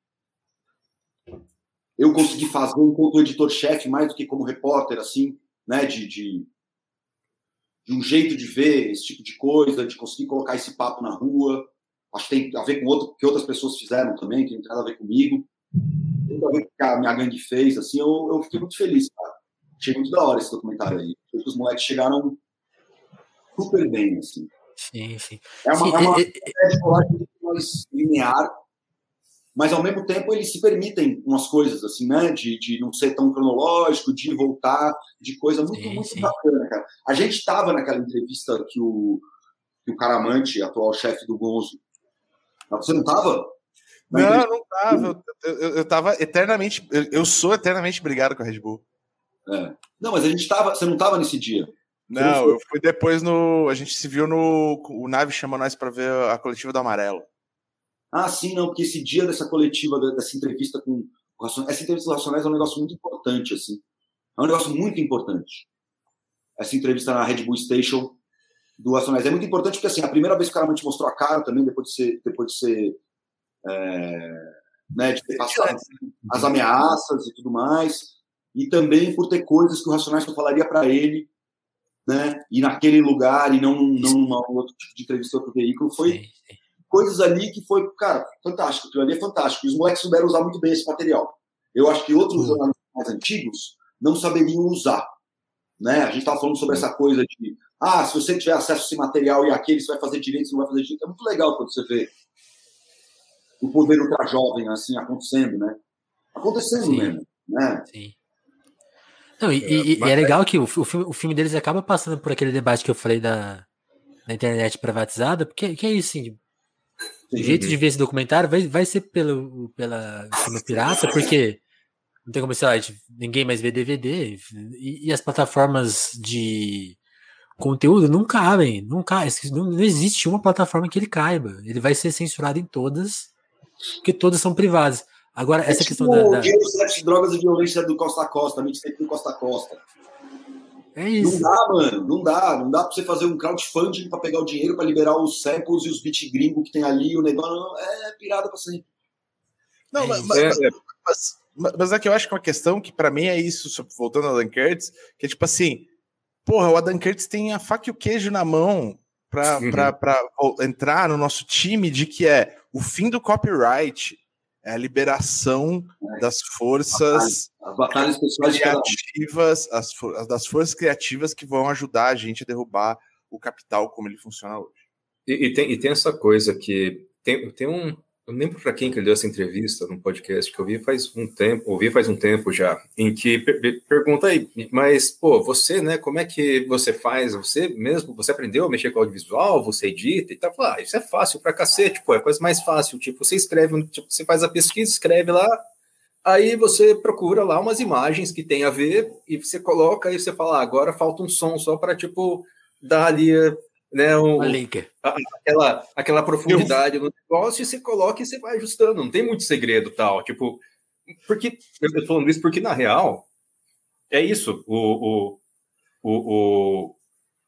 eu consegui fazer enquanto editor-chefe, mais do que como repórter, assim, né, de, de, de um jeito de ver esse tipo de coisa, de conseguir colocar esse papo na rua. Acho que tem a ver com o que outras pessoas fizeram também, que não tem nada a ver comigo. Tem a ver com o que a minha gangue fez, assim, eu, eu fiquei muito feliz, cara. Achei muito da hora esse documentário aí. Os moleques chegaram super bem, assim. Sim, sim. É uma, sim, é uma é, é, de colagem muito mais linear, mas ao mesmo tempo eles se permitem umas coisas assim, né, de, de não ser tão cronológico, de voltar, de coisa muito, sim, muito sim. bacana, cara. A gente estava naquela entrevista que o, que o Caramante, atual chefe do Gonzo, você não estava? Não, não estava. Eu estava eternamente, eu, eu sou eternamente brigado com a Red Bull. É. Não, mas a gente estava, você não estava nesse dia? Não, não eu fui depois no, a gente se viu no, o Nave chamou nós para ver a coletiva do Amarelo. Ah, sim, não, porque esse dia dessa coletiva, dessa entrevista com o Racionais, essa entrevista com o Racionais é um negócio muito importante, assim. É um negócio muito importante. Essa entrevista na Red Bull Station do Racionais é muito importante porque, assim, a primeira vez que o cara te mostrou a cara também, depois de ser, depois de ser é, né, de ter passado as ameaças e tudo mais, e também por ter coisas que o Racionais só falaria para ele, né, e naquele lugar, e não num outro tipo de entrevista, outro veículo, foi sim, sim. Coisas ali que foi, cara, fantástico, aquilo ali é fantástico, e os moleques souberam usar muito bem esse material. Eu acho que outros jornalistas mais antigos não saberiam usar, né, a gente estava falando sobre essa coisa de, ah, se você tiver acesso a esse material e aquele, você vai fazer direito, você não vai fazer direito, é muito legal quando você vê o poder ultra jovem, assim, acontecendo, né? Acontecendo sim. mesmo, né? Sim. Não, e, e, e é legal que o, o, filme, o filme deles acaba passando por aquele debate que eu falei da, da internet privatizada, porque que é isso, assim, o jeito de ver esse documentário vai, vai ser pelo, pela filme pirata, porque não tem como, sei lá, ninguém mais vê D V D, e, e as plataformas de conteúdo não cabem, não, cabe, não, não existe uma plataforma que ele caiba, ele vai ser censurado em todas, porque todas são privadas. Agora, é essa tipo questão da... da... dinheiro, sexo, drogas e violência do Costa a Costa, mixtape do Costa a Costa. É isso. Não dá, mano, não dá. Não dá pra você fazer um crowdfunding pra pegar o dinheiro pra liberar os samples e os beat gringo que tem ali, o negócio. Não, é pirada pra sempre. Não, é mas, mas, mas, mas é que eu acho que é uma questão que pra mim é isso, voltando ao Adam Curtis, que é tipo assim, porra, o Adam Curtis tem a faca e o queijo na mão pra, uhum. pra, pra entrar no nosso time de que é o fim do copyright, é a liberação é. das forças as batalhas criativas, as, as das forças criativas que vão ajudar a gente a derrubar o capital como ele funciona hoje. E, e, tem, e tem essa coisa que tem, tem um, eu não lembro para quem que ele deu essa entrevista num podcast que eu vi faz um tempo, ouvi faz um tempo já, em que per, pergunta aí, mas pô, você, né, como é que você faz, você mesmo, você aprendeu a mexer com audiovisual, você edita e tal, ah, isso é fácil pra cacete, pô, é coisa mais fácil, tipo, você escreve, tipo, você faz a pesquisa, escreve lá, aí você procura lá umas imagens que tem a ver e você coloca e você fala, ah, agora falta um som só para tipo dar ali, né, um, a, aquela, aquela profundidade no negócio e você coloca e você vai ajustando, não tem muito segredo tal, tipo, porque eu tô falando isso porque na real é isso, o o, o, o,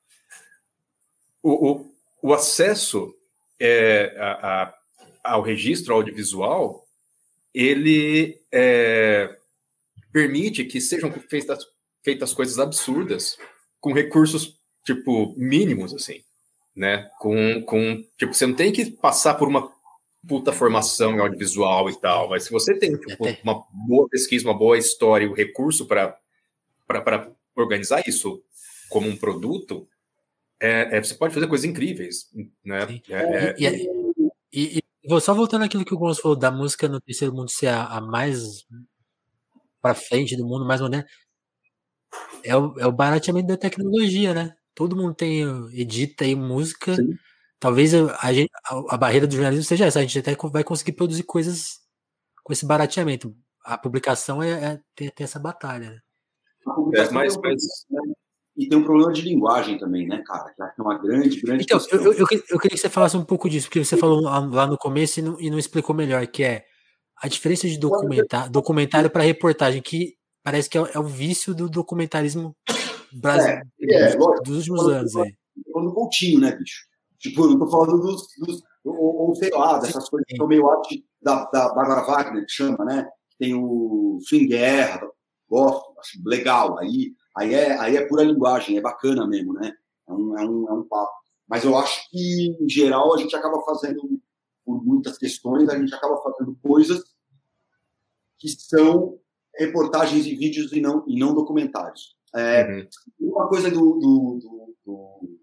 o, o, o acesso é, a, a, ao registro audiovisual, ele é, permite que sejam feitas, feitas coisas absurdas com recursos, tipo, mínimos, assim, né? Com, com, tipo, você não tem que passar por uma puta formação em audiovisual e tal, mas se você tem, tipo, uma boa pesquisa, uma boa história, o recurso para para organizar isso como um produto, é, é, você pode fazer coisas incríveis, né? É, é, e, e, e, e só voltando àquilo que o Gonçalo falou da música no terceiro mundo ser a, a mais para frente do mundo, mais moderna, é o, é o barateamento da tecnologia, né? Todo mundo tem, edita aí música. Sim. Talvez a, a, a barreira do jornalismo seja essa, a gente até vai conseguir produzir coisas com esse barateamento. A publicação é, é ter, ter essa batalha, né? É, mas, mas... E tem um problema de linguagem também, né, cara? Que é uma grande, grande então, eu, eu, eu, eu queria que você falasse um pouco disso, porque você falou lá no começo e não, e não explicou melhor, que é a diferença de documentar, documentário para reportagem, que parece que é, é o vício do documentarismo brasileiro é, é, dos, dos últimos anos aí. Eu tô falando do Coutinho, né, bicho? Tipo, eu não tô falando dos... dos ou, ou sei lá, dessas Sim. coisas que são meio arte da, da Bárbara Wagner, que chama, né? Tem o Fim Guerra, gosto, acho legal. Aí, aí, é, aí é pura linguagem, é bacana mesmo, né? É um, é, um, é um papo. Mas eu acho que, em geral, a gente acaba fazendo, por muitas questões, a gente acaba fazendo coisas que são reportagens e vídeos e não, e não documentários. É, uhum. Uma coisa do, do, do, do,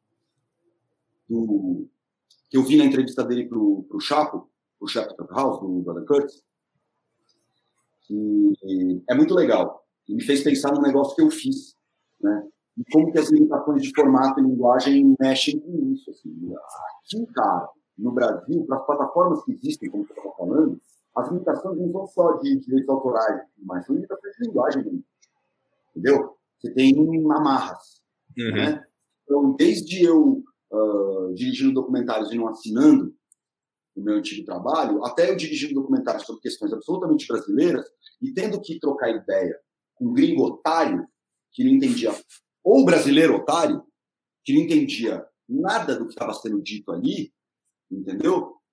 do que eu vi na entrevista dele pro, pro Chapo, pro Chapo House, do, do Adam Curtis, que é muito legal. E me fez pensar num negócio que eu fiz, né? E como que as limitações de formato e linguagem mexem com isso. Assim. Aqui, cara, no Brasil, para as plataformas que existem, como você estava falando, as limitações não são só de direitos autorais, mas são limitações de linguagem mesmo. Entendeu? Você tem amarras. Uhum. Né? Então, desde eu uh, dirigindo documentários e não assinando o meu antigo trabalho, até eu dirigindo documentários sobre questões absolutamente brasileiras e tendo que trocar ideia com um gringo otário que não entendia, ou brasileiro otário, que não entendia nada do que estava sendo dito ali, entendeu?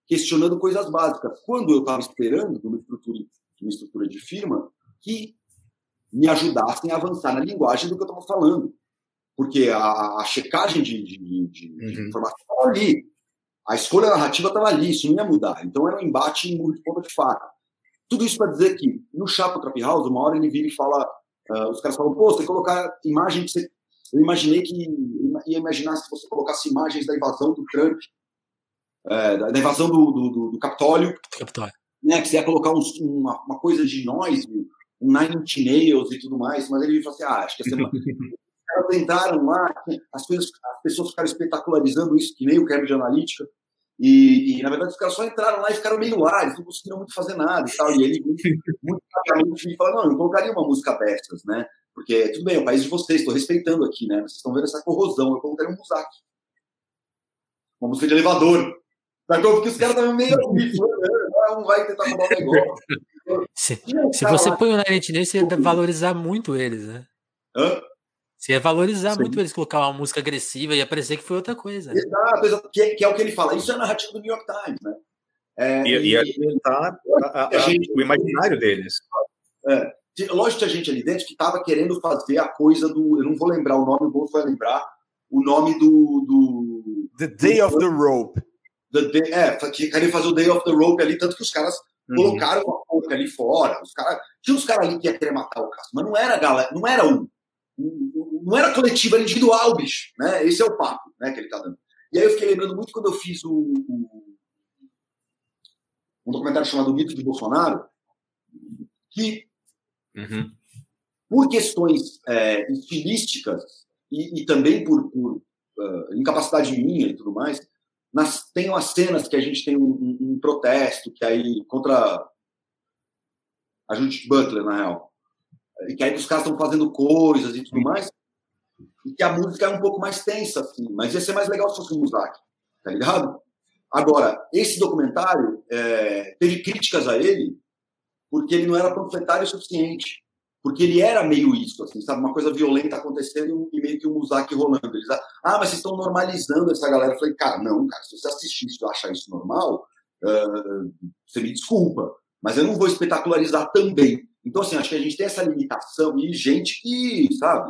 questionando coisas básicas. Quando eu estava esperando, numa estrutura, numa estrutura de firma, que me ajudassem a avançar na linguagem do que eu estava falando. Porque a, a checagem de, de, de, uhum. de informação estava ali. A escolha narrativa estava ali, isso não ia mudar. Então era um embate em murro de ponta de faca. Tudo isso para dizer que, no Chapo Trap House, uma hora ele vira e fala, uh, os caras falam, pô, você colocar imagem que você... Eu imaginei que... ia imaginar se você colocasse imagens da invasão do Trump, é, da invasão do, do, do, do Capitólio, Capitólio. Né, que você ia colocar uns, uma, uma coisa de nós, um Nine Inch Nails e tudo mais, mas ele falou assim, ah, acho que essa... Os caras entraram lá, as, coisas, as pessoas ficaram espetacularizando isso, que nem o Cambridge Analytica, e, e, na verdade, os caras só entraram lá e ficaram meio lá, eles não conseguiram muito fazer nada e tal, e ele, muito claramente, ele fala, não, eu não colocaria uma música dessas, né, porque, tudo bem, é o país de vocês, estou respeitando aqui, né, vocês estão vendo essa corrosão, eu colocaria um Muzak, uma música de elevador, porque os caras estavam meio assim, um vai tentar roubar o negócio. Se, se você lá... põe o Nine Inch Nails, você ia valorizar muito eles, né? Hã? Você ia valorizar Sim. muito eles colocar uma música agressiva e ia parecer que foi outra coisa. Né? Exato, exato. Que, que é o que ele fala. Isso é a narrativa do New York Times, né? É, e, e alimentar a, a, a, gente, o imaginário deles. É, lógico que a gente ali dentro que estava querendo fazer a coisa do... Eu não vou lembrar o nome, o Bolso vai lembrar. O nome do... do The Day do, of the Rope. The day, é, que queria fazer o Day of the Rope ali, tanto que os caras uhum. colocaram uma porca ali fora. Os cara, tinha uns caras ali que iam querer matar o Castro, mas não era, galera, não era um... Não era coletivo, era individual, bicho. Né? Esse é o papo, né, que ele tá dando. E aí eu fiquei lembrando muito quando eu fiz o, o, um documentário chamado O Mito de Bolsonaro, que, uhum. por questões é, estilísticas e, e também por, por uh, incapacidade minha e tudo mais, nas, tem umas cenas que a gente tem um, um, um protesto que aí contra a Judith Butler, na real. E que aí os caras estão fazendo coisas e tudo mais, e que a música é um pouco mais tensa, assim, mas ia ser mais legal se fosse um Muzak, tá ligado? Agora, esse documentário é, teve críticas a ele porque ele não era panfletário o suficiente, porque ele era meio isso, assim, sabe, uma coisa violenta acontecendo e meio que um Muzak rolando. Eles, ah, mas vocês estão normalizando essa galera. Eu falei, cara, não, cara, se você assistir isso e achar isso normal, uh, você me desculpa, mas eu não vou espetacularizar também. Então, assim, acho que a gente tem essa limitação e gente que, sabe,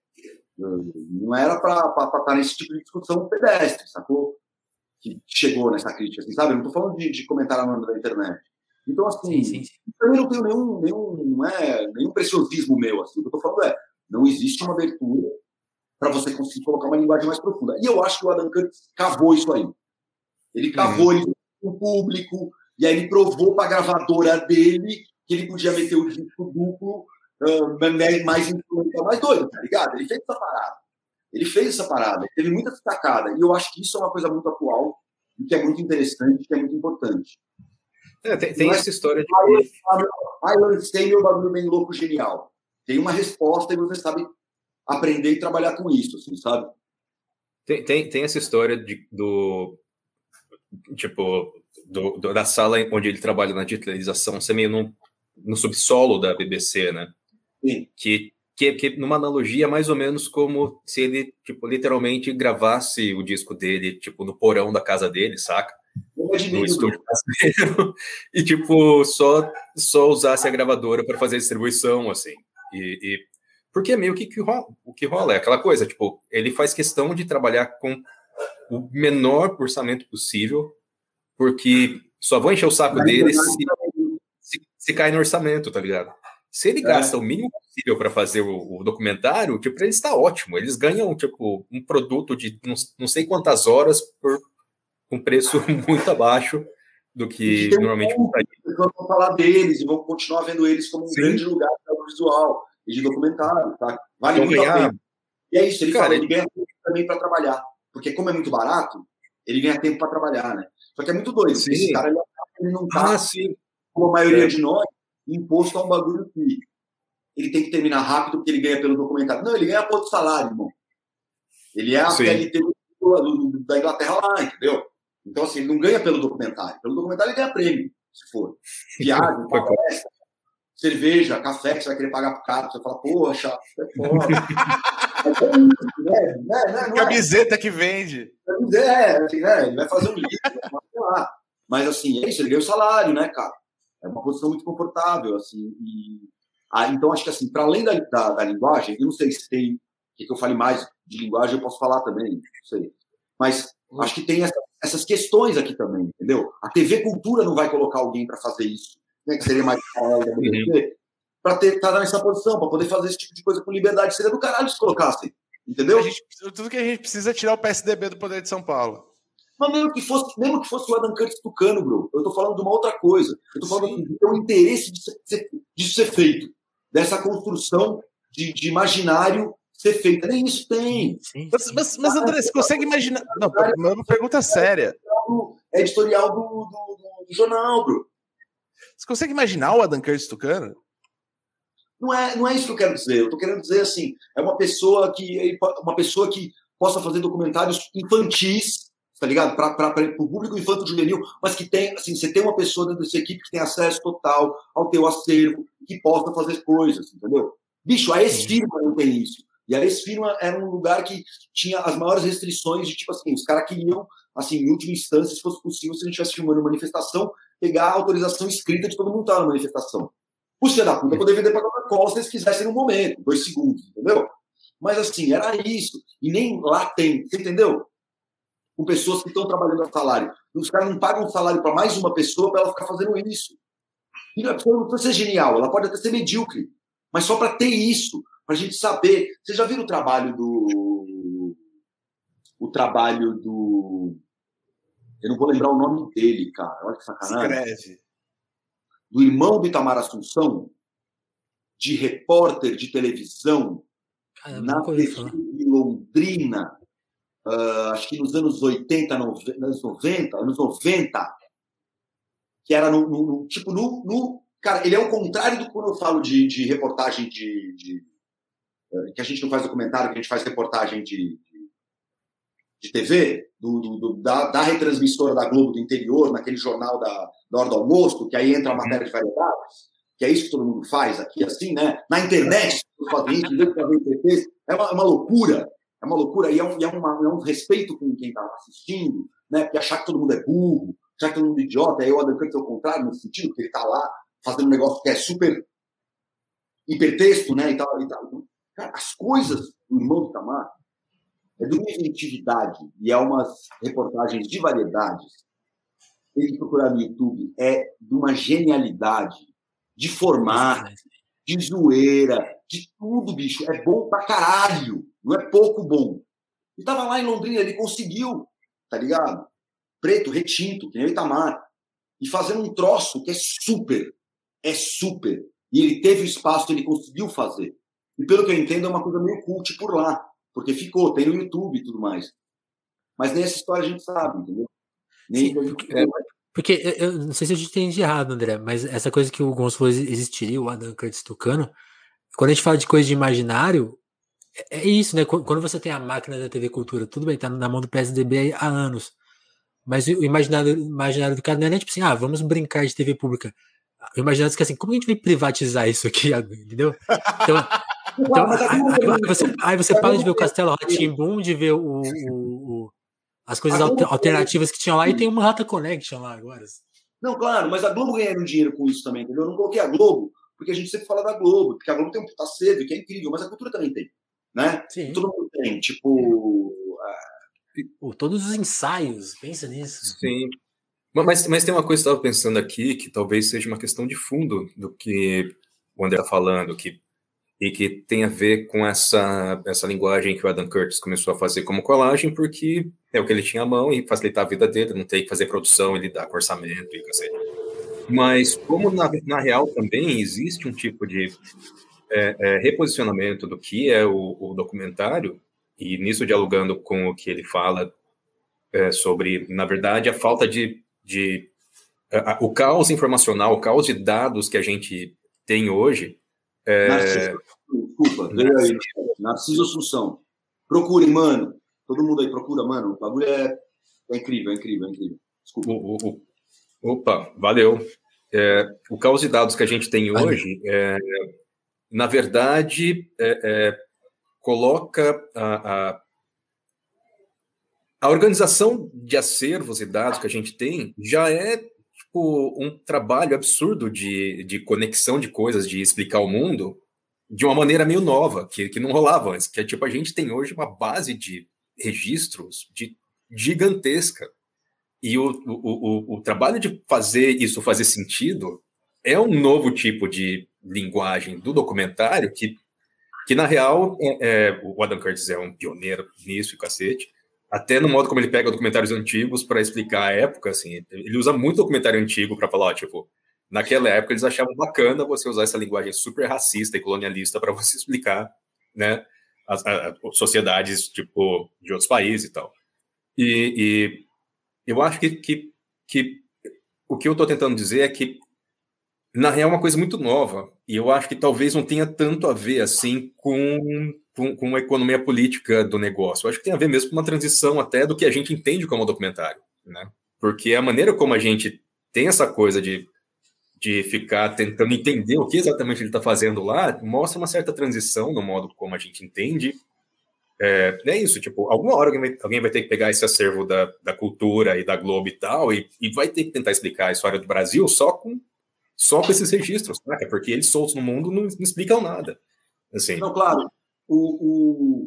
não era para estar nesse tipo de discussão pedestre, sacou? Que chegou nessa crítica, assim, sabe? Eu não estou falando de, de comentário anônimo da internet. Então, assim, sim, sim, sim. também não tenho nenhum, nenhum, não é, nenhum preciosismo meu, assim. O que eu estou falando é, não existe uma abertura para você conseguir colocar uma linguagem mais profunda. E eu acho que o Adam Curtis cavou isso aí. Ele cavou uhum. ele no público, e aí ele provou para a gravadora dele que ele podia meter o disco duplo uh, mais influencial, mais doido, tá ligado? Ele fez essa parada. Ele fez essa parada. Teve muita destacada. E eu acho que isso é uma coisa muito atual e que é muito interessante, que é muito importante. É, tem tem essa história de... Island tem meu bagulho bem louco, genial. Tem uma resposta e você sabe aprender e trabalhar com isso, assim, sabe? Tem, tem, tem essa história de, do... Tipo, do, do, da sala onde ele trabalha na digitalização ser meio no, no subsolo da B B C, né? Sim. Que, que, que numa analogia mais ou menos como se ele, tipo, literalmente gravasse o disco dele, tipo, no porão da casa dele, saca? No estúdio caseiro, e, tipo, só, só usasse a gravadora para fazer a distribuição, assim. E, e, porque meio que, que rola, o que rola é aquela coisa, tipo, ele faz questão de trabalhar com o menor orçamento possível, porque só vão encher o saco dele se, se, se cai no orçamento, tá ligado? Se ele gasta é. o mínimo possível para fazer o, o documentário, tipo, pra eles tá ótimo. Eles ganham, tipo, um produto de não, não sei quantas horas por um preço muito abaixo do que normalmente... Um vão falar deles e vão continuar vendo eles como um Sim. grande lugar de audiovisual e de documentário, tá? Vale muito ganhar... a pena. E é isso, ele Cara, fala, ele ganha tempo também para trabalhar. Porque como é muito barato, ele ganha tempo para trabalhar, né? Só que é muito doido. Sim. Esse cara, ele não tá, ah, sim. como a maioria é. de nós, imposto a um bagulho que ele tem que terminar rápido porque ele ganha pelo documentário. Não, ele ganha por outro salário, irmão. Ele é a P L T da Inglaterra lá, entendeu? Então, assim, ele não ganha pelo documentário. Pelo documentário ele ganha prêmio, se for. Viagem, palestra, cerveja, café que você vai querer pagar pro cara. Você fala, poxa, é foda. Mas é isso, né? Não é, não é, Camiseta é. que vende. É, assim, né? Ele vai fazer um livro, vai lá. Mas, assim, é isso, ele ganha o salário, né, cara? É uma posição muito confortável, assim. E... Ah, então, acho que, assim, para além da, da, da linguagem, eu não sei se tem... Que eu fale mais de linguagem, eu posso falar também, não sei. Mas acho que tem essa, essas questões aqui também, entendeu? A T V Cultura não vai colocar alguém para fazer isso, né, que seria mais para estar tá nessa posição, para poder fazer esse tipo de coisa com liberdade. Seria do caralho se colocassem, entendeu? A gente, tudo que a gente precisa é tirar o P S D B do poder de São Paulo. Mas mesmo que fosse, mesmo que fosse o Adam Curtis Tucano, bro, eu tô falando de uma outra coisa. Eu tô falando assim, de ter um interesse de ser, disso ser feito, dessa construção de, de imaginário ser feita. Nem isso tem. Sim, sim, mas, mas, mas, André, você consegue imaginar... Não, uma pergunta séria. É editorial do, do, do, do jornal, bro. Você consegue imaginar o Adam Curtis Tucano? Não é, não é isso que eu quero dizer. Eu tô querendo dizer assim, é uma pessoa que, uma pessoa que possa fazer documentários infantis, tá ligado? Para o público infanto-juvenil, mas que tem, assim, você tem uma pessoa dentro dessa equipe que tem acesso total ao teu acervo, que possa fazer coisas, entendeu? Bicho, a Esfirma não tem isso. E a Esfirma era um lugar que tinha as maiores restrições de, tipo assim, os caras queriam, assim, em última instância, se fosse possível, se a gente estivesse filmando uma manifestação, pegar a autorização escrita de todo mundo que estava na manifestação. Os filhos da puta poder vender para Coca-Cola se eles quisessem no momento, dois segundos, entendeu? Mas, assim, era isso. E nem lá tem, você entendeu? Com pessoas que estão trabalhando a salário. Os caras não pagam salário para mais uma pessoa para ela ficar fazendo isso. E não precisa ser genial, ela pode até ser medíocre, mas só para ter isso, para a gente saber. Vocês já viram o trabalho do... O trabalho do... Eu não vou lembrar o nome dele, cara. Olha que sacanagem. Escreve. Do irmão do Itamar Assunção, de repórter de televisão, Caramba, na T V de Londrina, uh, acho que nos anos oitenta, anos noventa, anos noventa, que era no, no, no tipo, no, no... Cara, ele é o contrário do quando eu falo de, de reportagem de, de... que a gente não faz documentário, que a gente faz reportagem de, de, de T V, do, do, da, da retransmissora da Globo do interior, naquele jornal da, da hora do almoço, que aí entra a matéria de variedades, que é isso que todo mundo faz aqui, assim, né? Na internet, fazem isso, é uma, é uma loucura, é uma loucura, e é um, e é uma, é um respeito com quem está assistindo, né? Porque achar que todo mundo é burro, achar que todo mundo é idiota, aí o Adam Curtis é o contrário, nesse sentido, porque ele está lá fazendo um negócio que é super hipertexto, né? E tal, e tal. Cara, as coisas do irmão do Itamar é de uma inventividade e é umas reportagens de variedades. Tem que procurar no YouTube, é de uma genialidade de formato, de zoeira, de tudo, bicho. É bom pra caralho. Não é pouco bom. E tava lá em Londrina, ele conseguiu, tá ligado? Preto, retinto, que nem o Itamar. E fazendo um troço que é super. É super. E ele teve o espaço, ele conseguiu fazer. E pelo que eu entendo, é uma coisa meio cult por lá. Porque ficou, tem no YouTube e tudo mais. Mas nem essa história a gente sabe, entendeu? Nem Sim, porque, é, porque eu não sei se eu entendi errado, André, mas essa coisa que o Gonçalo falou existiria, o Adam Curtis Tucano, quando a gente fala de coisa de imaginário, é, é isso, né? Quando você tem a máquina da T V Cultura, tudo bem, tá na mão do P S D B há anos. Mas o imaginário, imaginário do cara não é nem tipo assim, ah, vamos brincar de T V pública. O imaginário é assim, como a gente vai privatizar isso aqui, entendeu? Então, então aí, aí você, aí você para de ver o Castelo Rá-Tim-Bum, de ver o, o, o, as coisas alternativas que tinham lá, e tem uma Manhattan Connection lá agora. Não, claro, mas a Globo ganhou dinheiro com isso também, entendeu? Eu não coloquei a Globo, porque a gente sempre fala da Globo, porque a Globo tem um puta acervo, que é incrível, mas a cultura também tem, né? Sim. Todo mundo tem, tipo... Pô, todos os ensaios, pensa nisso. Sim. Mas, mas tem uma coisa que eu estava pensando aqui, que talvez seja uma questão de fundo do que o André está falando, que, e que tem a ver com essa, essa linguagem que o Adam Curtis começou a fazer como colagem, porque é o que ele tinha à mão e facilitar a vida dele, não ter que fazer produção e lidar com orçamento e cacete. Mas como na, na real também existe um tipo de é, é, reposicionamento do que é o, o documentário, e nisso dialogando com o que ele fala é, sobre, na verdade, a falta de, de a, o caos informacional, o caos de dados que a gente tem hoje. É... Narciso, desculpa, veio aí. Narciso Assunção. Procurem, mano. Todo mundo aí procura, mano. O bagulho é, é incrível, é incrível, é incrível. Desculpa. O, o, o, opa, valeu. É, o caos de dados que a gente tem hoje, é, na verdade, é, é, coloca a, a, a organização de acervos e dados que a gente tem já é tipo, um trabalho absurdo de, de conexão de coisas, de explicar o mundo de uma maneira meio nova, que, que não rolava antes. Que é tipo, a gente tem hoje uma base de registros de, gigantesca. E o, o, o, o trabalho de fazer isso fazer sentido é um novo tipo de linguagem do documentário que, que na real, é, é, o Adam Curtis é um pioneiro nisso e cacete. Até no modo como ele pega documentários antigos para explicar a época, assim, ele usa muito documentário antigo para falar, ó, tipo, naquela época eles achavam bacana você usar essa linguagem super racista e colonialista para você explicar, né, as, as sociedades, tipo, de outros países e tal. E, e eu acho que, que, que o que eu estou tentando dizer é que, na real, é uma coisa muito nova, e eu acho que talvez não tenha tanto a ver, assim, com, com, com a economia política do negócio. Eu acho que tem a ver mesmo com uma transição até do que a gente entende como documentário, né? Porque a maneira como a gente tem essa coisa de, de ficar tentando entender o que exatamente ele está fazendo lá, mostra uma certa transição no modo como a gente entende. É, é isso, tipo, alguma hora alguém vai, alguém vai ter que pegar esse acervo da, da cultura e da Globo e tal, e, e vai ter que tentar explicar a história do Brasil só com Só com esses registros, né? Porque eles soltos no mundo não, não explicam nada. Assim. Não, claro. O, o,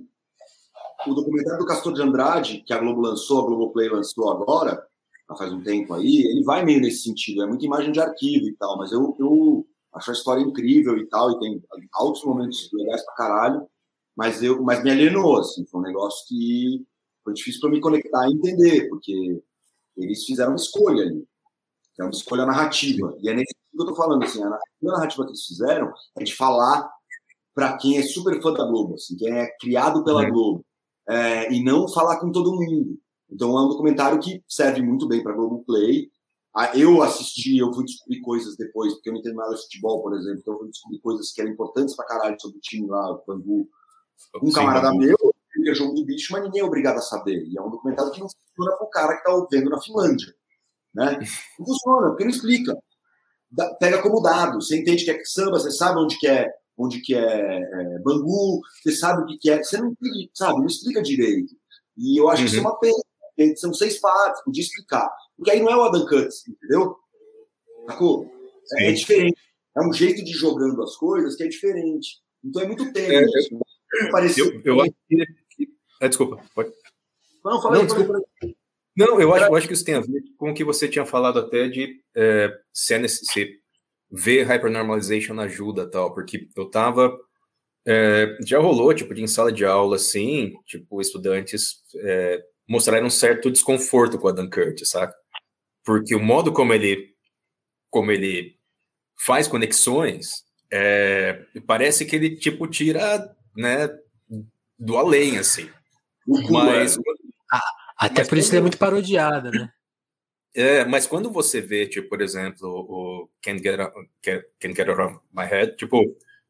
o documentário do Castor de Andrade, que a Globo lançou, a Globoplay lançou agora, faz um tempo aí, ele vai meio nesse sentido. É muita imagem de arquivo e tal, mas eu, eu acho a história incrível e tal, e tem altos momentos legais pra caralho, mas, eu, mas me alienou, assim. Foi um negócio que foi difícil para me conectar e entender, porque eles fizeram uma escolha ali. É uma escolha narrativa. E é nesse que eu tô falando, assim, a narrativa que eles fizeram é de falar para quem é super fã da Globo, assim, quem é criado pela é. Globo, é, e não falar com todo mundo. Então é um documentário que serve muito bem para Globoplay. Eu assisti, eu fui descobrir coisas depois, porque eu não entendo nada de futebol, por exemplo, então eu fui descobrir coisas que eram importantes pra caralho sobre o time lá, o Bangu. Um Sim, camarada Bangu. meu, ele é jogo do bicho, mas ninguém é obrigado a saber. E é um documentário que não funciona pro cara que tá vendo na Finlândia. Né? Não funciona, porque não explica. Da, pega como dado. Você entende que é samba, você sabe onde que é, onde que é, é Bangu, você sabe o que, que é. Você não, sabe, não explica direito. E eu acho uhum. que isso é uma pena. São seis partes, podia explicar. Porque aí não é o Adam Curtis, entendeu? Sacou? É, é diferente. É um jeito de jogando as coisas que é diferente. Então é muito tempo. É, eu, parece... eu, eu acho que. Ah, desculpa, pode. Não, fala não, aí, desculpa. Aí. Não, eu acho, eu acho que isso tem a ver com o que você tinha falado até de é, se, se ver hypernormalization ajuda tal, porque eu tava, é, já rolou, tipo, de em sala de aula, assim, tipo, estudantes é, mostraram um certo desconforto com o Adam Curtis, sabe? Porque o modo como ele, como ele faz conexões, é, parece que ele, tipo, tira, né, do além, assim. Mas... Ah. Até mas por isso ele é muito parodiado, né? É, mas quando você vê, tipo, por exemplo, o Can't Get, Can't, Can't Get Out of My Head, tipo,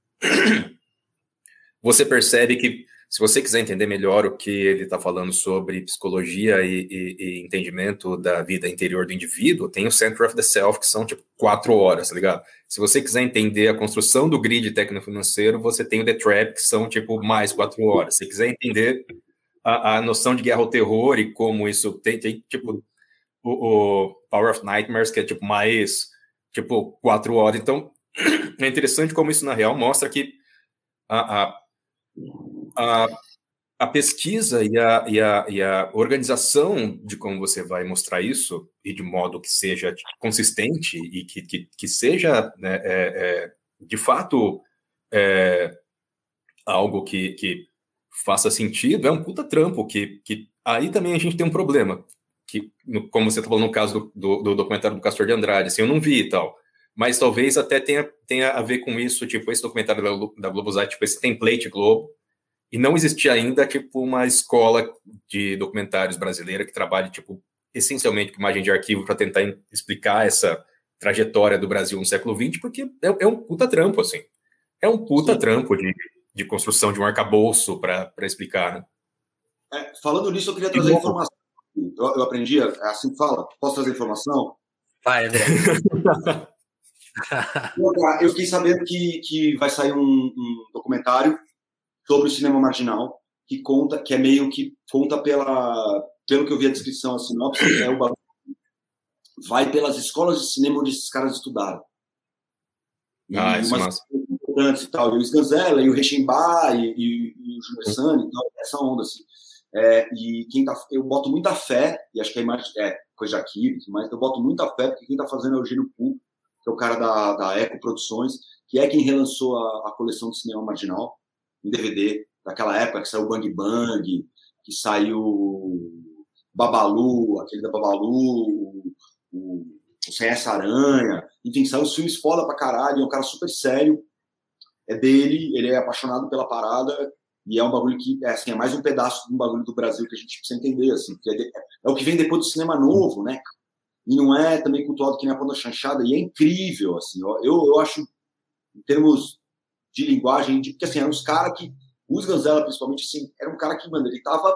você percebe que se você quiser entender melhor o que ele está falando sobre psicologia e, e, e entendimento da vida interior do indivíduo, tem o Center of the Self, que são, tipo, quatro horas, tá ligado? Se você quiser entender a construção do grid técnico-financeiro, você tem o The Trap, que são, tipo, mais quatro horas. Se você quiser entender A, a noção de guerra ao terror e como isso tem, tem tipo, o, o Power of Nightmares, que é, tipo, mais, tipo, quatro horas. Então, é interessante como isso, na real, mostra que a, a, a, a pesquisa e a, e, a, e a organização de como você vai mostrar isso, e de modo que seja consistente e que, que, que seja, né, é, é, de fato, é, algo que... que faça sentido, é um puta trampo, que, que aí também a gente tem um problema, que, no, como você falou no caso do, do, do documentário do Castor de Andrade, assim, eu não vi e tal, mas talvez até tenha, tenha a ver com isso, tipo, esse documentário da, da Globosat, tipo, esse template Globo, e não existia ainda, tipo, uma escola de documentários brasileira que trabalhe, tipo, essencialmente com imagem de arquivo para tentar explicar essa trajetória do Brasil no século vinte, porque é, é um puta trampo, assim, é um puta Sim. trampo de de construção de um arcabouço para explicar, né? É, falando nisso, eu queria trazer informação. Eu, eu aprendi, é assim que fala. Posso trazer informação? Vai, André. Eu fiquei sabendo que, que vai sair um, um documentário sobre o cinema marginal, que conta, que é meio que conta pela, pelo que eu vi a descrição, a sinopse, é o bagulho vai pelas escolas de cinema onde esses caras estudaram. E Ah, isso é umas massa. coisas importantes e tal. E o Sganzella, e o Rechenbach, e, e, e o Júnior Sani, então, essa onda, assim. É, e quem tá, eu boto muita fé, e acho que a imagem é coisa de arquivo, mas eu boto muita fé, porque quem tá fazendo é o Gino Pu, que é o cara da, da Eco Produções, que é quem relançou a, a coleção de cinema marginal, em D V D, daquela época que saiu Bang Bang, que saiu Babalu, aquele da Babalu, o, o, o Sem Essa Aranha, enfim, saiu os filmes foda pra caralho, é um cara super sério, é dele, ele é apaixonado pela parada, e é um bagulho que, é, assim, é mais um pedaço de um bagulho do Brasil que a gente precisa entender, assim, que é, de, é o que vem depois do cinema novo, né? E não é também cultuado que nem a Ponta Chanchada, e é incrível, assim, eu, eu acho, em termos de linguagem, de, porque, assim, eram os caras que, os Sganzella, principalmente, assim, era um cara que, mano, ele tava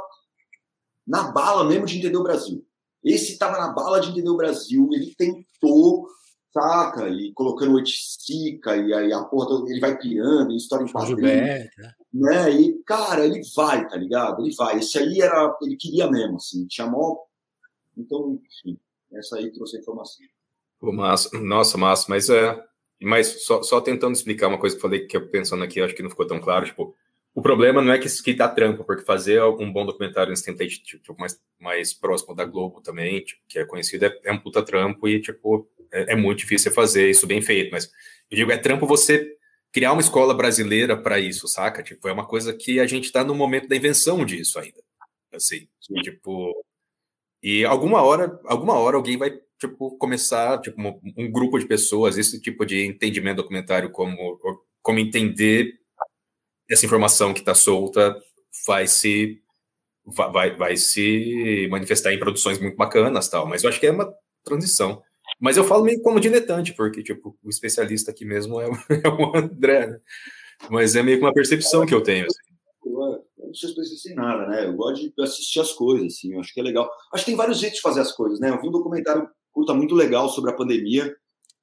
na bala mesmo de entender o Brasil. Esse tava na bala de entender o Brasil, ele tentou, saca, e colocando o Oiticica, e aí a porra toda, ele vai pirando, e história em quadrinhos, né, e, cara, ele vai, tá ligado? Ele vai. Esse aí era, ele queria mesmo, assim, tinha mó... Então, enfim, essa aí trouxe a informação. Pô, massa. Nossa, massa, mas é... Mas só, só tentando explicar uma coisa que eu falei, que eu pensando aqui, acho que não ficou tão claro, tipo, o problema não é que isso aqui dá trampa, porque fazer um bom documentário nesse template, tipo, mais, mais próximo da Globo também, tipo, que é conhecido, é, é um puta trampo e, tipo, é, é muito difícil fazer isso bem feito, mas eu digo, é trampo você criar uma escola brasileira para isso, saca? Tipo, é uma coisa que a gente tá no momento da invenção disso ainda, assim, Sim. tipo, e alguma hora, alguma hora alguém vai, tipo, começar, tipo, um, um grupo de pessoas, esse tipo de entendimento documentário, como, como entender essa informação que está solta vai se vai, vai se manifestar em produções muito bacanas, tal, mas eu acho que é uma transição. Mas eu falo meio como diletante, porque, tipo, o especialista aqui mesmo é, é o André, né? Mas é meio que uma percepção que eu tenho, assim. Eu não sou especialista em nada, né? Eu gosto de assistir as coisas, assim, eu acho que é legal. Acho que tem vários jeitos de fazer as coisas, né? Eu vi um documentário curta muito legal sobre a pandemia.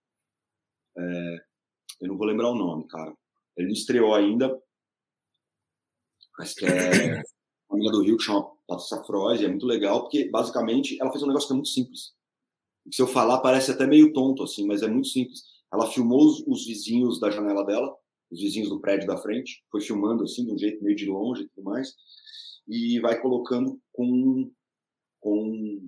É... Eu não vou lembrar o nome, cara. Ele não estreou ainda, mas que é uma amiga do Rio que chama Patrícia Frois, e é muito legal, porque, basicamente, ela fez um negócio que é muito simples. Se eu falar, parece até meio tonto, assim, mas é muito simples. Ela filmou os, os vizinhos da janela dela, os vizinhos do prédio da frente, foi filmando, assim, de um jeito meio de longe e tudo mais, e vai colocando com, com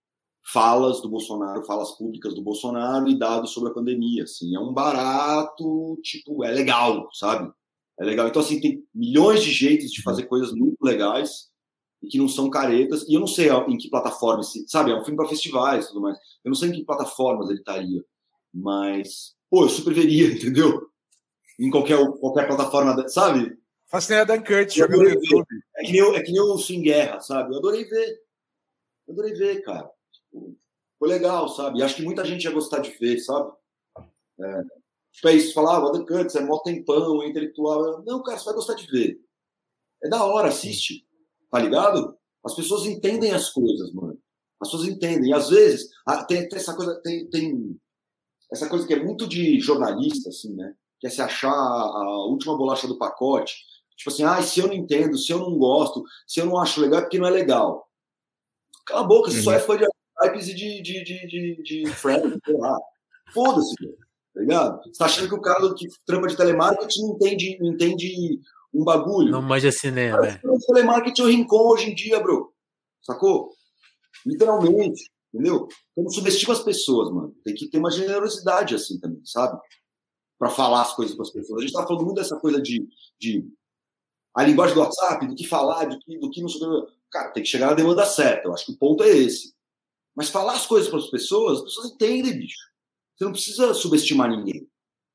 falas do Bolsonaro, falas públicas do Bolsonaro e dados sobre a pandemia, assim. É um barato, tipo, é legal, sabe? É legal. Então, assim, tem milhões de jeitos de fazer coisas muito legais e que não são caretas. E eu não sei em que plataforma, sabe? É um filme para festivais e tudo mais. Eu não sei em que plataformas ele estaria. Mas, pô, eu super veria, entendeu? Em qualquer, qualquer plataforma, sabe? Fascinei a Dan Curtis jogando no YouTube. É que nem eu, é que nem o Sim Guerra, sabe? Eu adorei ver. Eu adorei ver, cara. Tipo, foi legal, sabe? E acho que muita gente ia gostar de ver, sabe? É. Tipo, é isso, falar, ah, o Adam Curtis é mó tempão, é intelectual. Não, cara, você vai gostar de ver. É da hora, assiste. Tá ligado? As pessoas entendem as coisas, mano. As pessoas entendem. E às vezes, tem, tem essa coisa, tem, tem essa coisa que é muito de jornalista, assim, né? Que é se achar a última bolacha do pacote. Tipo assim, ah, se eu não entendo, se eu não gosto, se eu não acho legal, é porque não é legal. Cala a boca, você uhum. só é fã de types e de, de, de, de, de friends, sei lá. Foda-se, tá ligado? Você tá achando que o cara que trampa de telemarketing não entende, não entende um bagulho. Não manja cinema, é. O telemarketing é o rincon hoje em dia, bro. Sacou? Literalmente, entendeu? Então não subestima as pessoas, mano. Tem que ter uma generosidade assim também, sabe? Pra falar as coisas com as pessoas. A gente tá falando muito dessa coisa de, de a linguagem do WhatsApp, do que falar, do que, do que não sei. Cara, tem que chegar na demanda certa. Eu acho que o ponto é esse. Mas falar as coisas para as pessoas, as pessoas entendem, bicho. Você não precisa subestimar ninguém.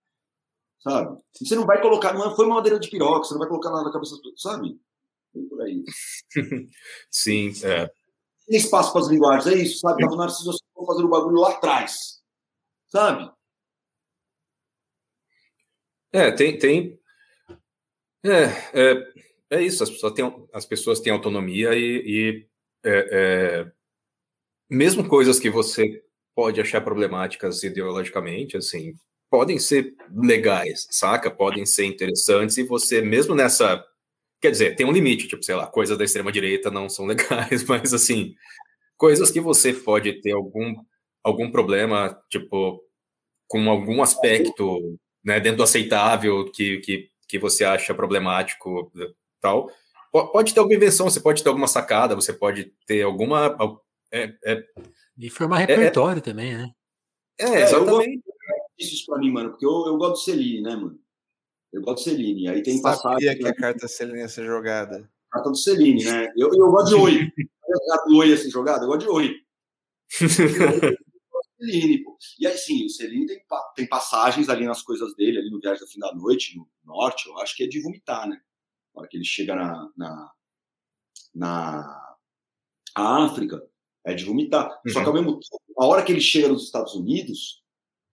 Sabe? Você não vai colocar, não foi uma madeira de piroca, você não vai colocar nada na cabeça das pessoas, sabe? Tem por aí. Sim, é. Tem espaço para as linguagens, é isso, sabe? Tava na hora de vocês fazer o bagulho lá atrás. Sabe? É, tem. tem... É, é, é isso, as pessoas têm, as pessoas têm autonomia e, e é, é, mesmo coisas que você pode achar problemáticas ideologicamente, assim, podem ser legais, saca? Podem ser interessantes e você, mesmo nessa Quer dizer, tem um limite, tipo, sei lá, coisas da extrema-direita não são legais, mas, assim, coisas que você pode ter algum, algum problema, tipo, com algum aspecto, né, dentro do aceitável que, que, que você acha problemático tal, pode ter alguma invenção, você pode ter alguma sacada, você pode ter alguma... É, é, e formar repertório é, também, né? É, exatamente. É, isso pra mim, mano, porque eu, eu gosto do Celine, né, mano? Eu gosto do Celine. Aí tem Sabia passagem... que a carta Celine ia ser jogada. A carta do Celine, né? Eu, eu gosto de Oi. A carta do Oi ia ser jogada? Eu gosto de Oi. Celine, pô. E aí, sim, o Celine tem, tem passagens ali nas coisas dele, ali no Viagem do Fim da Noite, no norte, eu acho que é de vomitar, né? Na hora que ele chega na, na, na África, é de vomitar. Uhum. Só que ao mesmo tempo, a hora que ele chega nos Estados Unidos,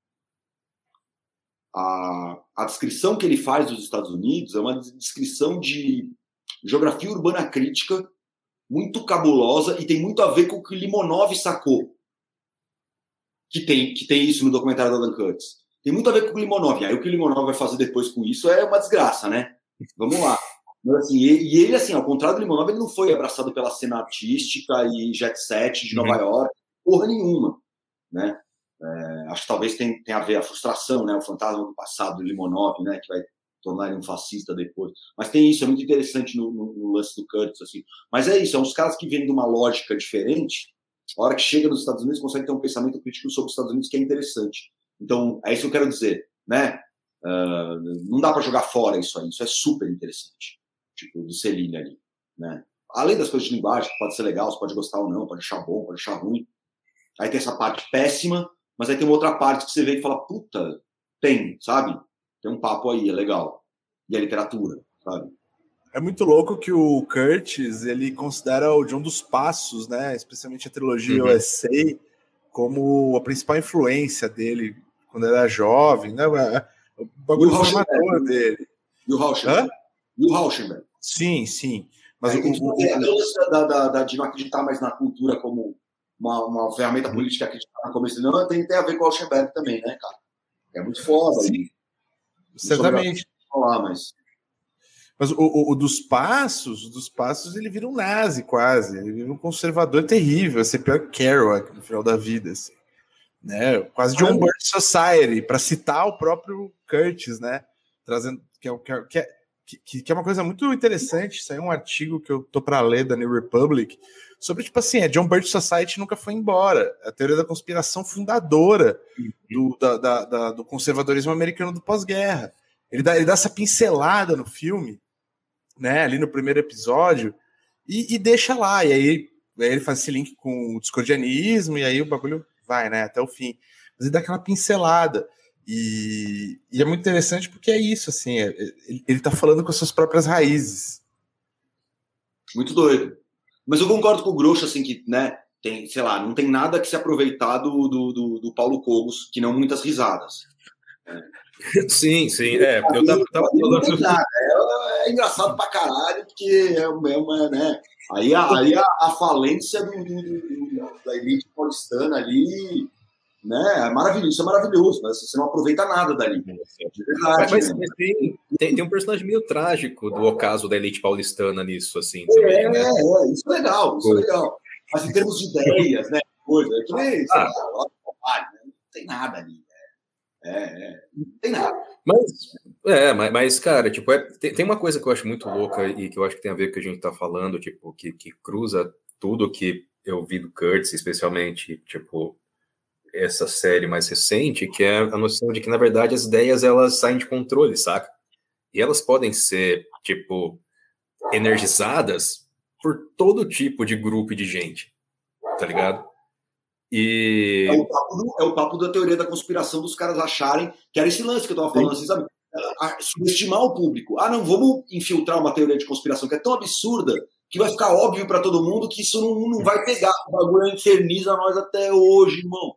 a, a descrição que ele faz dos Estados Unidos é uma descrição de geografia urbana crítica muito cabulosa e tem muito a ver com o que Limonov sacou. Que tem, que tem isso no documentário da Dan Curtis. Tem muito a ver com o Limonov. Aí o que o Limonov vai fazer depois com isso é uma desgraça, né? Vamos lá. Mas, assim, e, e ele, assim, ao contrário do Limonov, ele não foi abraçado pela cena artística e jet set de Nova uhum. York, porra nenhuma, né? É, acho que talvez tenha, tenha a ver a frustração, né? O fantasma do passado do Limonov, né? Que vai tornar ele um fascista depois. Mas tem isso, é muito interessante no, no, no lance do Curtis, assim. Mas é isso, é uns caras que vêm de uma lógica diferente. A hora que chega nos Estados Unidos, consegue ter um pensamento crítico sobre os Estados Unidos que é interessante. Então, é isso que eu quero dizer, né? Uh, não dá para jogar fora isso aí, isso é super interessante. Tipo, do Celine ali, né? Além das coisas de linguagem, que pode ser legal, você pode gostar ou não, pode achar bom, pode achar ruim. Aí tem essa parte péssima, mas aí tem uma outra parte que você vê e fala, puta, tem, sabe? Tem um papo aí, é legal. E a literatura, sabe? É muito louco que o Curtis, ele considera o John dos Passos, né, especialmente a trilogia uhum. U S A, como a principal influência dele quando ele era jovem, né, o bagulho formador dele. E o Rauschenberg. E o Rauschenberg. Sim, sim. Mas é, o, o, o, é a coisa da, da, da, de não acreditar mais na cultura como uma, uma ferramenta política, acreditar no começo, não, tem, tem a ver com o Rauschenberg também, né, cara? É muito foda. Sim, aí. Certamente. Falar, mas... Mas o, o, o dos Passos, dos Passos, ele vira um nazi quase, ele vira um conservador terrível, ser pior que Kerouac no final da vida, assim, né? Quase John Bird Society, para citar o próprio Curtis, né? Trazendo que é, que, é, que, que é uma coisa muito interessante. Saiu um artigo que eu tô para ler da New Republic sobre, tipo assim, a John Bird Society nunca foi embora, a teoria da conspiração fundadora do, da, da, da, do conservadorismo americano do pós-guerra. Ele dá, ele dá essa pincelada no filme, né, ali no primeiro episódio, e, e deixa lá, e aí, aí ele faz esse link com o discordianismo, e aí o bagulho vai, né, até o fim. Mas ele dá aquela pincelada, e, e é muito interessante porque é isso, assim, é, ele, ele tá falando com as suas próprias raízes. Muito doido. Mas eu concordo com o Groucho, assim, que, né, tem, sei lá, não tem nada que se aproveitar do, do, do, do Paulo Cogos, que não muitas risadas. É. Sim, sim, é. Eu tava, tava não tem nada. É, é engraçado pra caralho, porque é uma, né? Aí a, aí a, a falência do, do, do, da elite paulistana ali, né? É maravilhoso, isso é maravilhoso, mas você não aproveita nada dali. De verdade. Mas, mas tem, tem, tem um personagem meio trágico do ocaso da elite paulistana nisso, assim, também, é, né? É, isso é legal, isso é legal. Mas em termos de ideias, né? Coisa, é que nem, ah. lá, não tem nada ali. É, é, não tem nada. Mas, é, mas, mas cara, tipo, é, tem, tem uma coisa que eu acho muito louca e que eu acho que tem a ver com o que a gente tá falando, tipo, que, que cruza tudo que eu vi do Curtis, especialmente, tipo, essa série mais recente, que é a noção de que, na verdade, as ideias, elas saem de controle, saca? E elas podem ser, tipo, energizadas por todo tipo de grupo de gente, tá ligado? E... É, o papo do, é o papo da teoria da conspiração dos caras acharem que era esse lance que eu tava falando, assim, sabe? A, a, subestimar o público. Ah, não, vamos infiltrar uma teoria de conspiração que é tão absurda que vai ficar óbvio para todo mundo que isso não, não vai pegar. O bagulho inferniza nós até hoje, irmão.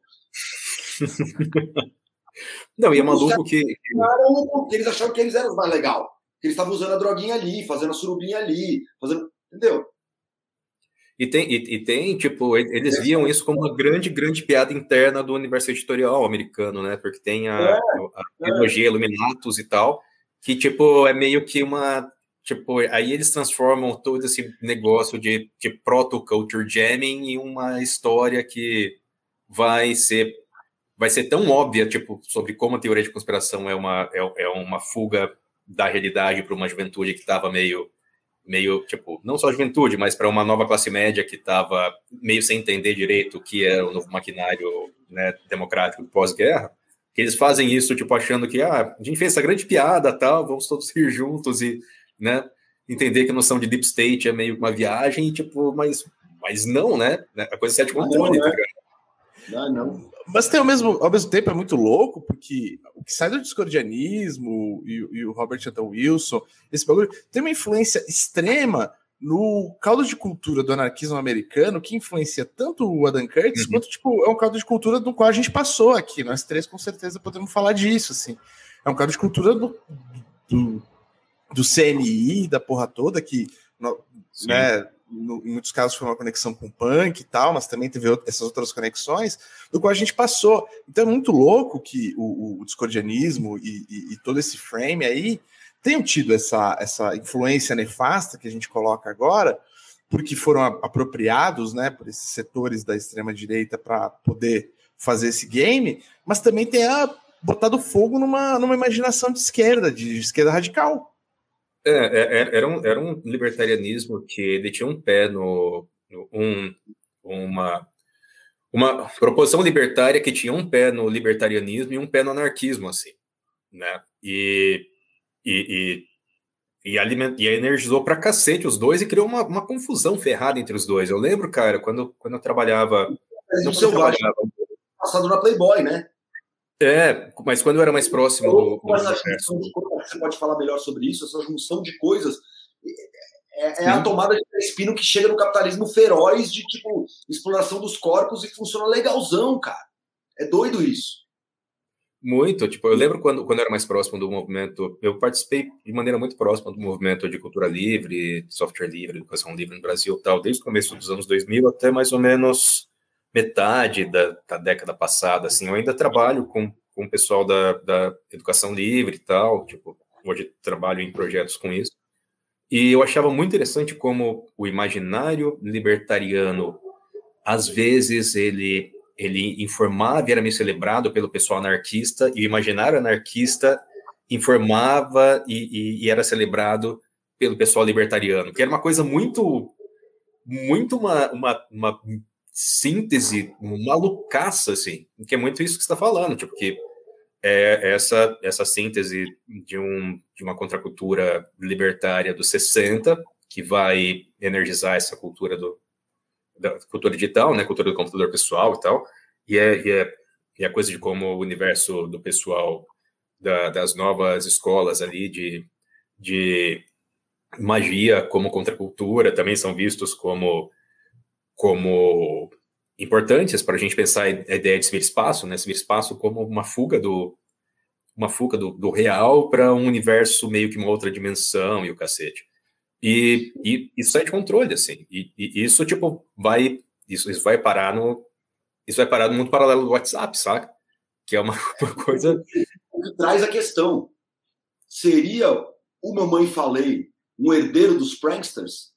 Não, e é maluco que... que... Eles acharam que eles eram os mais legais. Que eles estavam usando a droguinha ali, fazendo a surubinha ali, fazendo... Entendeu? E tem, e, e tem, tipo, eles viam isso como uma grande, grande piada interna do universo editorial americano, né? Porque tem a, é, a trilogia é. Illuminatus e tal, que, tipo, é meio que uma tipo, aí eles transformam todo esse negócio de, de proto-culture jamming em uma história que vai ser, vai ser tão óbvia, tipo, sobre como a teoria de conspiração é uma, é, é uma fuga da realidade para uma juventude que estava meio, meio, tipo, não só juventude, mas para uma nova classe média que estava meio sem entender direito o que era o novo maquinário, né, democrático pós-guerra, que eles fazem isso, tipo, achando que, ah, a gente fez essa grande piada, tal, vamos todos rir juntos e, né, entender que a noção de deep state é meio uma viagem, tipo, mas, mas não, né, a coisa é de controle, não, tá né? ligado? Não, não. Mas tem ao mesmo, ao mesmo tempo é muito louco, porque o que sai do discordianismo e, e o Robert Anton Wilson, esse bagulho, tem uma influência extrema no caldo de cultura do anarquismo americano, que influencia tanto o Adam Curtis, uhum. quanto, tipo, é um caldo de cultura do qual a gente passou aqui. Nós três, com certeza, podemos falar disso, assim. É um caldo de cultura do, do, do C N I, da porra toda, que, né, no, em muitos casos foi uma conexão com o punk e tal, mas também teve essas outras conexões, do qual a gente passou. Então é muito louco que o, o discordianismo e, e, e todo esse frame aí tenham tido essa, essa influência nefasta que a gente coloca agora, porque foram apropriados, né, por esses setores da extrema-direita para poder fazer esse game, mas também tenha botado fogo numa, numa imaginação de esquerda, de esquerda radical. É, é, era, um, era um libertarianismo que ele tinha um pé no... no um, uma, uma proposição libertária que tinha um pé no libertarianismo e um pé no anarquismo, assim, né? E... E, e, e, aliment, e energizou pra cacete os dois e criou uma, uma confusão ferrada entre os dois. Eu lembro, cara, quando, quando eu trabalhava... Não selvagem, passado na Playboy, né? É, mas quando eu era mais próximo do... do universo. Você pode falar melhor sobre isso? Essa junção de coisas é, é a tomada de espino que chega no capitalismo feroz de, tipo, exploração dos corpos e funciona legalzão, cara. É doido isso. Muito, tipo, eu lembro quando, quando eu era mais próximo do movimento, eu participei de maneira muito próxima do movimento de cultura livre, software livre, educação livre no Brasil e tal, desde o começo dos anos dois mil até mais ou menos metade da, da década passada, assim. Eu ainda trabalho com, com o pessoal da, da educação livre e tal, tipo, hoje trabalho em projetos com isso, e eu achava muito interessante como o imaginário libertariano, às vezes, ele... ele informava e era meio celebrado pelo pessoal anarquista, e o imaginário anarquista informava e, e, e era celebrado pelo pessoal libertariano, que era uma coisa muito, muito uma, uma, uma síntese malucaça, assim, que é muito isso que você está falando, tipo, que é essa, essa síntese de, um, de uma contracultura libertária dos sessenta, que vai energizar essa cultura do da cultura digital, né, cultura do computador pessoal e tal, e é, e é, e é a coisa de como o universo do pessoal da, das novas escolas ali de, de magia como contracultura também são vistos como, como importantes para a gente pensar a ideia de ciberespaço, né, ciberespaço como uma fuga do, uma fuga do, do real para um universo meio que uma outra dimensão e o cacete. E, e isso sai de controle, assim. E, e isso, tipo, vai... Isso, isso vai parar no... Isso vai parar no mundo paralelo do WhatsApp, saca? Que é uma, uma coisa... O que traz a questão. Seria o Mamãe Falei um herdeiro dos pranksters?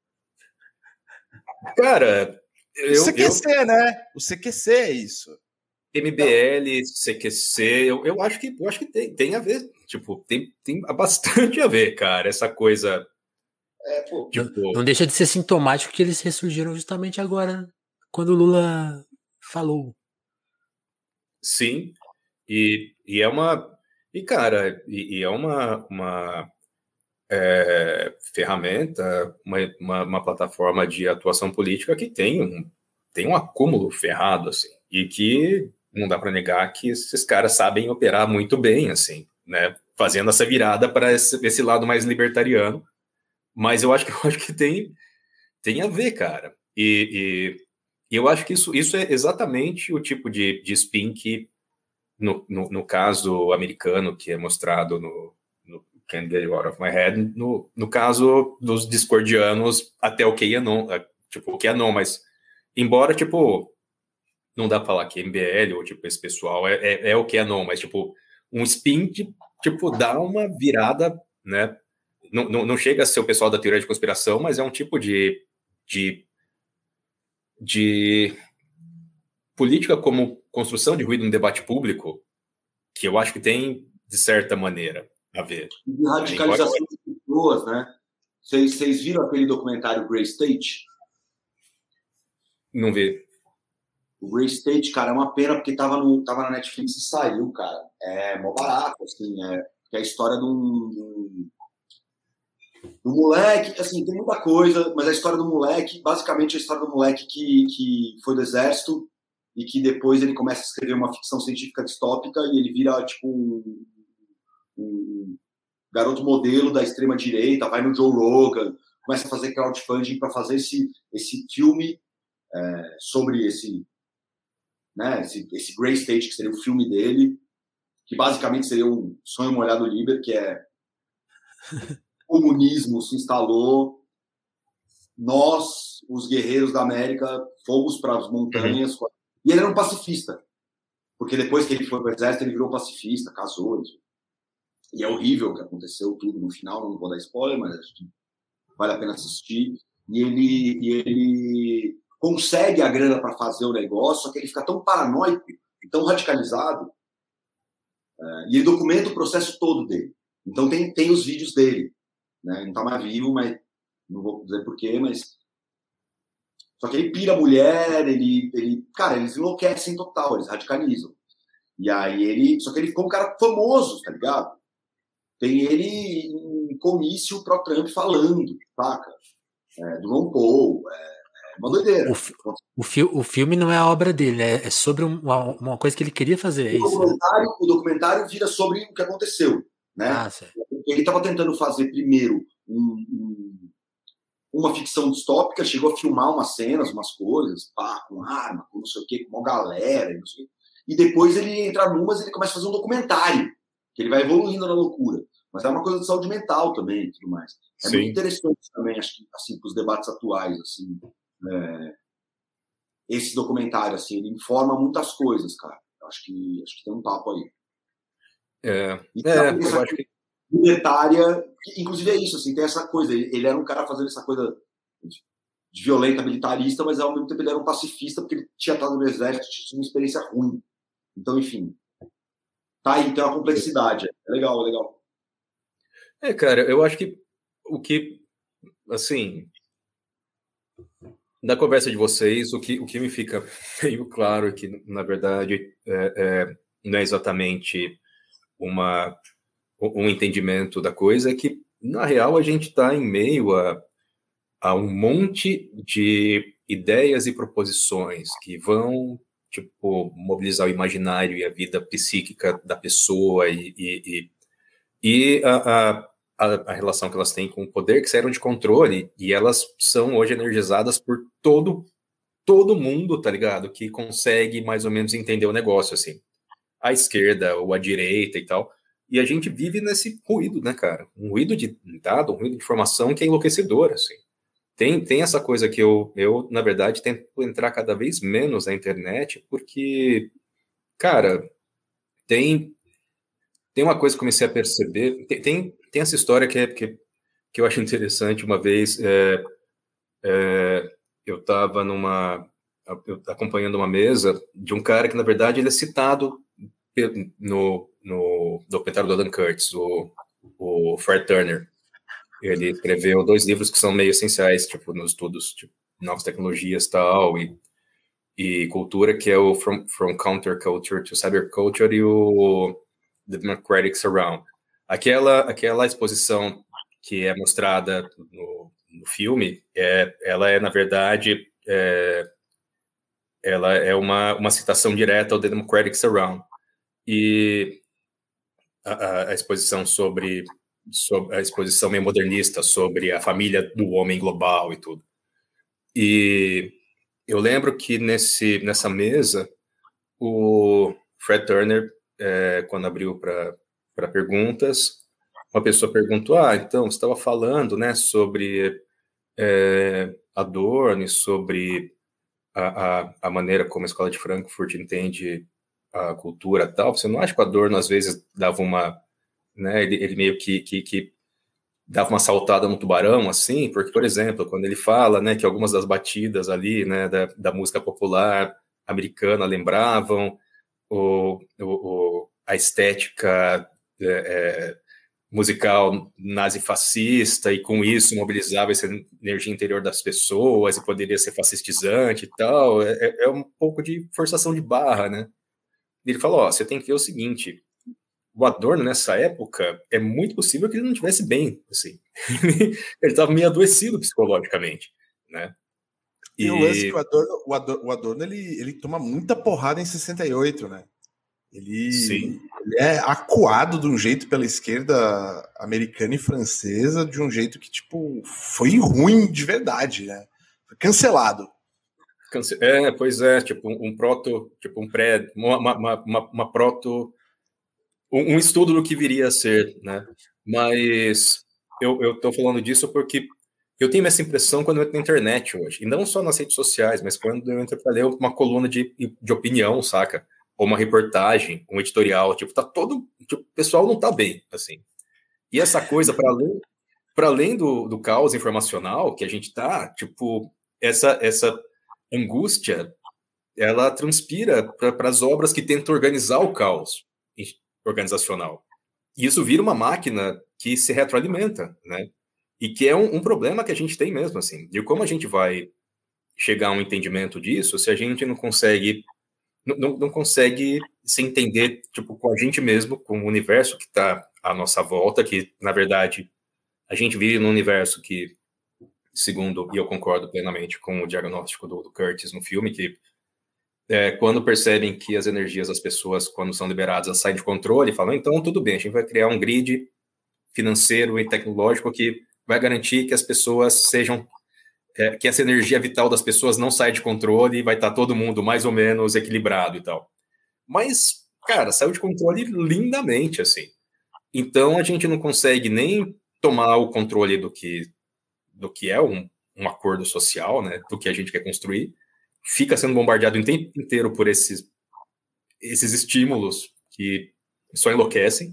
Cara... Eu, o C Q C, eu... né? O C Q C é isso. M B L, C Q C, eu, eu acho que, eu acho que tem, tem a ver. Tipo, tem, tem bastante a ver, cara. Essa coisa... É, pô, tipo... não, não deixa de ser sintomático que eles ressurgiram justamente agora, quando o Lula falou. Sim, e, e é uma... E, cara, e, e é uma, uma é, ferramenta, uma, uma, uma plataforma de atuação política que tem um, tem um acúmulo ferrado, assim, e que não dá para negar que esses caras sabem operar muito bem, assim, né? Fazendo essa virada para esse, esse lado mais libertariano. Mas eu acho que, eu acho que tem, tem a ver, cara. E, e, e eu acho que isso, isso é exatamente o tipo de, de spin que, no, no, no caso americano, que é mostrado no, no Can't Get You Out of My Head, no, no caso dos discordianos, até o QAnon, tipo, o QAnon, mas embora, tipo, não dá pra falar que M B L ou, tipo, esse pessoal é, é, é o QAnon, mas, tipo, um spin que, tipo, dá uma virada, né? não, não, não chega a ser o pessoal da teoria de conspiração, mas é um tipo de, de, de política como construção de ruído no debate público que eu acho que tem, de certa maneira, a ver. E radicalização de pessoas, né? Vocês, vocês viram aquele documentário Grey State? Não vi. O Grey State, cara, é uma pena porque tava, no, tava na Netflix e saiu, cara. É mó barato, assim, é, é a história de um, do moleque, assim, tem muita coisa, mas a história do moleque, basicamente a história do moleque que, que foi do exército e que depois ele começa a escrever uma ficção científica distópica e ele vira, tipo, um, um garoto modelo da extrema-direita, vai no Joe Rogan, começa a fazer crowdfunding para fazer esse, esse filme é, sobre esse, né, esse, esse Grey State, que seria o filme dele, que basicamente seria um sonho molhado Liber, que é o comunismo se instalou, nós, os guerreiros da América, fomos para as montanhas, uhum. E ele era um pacifista, porque depois que ele foi para o exército, ele virou pacifista, casou, e é horrível o que aconteceu tudo no final, não vou dar spoiler, mas acho que vale a pena assistir, e ele, e ele consegue a grana para fazer o negócio, só que ele fica tão paranoico, tão radicalizado, é, e ele documenta o processo todo dele. Então tem, tem os vídeos dele, né? Ele não está mais vivo, mas não vou dizer porquê, mas só que ele pira a mulher, ele, ele, cara, eles enlouquecem total, eles radicalizam. E aí ele, só que ele ficou um cara famoso, tá ligado? Tem ele em comício pro Trump falando, saca? É, do Ron Paul, é, é uma doideira. O, o, fi, o filme não é a obra dele, né? É sobre uma, uma coisa que ele queria fazer, é o isso? Documentário, né? O documentário vira sobre o que aconteceu, né? Ah, certo. Ele estava tentando fazer primeiro um, um, uma ficção distópica, chegou a filmar umas cenas, umas coisas, pá, com arma, com não sei o quê, com uma galera, não sei o quê. E depois ele entra numas e ele começa a fazer um documentário, que ele vai evoluindo na loucura. Mas é uma coisa de saúde mental também e tudo mais. É Sim. muito interessante também, acho que, assim, para os debates atuais, assim, é, esse documentário, assim, ele informa muitas coisas, cara. Acho que, acho que tem um papo aí. É, e é eu acho que... Libertária, que, inclusive é isso, assim, tem essa coisa, ele, ele era um cara fazendo essa coisa de, de violenta, militarista, mas ao mesmo tempo ele era um pacifista, porque ele tinha estado no exército, tinha uma experiência ruim. Então, enfim, tá aí, tem uma complexidade. É legal, é legal. É, cara, eu acho que o que, assim, da conversa de vocês, o que, o que me fica meio claro é que, na verdade, é, é, não é exatamente uma, um entendimento da coisa, é que, na real, a gente está em meio a, a um monte de ideias e proposições que vão, tipo, mobilizar o imaginário e a vida psíquica da pessoa e, e, e, e a, a A, a relação que elas têm com o poder, que saíram de controle, e elas são hoje energizadas por todo, todo mundo, tá ligado? Que consegue mais ou menos entender o negócio, assim. A esquerda ou a direita e tal. E a gente vive nesse ruído, né, cara? Um ruído de dado, um ruído de informação que é enlouquecedor, assim. Tem, tem essa coisa que eu, eu, na verdade, tento entrar cada vez menos na internet, porque, cara, tem... Tem uma coisa que eu comecei a perceber, tem, tem, tem essa história que, é, que, que eu acho interessante. Uma vez é, é, eu estava numa, eu, acompanhando uma mesa de um cara que, na verdade, ele é citado no, no documentário do Alan Curtis, o, o Fred Turner. Ele escreveu dois livros que são meio essenciais, tipo, nos estudos de novas tecnologias tal, e, e cultura, que é o From, From Counterculture to Cyberculture e o The Democratic Surround. Aquela, aquela exposição que é mostrada no, no filme, é, ela é, na verdade, é, ela é uma, uma citação direta ao The Democratic Surround. E a, a exposição sobre, sobre a exposição meio modernista sobre a família do homem global e tudo. E eu lembro que nesse, nessa mesa, o Fred Turner, É, quando abriu para perguntas, uma pessoa perguntou, ah, então, você estava falando, né, sobre é, Adorno e sobre a, a, a maneira como a Escola de Frankfurt entende a cultura e tal. Você não acha que o Adorno, às vezes, dava uma... Né, ele, ele meio que, que, que dava uma saltada no tubarão, assim, porque, por exemplo, quando ele fala, né, que algumas das batidas ali, né, da, da música popular americana lembravam o, o, o, a estética é, é, musical nazi-fascista, e com isso mobilizava essa energia interior das pessoas e poderia ser fascistizante e tal, é, é um pouco de forçação de barra, né? Ele falou, ó, você tem que ver o seguinte, o Adorno, nessa época, é muito possível que ele não estivesse bem, assim. Ele estava meio adoecido psicologicamente, né? E, e o lance que o Adorno, o Adorno, o Adorno ele, ele toma muita porrada em sessenta e oito, né? Ele, ele é acuado de um jeito pela esquerda americana e francesa, de um jeito que, tipo, foi ruim de verdade, né? Foi cancelado. Cance... É, pois é, tipo, um, um proto, tipo, um pré, uma, uma, uma, uma proto, um, um estudo do que viria a ser, né? Mas eu, eu tô falando disso porque eu tenho essa impressão quando eu entro na internet hoje, e não só nas redes sociais, mas quando eu entro para ler uma coluna de, de opinião, saca? Ou uma reportagem, um editorial, tipo, tá todo, tipo, o pessoal não tá bem, assim. E essa coisa, para além, para além do, do caos informacional que a gente tá, tipo, essa, essa angústia, ela transpira para as obras que tentam organizar o caos organizacional. E isso vira uma máquina que se retroalimenta, né? E que é um, um problema que a gente tem mesmo, assim, de como a gente vai chegar a um entendimento disso se a gente não consegue Não, não consegue se entender, tipo, com a gente mesmo, com o universo que está à nossa volta, que, na verdade, a gente vive num universo que, segundo, e eu concordo plenamente com o diagnóstico do, do Curtis no filme, que é, quando percebem que as energias das pessoas, quando são liberadas, elas saem de controle, falam, então, tudo bem, a gente vai criar um grid financeiro e tecnológico que vai garantir que as pessoas sejam É, que essa energia vital das pessoas não sai de controle e vai estar todo mundo mais ou menos equilibrado e tal. Mas, cara, saiu de controle lindamente, assim. Então, a gente não consegue nem tomar o controle do que, do que é um, um acordo social, né, do que a gente quer construir. Fica sendo bombardeado o tempo inteiro por esses, esses estímulos que só enlouquecem.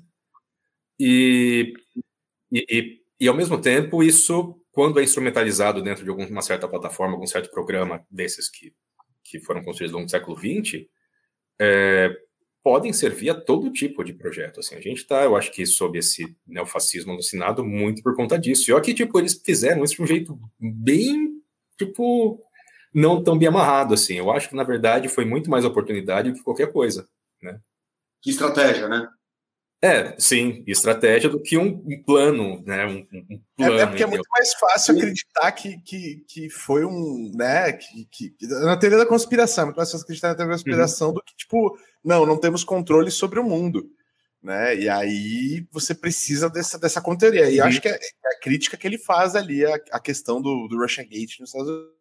E, e, e, e, ao mesmo tempo, isso... quando é instrumentalizado dentro de alguma certa plataforma, algum certo programa desses que, que foram construídos ao longo do século vinte, é, podem servir a todo tipo de projeto. Assim, a gente está, eu acho que, sob esse neofascismo alucinado muito por conta disso. E olha que, tipo, eles fizeram isso de um jeito bem, tipo, não tão bem amarrado, assim. Eu acho que, na verdade, foi muito mais oportunidade do que qualquer coisa, né? Que estratégia, né? É, sim, estratégia do que um, um plano, né? Um, um plano, é, é porque é muito mais fácil acreditar que, que, que foi um, né? Que, que, na teoria da conspiração, é muito mais fácil acreditar na teoria da conspiração uhum. do que, tipo, não, não temos controle sobre o mundo, né? E aí você precisa dessa, dessa conteúdo. E uhum. acho que é a crítica que ele faz ali, a, a questão do, do Russian Gate nos Estados Unidos.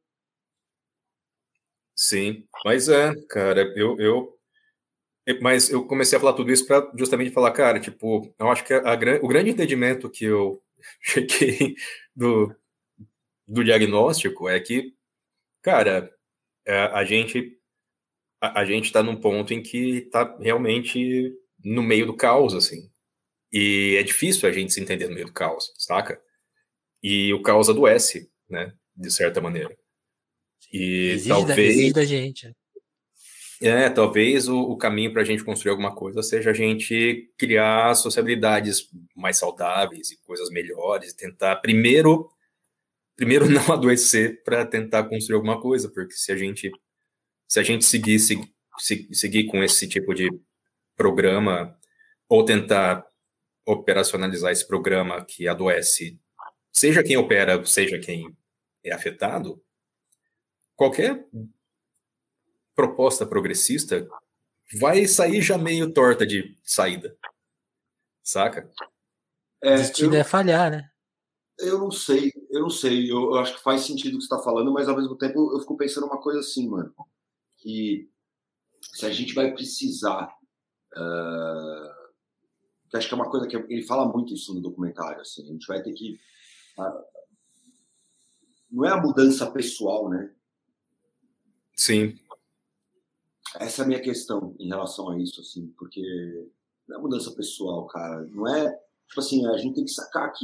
Sim, mas é, cara, eu, eu Mas eu comecei a falar tudo isso para justamente falar, cara, tipo, eu acho que a, a, o grande entendimento que eu cheguei do, do diagnóstico é que, cara, a, a gente a, a gente está num ponto em que está realmente no meio do caos, assim. E é difícil a gente se entender no meio do caos, saca? E o caos adoece, né, de certa maneira. E exige talvez... Da, exige da gente. É, talvez o, o caminho para a gente construir alguma coisa seja a gente criar sociabilidades mais saudáveis e coisas melhores, tentar primeiro, primeiro não adoecer para tentar construir alguma coisa, porque se a gente se a gente seguir, se, se, seguir com esse tipo de programa ou tentar operacionalizar esse programa que adoece, seja quem opera, seja quem é afetado, qualquer proposta progressista vai sair já meio torta de saída, saca? É, Destino eu, é falhar, né? Eu não sei, eu não sei. Eu, eu acho que faz sentido o que você está falando, mas ao mesmo tempo eu fico pensando uma coisa assim, mano, que se a gente vai precisar, uh, que acho que é uma coisa que ele fala muito isso no documentário, assim, a gente vai ter que, uh, não é a mudança pessoal, né? Sim. Essa é a minha questão em relação a isso, assim, porque não é mudança pessoal, cara. Não é, tipo assim, a gente tem que sacar que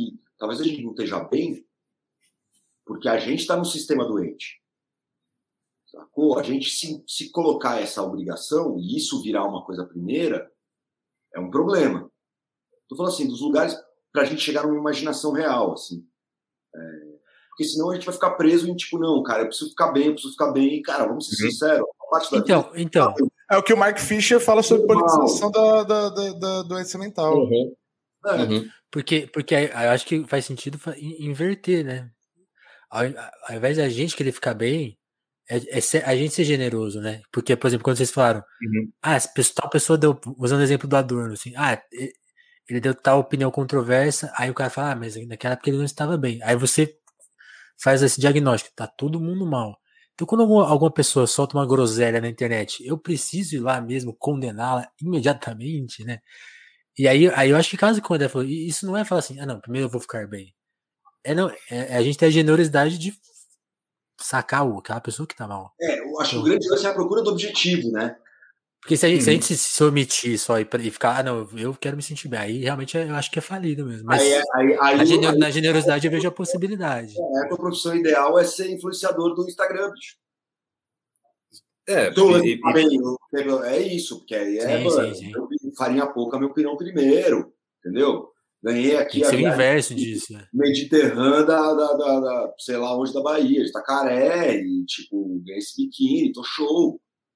talvez a gente não esteja bem porque a gente está no sistema doente. Sacou? A gente se, se colocar essa obrigação e isso virar uma coisa primeira, é um problema. Tô falando assim, dos lugares para a gente chegar numa imaginação real, assim. É, porque senão a gente vai ficar preso em tipo, não, cara, eu preciso ficar bem, eu preciso ficar bem. E, cara, vamos ser uhum. sinceros. A parte da então, vida, então. É o que o Mark Fisher fala sobre politização da, da, da, da doença mental. Uhum. É. Uhum. Porque, porque eu acho que faz sentido inverter, né? Ao, ao invés da gente querer ficar bem, é, é ser, a gente ser generoso, né? Porque, por exemplo, quando vocês falaram, uhum. ah, tal pessoa deu, usando o exemplo do Adorno, assim, ah, ele deu tal opinião controversa, aí o cara fala, ah, mas naquela época ele não estava bem. Aí você faz esse diagnóstico, tá todo mundo mal. Então, quando alguma, alguma pessoa solta uma groselha na internet, eu preciso ir lá mesmo condená-la imediatamente, né? E aí, aí eu acho que caso que o André falou, isso não é falar assim, ah não, primeiro eu vou ficar bem. É, não, é, é a gente ter a generosidade de sacar o, aquela pessoa que tá mal. É, eu acho então, que o grande lance é a procura do objetivo, né? Porque se a gente, Uhum. se, a gente se, se omitir só e, e ficar, ah não, eu quero me sentir bem, aí realmente eu acho que é falido mesmo. Mas aí, aí, aí, na, gener, aí, na generosidade eu vejo a possibilidade. É, a tua profissão ideal é ser influenciador do Instagram, bicho. É, então, e, tá bem, é isso, porque aí é sim, mano, sim, sim. Eu, farinha pouca, meu pirão primeiro, entendeu? Ganhei aqui Tem que a ser o viagem inverso disso, né? Mediterrânea da, da, da, da, sei lá onde da Bahia, de Itacaré, e tipo, ganhei esse biquíni, tô show.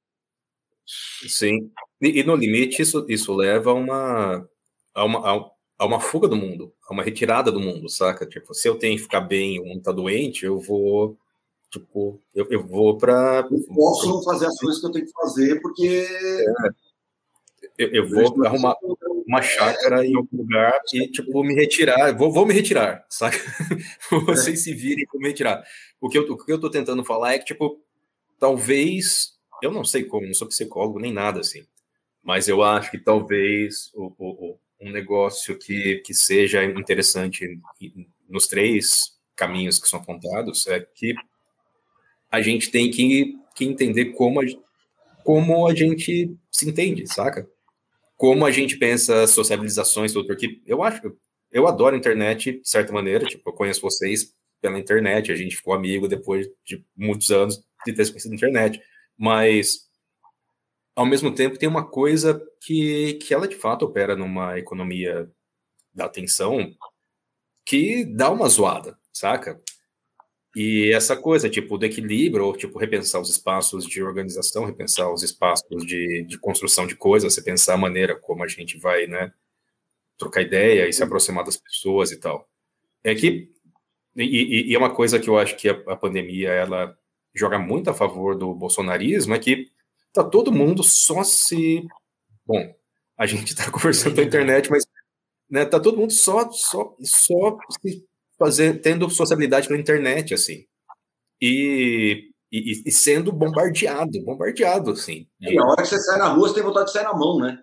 Sim, e, e no limite isso, isso leva a uma, a, uma, a uma fuga do mundo, a uma retirada do mundo, saca? Tipo, se eu tenho que ficar bem e o mundo tá doente, eu vou, tipo, eu, eu vou pra... Eu posso não fazer as coisas que eu tenho que fazer, porque... É, eu, eu vou eu arrumar uma chácara é, em algum lugar e, tipo, me retirar, vou, vou me retirar, saca? Vocês é. se virem e vou me retirar. O que, eu, o que eu tô tentando falar é que, tipo, talvez... Eu não sei como, não sou psicólogo nem nada assim, mas eu acho que talvez o, o, um negócio que, que seja interessante nos três caminhos que são apontados é que a gente tem que, que entender como a, como a gente se entende, saca? Como a gente pensa sociabilizações, tudo, porque eu acho, eu adoro a internet de certa maneira, tipo, eu conheço vocês pela internet, a gente ficou amigo depois de muitos anos de ter se conhecido na internet. Mas, ao mesmo tempo, tem uma coisa que, que ela, de fato, opera numa economia da atenção que dá uma zoada, saca? E essa coisa, tipo, do equilíbrio, ou, tipo, repensar os espaços de organização, repensar os espaços de, de construção de coisas, você pensar a maneira como a gente vai, né, trocar ideia e se aproximar das pessoas e tal. É que, e, e é uma coisa que eu acho que a, a pandemia, ela... joga muito a favor do bolsonarismo, é que tá todo mundo só se... Bom, a gente tá conversando pela internet, mas né, tá todo mundo só, só, só se fazer, tendo sociabilidade pela internet, assim. E, e, e sendo bombardeado, bombardeado, assim. E na hora que você sai na rua, você tem vontade de sair na mão, né?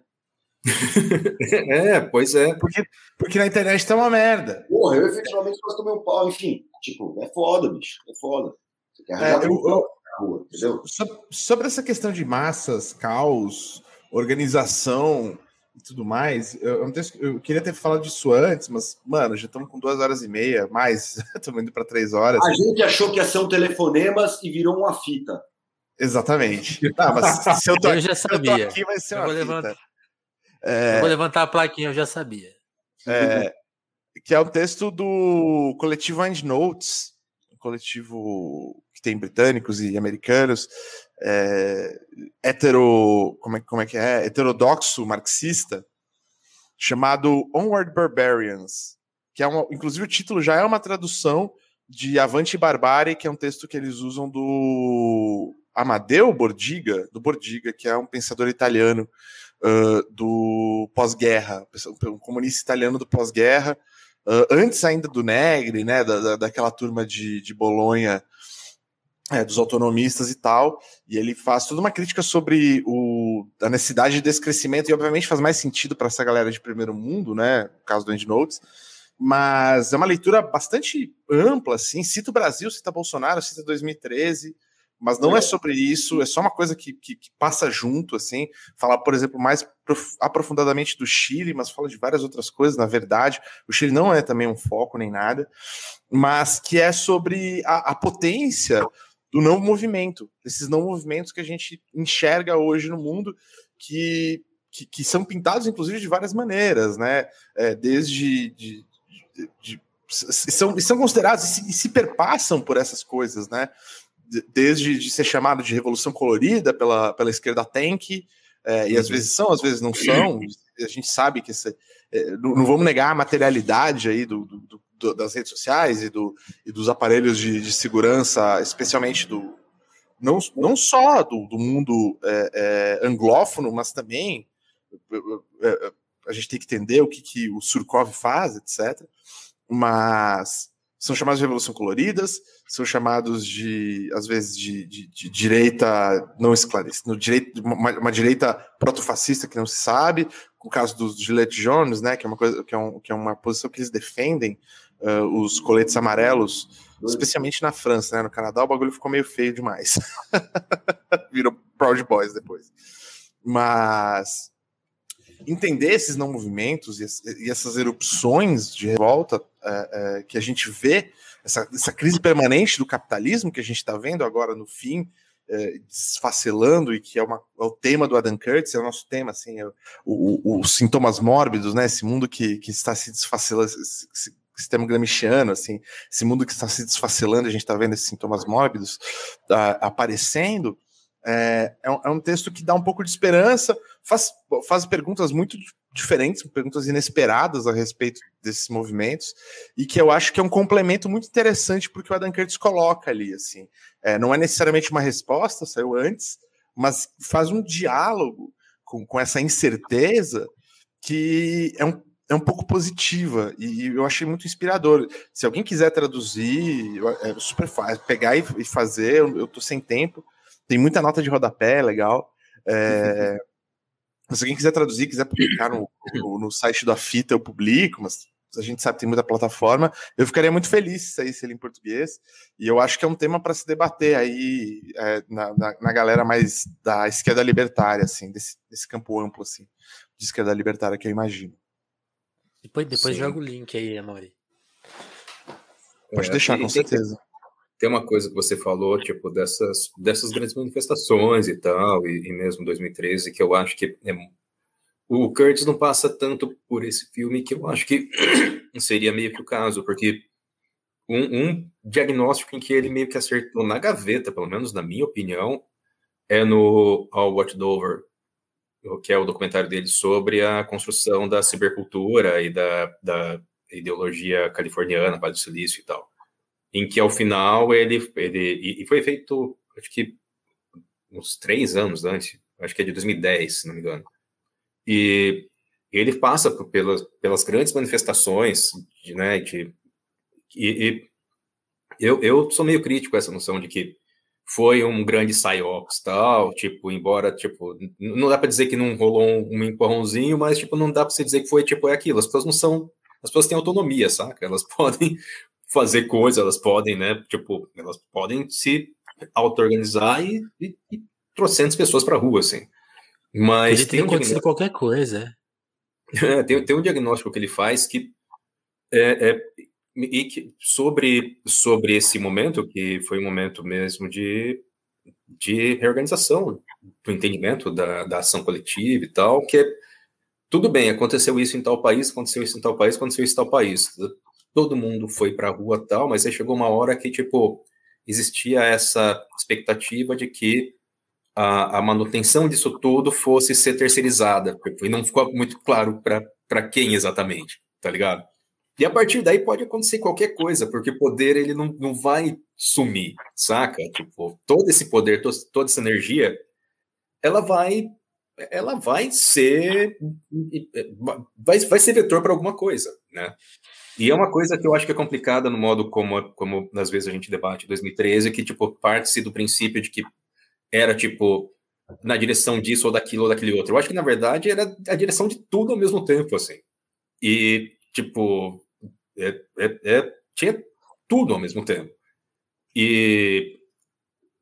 É, pois é. Porque, porque na internet tá uma merda. Porra, eu efetivamente posso tomar um pau, enfim. Tipo, é foda, bicho, é foda. É, eu, eu, rua, sobre, sobre essa questão de massas, caos, organização e tudo mais, eu, eu, eu queria ter falado disso antes, mas, mano, já estamos com duas horas e meia, mais, estamos indo para três horas. A gente achou que ia ser um telefonemas e virou uma fita. Exatamente. Ah, mas se eu tô, eu já sabia. Se eu tô aqui, vai ser eu uma vou fita. Levantar, é, eu vou levantar a plaquinha, eu já sabia. É, que é o texto do coletivo Endnotes, um coletivo que tem britânicos e americanos, é, hetero, como é, como é que é? Heterodoxo marxista, chamado Onward Barbarians, que é uma, inclusive o título já é uma tradução de Avante Barbare, que é um texto que eles usam do Amadeo Bordiga, do Bordiga, que é um pensador italiano uh, do pós-guerra, um comunista italiano do pós-guerra, uh, antes ainda do Negri, né, da, da, daquela turma de, de Bolonha, é, dos autonomistas e tal, e ele faz toda uma crítica sobre o, a necessidade de descrescimento, e obviamente faz mais sentido para essa galera de primeiro mundo, né, no caso do Endnotes, mas é uma leitura bastante ampla, assim, cita o Brasil, cita Bolsonaro, cita dois mil e treze, mas não é sobre isso, é só uma coisa que, que, que passa junto, assim, falar, por exemplo, mais prof, aprofundadamente do Chile, mas fala de várias outras coisas, na verdade, o Chile não é também um foco nem nada, mas que é sobre a, a potência do não movimento, desses não movimentos que a gente enxerga hoje no mundo, que, que, que são pintados, inclusive, de várias maneiras, né, é, desde... De, de, de, são, são considerados e se, e se perpassam por essas coisas, né, desde de ser chamado de revolução colorida pela, pela esquerda tanque, é, e às vezes são, às vezes não são, a gente sabe que esse, é, não, não vamos negar a materialidade aí do, do, do, das redes sociais e, do, e dos aparelhos de, de segurança, especialmente do não, não só do, do mundo é, é, anglófono, mas também é, a gente tem que entender o que, que o Surkov faz, etcétera. Mas são chamados de revolução coloridas, são chamados de, às vezes, de, de, de direita não esclarecida, direito, uma, uma direita protofascista que não se sabe, o caso dos Gillette Jones, né, que é uma coisa, que é, um, que é uma posição que eles defendem, uh, os coletes amarelos, especialmente na França, né, no Canadá o bagulho ficou meio feio demais. Virou Proud Boys depois. Mas entender esses não movimentos e essas erupções de revolta é, é, que a gente vê, essa, essa crise permanente do capitalismo que a gente está vendo agora no fim, é, desfacelando, e que é, uma, é o tema do Adam Curtis, é o nosso tema, assim, é o, o, os sintomas mórbidos, né, esse mundo que, que está se desfacelando, esse, esse sistema gramsciano, assim, esse mundo que está se desfacelando, a gente está vendo esses sintomas mórbidos tá, aparecendo. É, é, um, é um texto que dá um pouco de esperança, faz, faz perguntas muito diferentes, perguntas inesperadas a respeito desses movimentos, e que eu acho que é um complemento muito interessante porque o Adam Curtis coloca ali, assim. É, não é necessariamente uma resposta, saiu antes, mas faz um diálogo com, com essa incerteza que é um, é um pouco positiva, e eu achei muito inspirador. Se alguém quiser traduzir, é super fácil, pegar e, e fazer, eu, eu tô sem tempo. Tem muita nota de rodapé, legal. É, se alguém quiser traduzir, quiser publicar no, no, no site da Fita, eu publico, mas a gente sabe que tem muita plataforma. Eu ficaria muito feliz se saísse ele em português. E eu acho que é um tema para se debater aí é, na, na, na galera mais da esquerda libertária, assim, desse, desse campo amplo, assim, de esquerda libertária que eu imagino. Depois, depois joga o link aí, Amaury. Pode é, deixar, com certeza. Tem uma coisa que você falou, tipo, dessas, dessas grandes manifestações e tal, e, e mesmo dois mil e treze, que eu acho que é, o Curtis não passa tanto por esse filme, que eu acho que seria meio que o caso, porque um, um diagnóstico em que ele meio que acertou na gaveta, pelo menos na minha opinião, é no All Watched Over, que é o documentário dele sobre a construção da cibercultura e da, da ideologia californiana, Vale do Silício e tal. Em que, ao final, ele... ele e foi feito, acho que, uns três anos antes. Acho que é de dois mil e dez, se não me engano. E ele passa por, pelas, pelas grandes manifestações, de, né, de, e, e eu, eu sou meio crítico com essa noção de que foi um grande psyops, tal, tipo, embora, tipo, não dá para dizer que não rolou um, um empurrãozinho, mas, tipo, não dá para você dizer que foi, tipo, é aquilo. As pessoas não são... As pessoas têm autonomia, saca? Elas podem... fazer coisas, elas podem, né, tipo, elas podem se auto-organizar e, e, e trocentas pessoas para a rua, assim. Mas Podia ter tem um acontecido qualquer coisa, é, tem, tem um diagnóstico que ele faz que é, é e que sobre, sobre esse momento, que foi um momento mesmo de, de reorganização do entendimento da, da ação coletiva e tal, que é, tudo bem, aconteceu isso em tal país, aconteceu isso em tal país, aconteceu isso em tal país. Todo mundo foi para a rua tal, mas aí chegou uma hora que, tipo, existia essa expectativa de que a, a manutenção disso tudo fosse ser terceirizada, e não ficou muito claro para quem exatamente, tá ligado? E a partir daí pode acontecer qualquer coisa, porque poder, ele não, não vai sumir, saca? Tipo, todo esse poder, to, toda essa energia, ela vai, ela vai ser, vai, vai ser vetor para alguma coisa, né? E é uma coisa que eu acho que é complicada no modo como, como às vezes a gente debate em dois mil e treze, que, tipo, parte-se do princípio de que era, tipo, na direção disso ou daquilo ou daquele outro. Eu acho que, na verdade, era a direção de tudo ao mesmo tempo, assim. E, tipo, é, é, é, tinha tudo ao mesmo tempo. E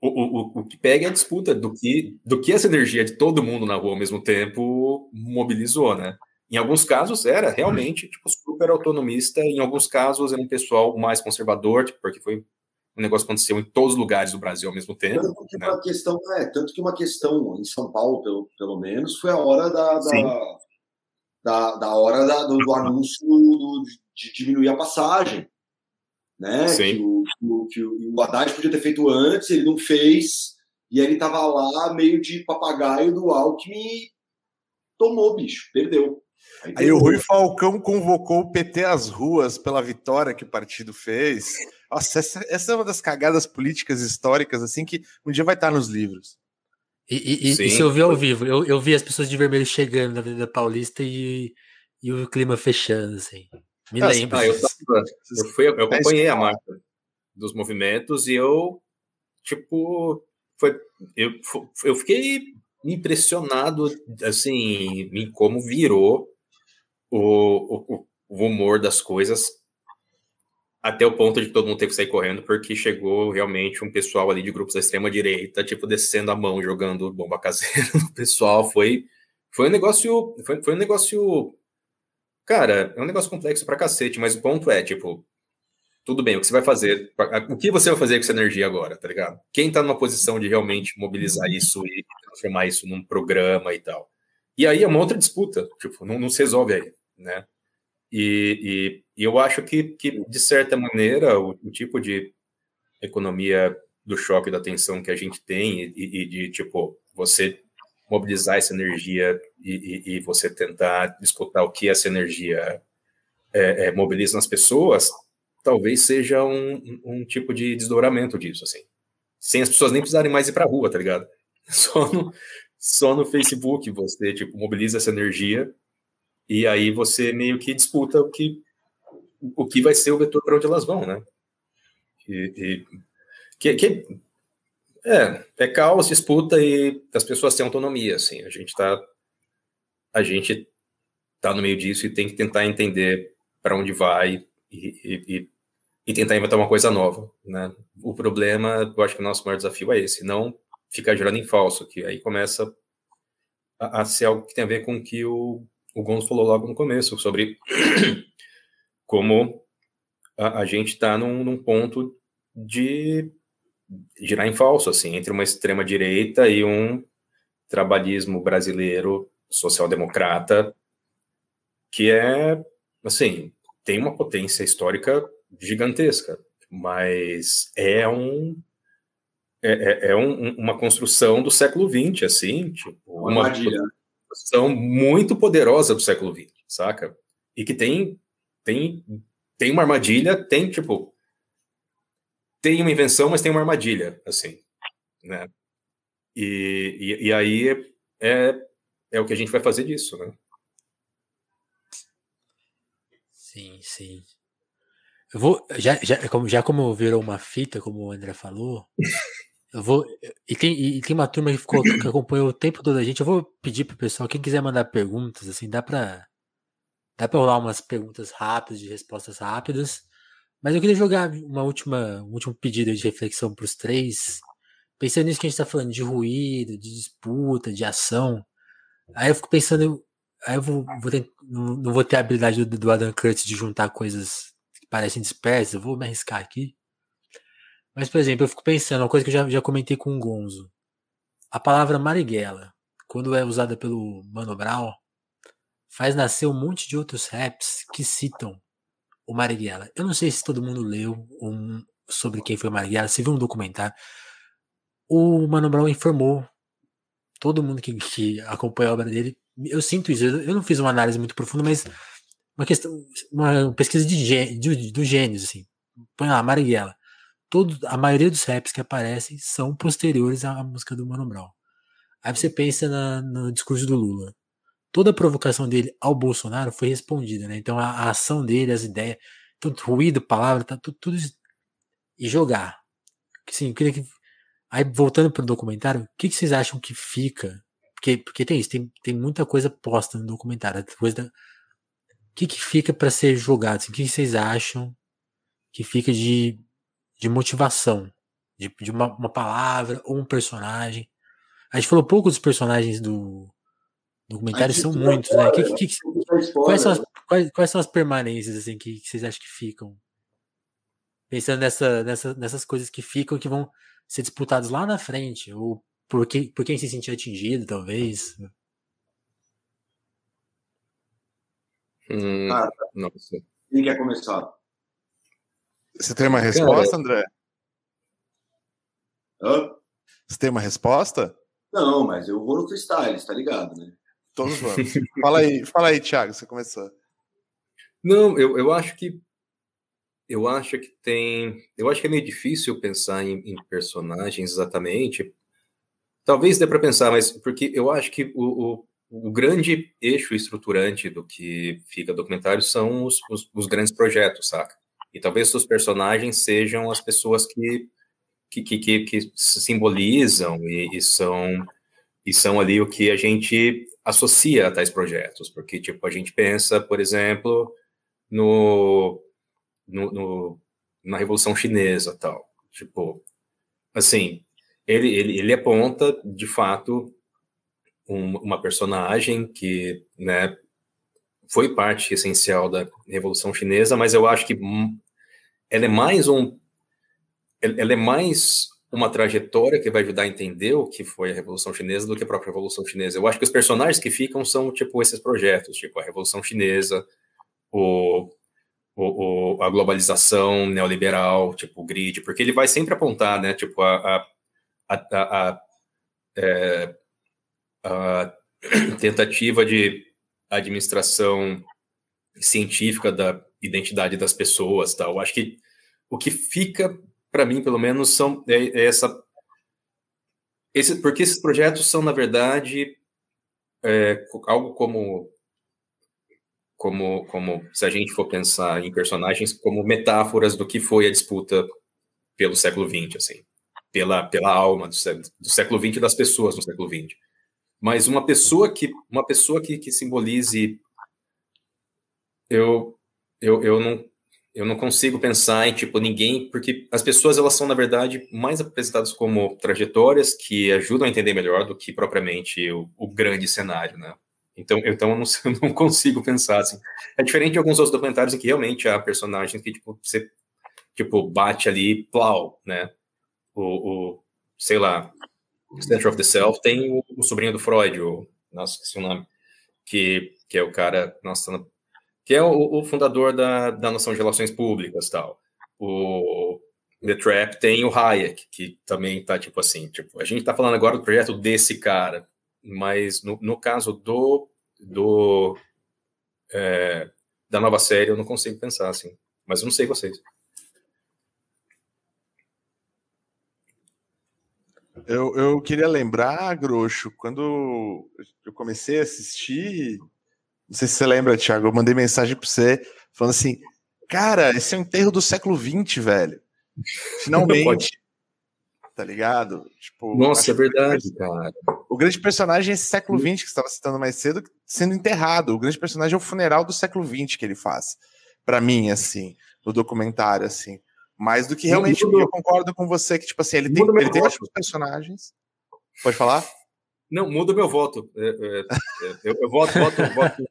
o, o, o que pega é a disputa do que, do que essa energia de todo mundo na rua ao mesmo tempo mobilizou, né? Em alguns casos era realmente tipo, super autonomista, em alguns casos era um pessoal mais conservador, tipo, porque foi um negócio que aconteceu em todos os lugares do Brasil ao mesmo tempo. Tanto que né? uma questão, é, tanto que uma questão em São Paulo, pelo, pelo menos, foi a hora da, da, da, da hora da, do, do anúncio do, de diminuir a passagem. Né? Que, o, que, o, que o Haddad podia ter feito antes, ele não fez, e aí ele estava lá meio de papagaio do Alckmin, tomou, bicho, perdeu. Aí, aí o Rui Falcão convocou o P T às ruas pela vitória que o partido fez. Nossa, essa, essa é uma das cagadas políticas históricas assim que um dia vai estar nos livros. E, e, e se eu vi ao vivo, eu, eu vi as pessoas de vermelho chegando na Avenida Paulista e, e o clima fechando, assim. Me Nossa, lembro. Ah, eu, tava, eu, fui, eu acompanhei a marcha dos movimentos e eu, tipo, foi, eu, eu fiquei impressionado, assim, em como virou o, o, o humor das coisas até o ponto de todo mundo ter que sair correndo, porque chegou realmente um pessoal ali de grupos da extrema-direita, tipo, descendo a mão, jogando bomba caseira no pessoal. Foi, foi um negócio... Foi, foi um negócio... Cara, é um negócio complexo pra cacete, mas o ponto é, tipo, tudo bem, o que você vai fazer? O que você vai fazer com essa energia agora, tá ligado? Quem tá numa posição de realmente mobilizar isso e transformar isso num programa e tal? E aí é uma outra disputa, tipo, não, não se resolve aí, né? E, e, e eu acho que, que, de certa maneira, o, o tipo de economia do choque e da tensão que a gente tem e, e de, tipo, você mobilizar essa energia e, e, e você tentar disputar o que essa energia é, é, mobiliza nas pessoas, talvez seja um, um tipo de desdobramento disso, assim. Sem as pessoas nem precisarem mais ir pra rua, tá ligado? Só no, só no Facebook você, tipo, mobiliza essa energia e aí você meio que disputa o que, o que vai ser o vetor para onde elas vão, né? E, e, que, que, é, é caos, disputa e as pessoas têm autonomia, assim. A gente tá, a gente tá no meio disso e tem que tentar entender para onde vai e, e, e tentar inventar uma coisa nova, né? O problema, eu acho que o nosso maior desafio é esse, não ficar girando em falso, que aí começa a, a ser algo que tem a ver com o que o, o Gonzo falou logo no começo, sobre como a, a gente está num, num ponto de girar em falso, assim, entre uma extrema-direita e um trabalhismo brasileiro social-democrata que é, assim, tem uma potência histórica gigantesca, mas é um é, é, é um, uma construção do século vinte, assim, tipo, uma, uma construção muito poderosa do século vinte, saca? E que tem tem tem uma armadilha, tem, tipo, tem uma invenção, mas tem uma armadilha, assim, né? E, e, e aí é, é o que a gente vai fazer disso, né? Sim, sim. Eu vou, já, já, como, já como virou uma fita, como o André falou, eu vou, e tem, e tem uma turma que, ficou, que acompanhou o tempo todo a gente, eu vou pedir pro pessoal, quem quiser mandar perguntas, assim, dá pra, dá pra rolar umas perguntas rápidas, de respostas rápidas, mas eu queria jogar uma última, um último pedido de reflexão pros três, pensando nisso que a gente tá falando, de ruído, de disputa, de ação, aí eu fico pensando, aí eu vou, vou ter, não, não vou ter a habilidade do, do Adam Curtis de juntar coisas que parecem dispersas, eu vou me arriscar aqui. Mas, por exemplo, eu fico pensando, uma coisa que eu já, já comentei com o Gonzo. A palavra Marighella, quando é usada pelo Mano Brown, faz nascer um monte de outros raps que citam o Marighella. Eu não sei se todo mundo leu um, sobre quem foi o Marighella, se viu um documentário. O Mano Brown informou todo mundo que, que acompanha a obra dele. Eu sinto isso, eu não fiz uma análise muito profunda, mas uma questão, uma pesquisa de, gê, de, de gênios, assim. Põe lá, Marighella. Todo, a maioria dos raps que aparecem são posteriores à música do Mano Brown. Aí você pensa na, no discurso do Lula. Toda a provocação dele ao Bolsonaro foi respondida, né? Então a, a ação dele, as ideias, tanto ruído, palavra, tá tudo, tudo isso. E jogar. Assim, eu queria que, aí voltando pro documentário, o que, que vocês acham que fica? Porque, porque tem isso, tem, tem muita coisa posta no documentário. Coisa da, o que, que fica para ser jogado? Assim, o que, que vocês acham que fica de de motivação, De, de uma, uma palavra ou um personagem. A gente falou pouco dos personagens do documentário, são muitos, né? Que, que, que, quais, são as, quais, quais são as permanências assim, que, que vocês acham que ficam? Pensando nessa, nessa, nessas coisas que ficam, que vão ser disputadas lá na frente, ou por, que, por quem se sentir atingido, talvez. Hum, Ah, não sei. Quem quer começar? Você tem uma resposta, André? Hã? Você tem uma resposta? Não, mas eu vou no freestyle, tá ligado, né? Todos vamos. Fala aí, fala aí, Thiago, você começou. Não, eu, eu acho que eu acho que tem, eu acho que é meio difícil pensar em, em personagens exatamente. Talvez dê para pensar, mas porque eu acho que o, o, o grande eixo estruturante do que fica documentário são os, os, os grandes projetos, saca? E talvez os personagens sejam as pessoas que que, que, que, que simbolizam e, e são e são ali o que a gente associa a tais projetos, porque tipo a gente pensa, por exemplo, no, no, no na Revolução Chinesa, tal, tipo, assim, ele ele, ele aponta de fato um, uma personagem que, né, foi parte essencial da Revolução Chinesa, mas eu acho que ela é mais um ela é mais uma trajetória que vai ajudar a entender o que foi a Revolução Chinesa do que a própria Revolução Chinesa. Eu acho que os personagens que ficam são, tipo, esses projetos, tipo a Revolução Chinesa, o, o, o, a globalização neoliberal, tipo o grid, porque ele vai sempre apontar, né, tipo, a, a, a, a, a, é, a tentativa de administração científica da identidade das pessoas, tal. Eu acho que o que fica para mim, pelo menos, são é, é essa... Esse, porque esses projetos são, na verdade, é, algo como, como, como, se a gente for pensar em personagens, como metáforas do que foi a disputa pelo século vinte, assim, pela, pela alma do século, do século vinte e das pessoas no século vinte. Mas uma pessoa que, uma pessoa que, que simbolize... Eu, eu, eu não... Eu não consigo pensar em, tipo, ninguém... Porque as pessoas, elas são, na verdade, mais apresentadas como trajetórias que ajudam a entender melhor do que, propriamente, o, o grande cenário, né? Então, eu, então eu, não, eu não consigo pensar, assim. É diferente de alguns outros documentários em que, realmente, há personagens que, tipo, você, tipo, bate ali, plau, né? O, o sei lá, Center of the Self tem o, o sobrinho do Freud, o... Nossa, esqueci o nome. Que, que é o cara... Nossa, que é o, o fundador da, da noção de relações públicas, tal. O The Trap tem o Hayek, que também tá, tipo assim, tipo, a gente tá falando agora do projeto desse cara, mas no, no caso do, do é, da nova série eu não consigo pensar, assim. Mas eu não sei vocês. Eu, eu queria lembrar, Groxo, quando eu comecei a assistir... Não sei se você lembra, Thiago, eu mandei mensagem pra você falando assim, cara, esse é o enterro do século vinte, velho. Finalmente. Tá ligado? Tipo, nossa, é verdade, o cara. O grande personagem é esse século vinte que você estava citando mais cedo, sendo enterrado. O grande personagem é o funeral do século vinte que ele faz. Pra mim, assim, no documentário, assim. Mais do que realmente, eu concordo com você que, tipo assim, ele tem, ele tem ótimos personagens. Pode falar? Não, muda o meu voto. É, é, é, eu, eu voto, voto, voto.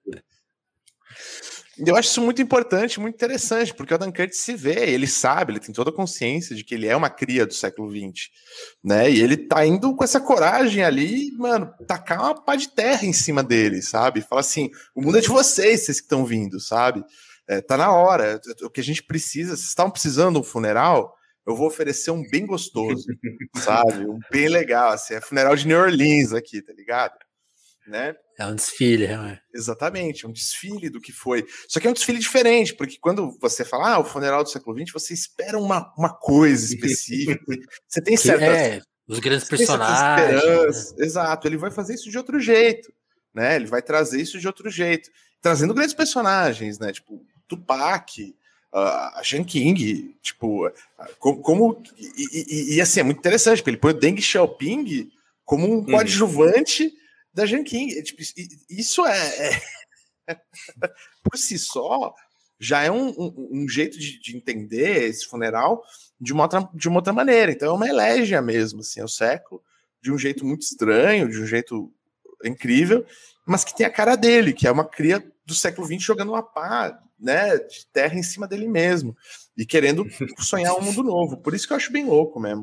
Eu acho isso muito importante, muito interessante, porque o Adam Curtis se vê, ele sabe, ele tem toda a consciência de que ele é uma cria do século vinte, né? E ele tá indo com essa coragem ali, mano, tacar uma pá de terra em cima dele, sabe? Fala assim, o mundo é de vocês, vocês que estão vindo, sabe? É, tá na hora, o que a gente precisa, vocês estavam precisando de um funeral, eu vou oferecer um bem gostoso, sabe? Um bem legal, assim, é funeral de New Orleans aqui, tá ligado? Né? É um desfile, é. Exatamente, é um desfile do que foi. Só que é um desfile diferente, porque quando você fala, ah, o funeral do século vinte, você espera uma, uma coisa específica. Você tem certas... É, os grandes personagens. Né? Exato, ele vai fazer isso de outro jeito, né? Ele vai trazer isso de outro jeito. Trazendo grandes personagens, né? Tipo, Tupac, uh, a Jean King, tipo, como... como e, e, e assim, é muito interessante, porque ele põe o Deng Xiaoping como um coadjuvante uhum. da Jean King. Tipo, isso é, é por si só já é um, um, um jeito de, de entender esse funeral de uma, outra, de uma outra maneira. Então é uma elégia mesmo, assim, é o século, de um jeito muito estranho, de um jeito incrível, mas que tem a cara dele, que é uma cria do século vinte jogando uma pá, né, de terra em cima dele mesmo, e querendo sonhar um mundo novo. Por isso que eu acho bem louco mesmo.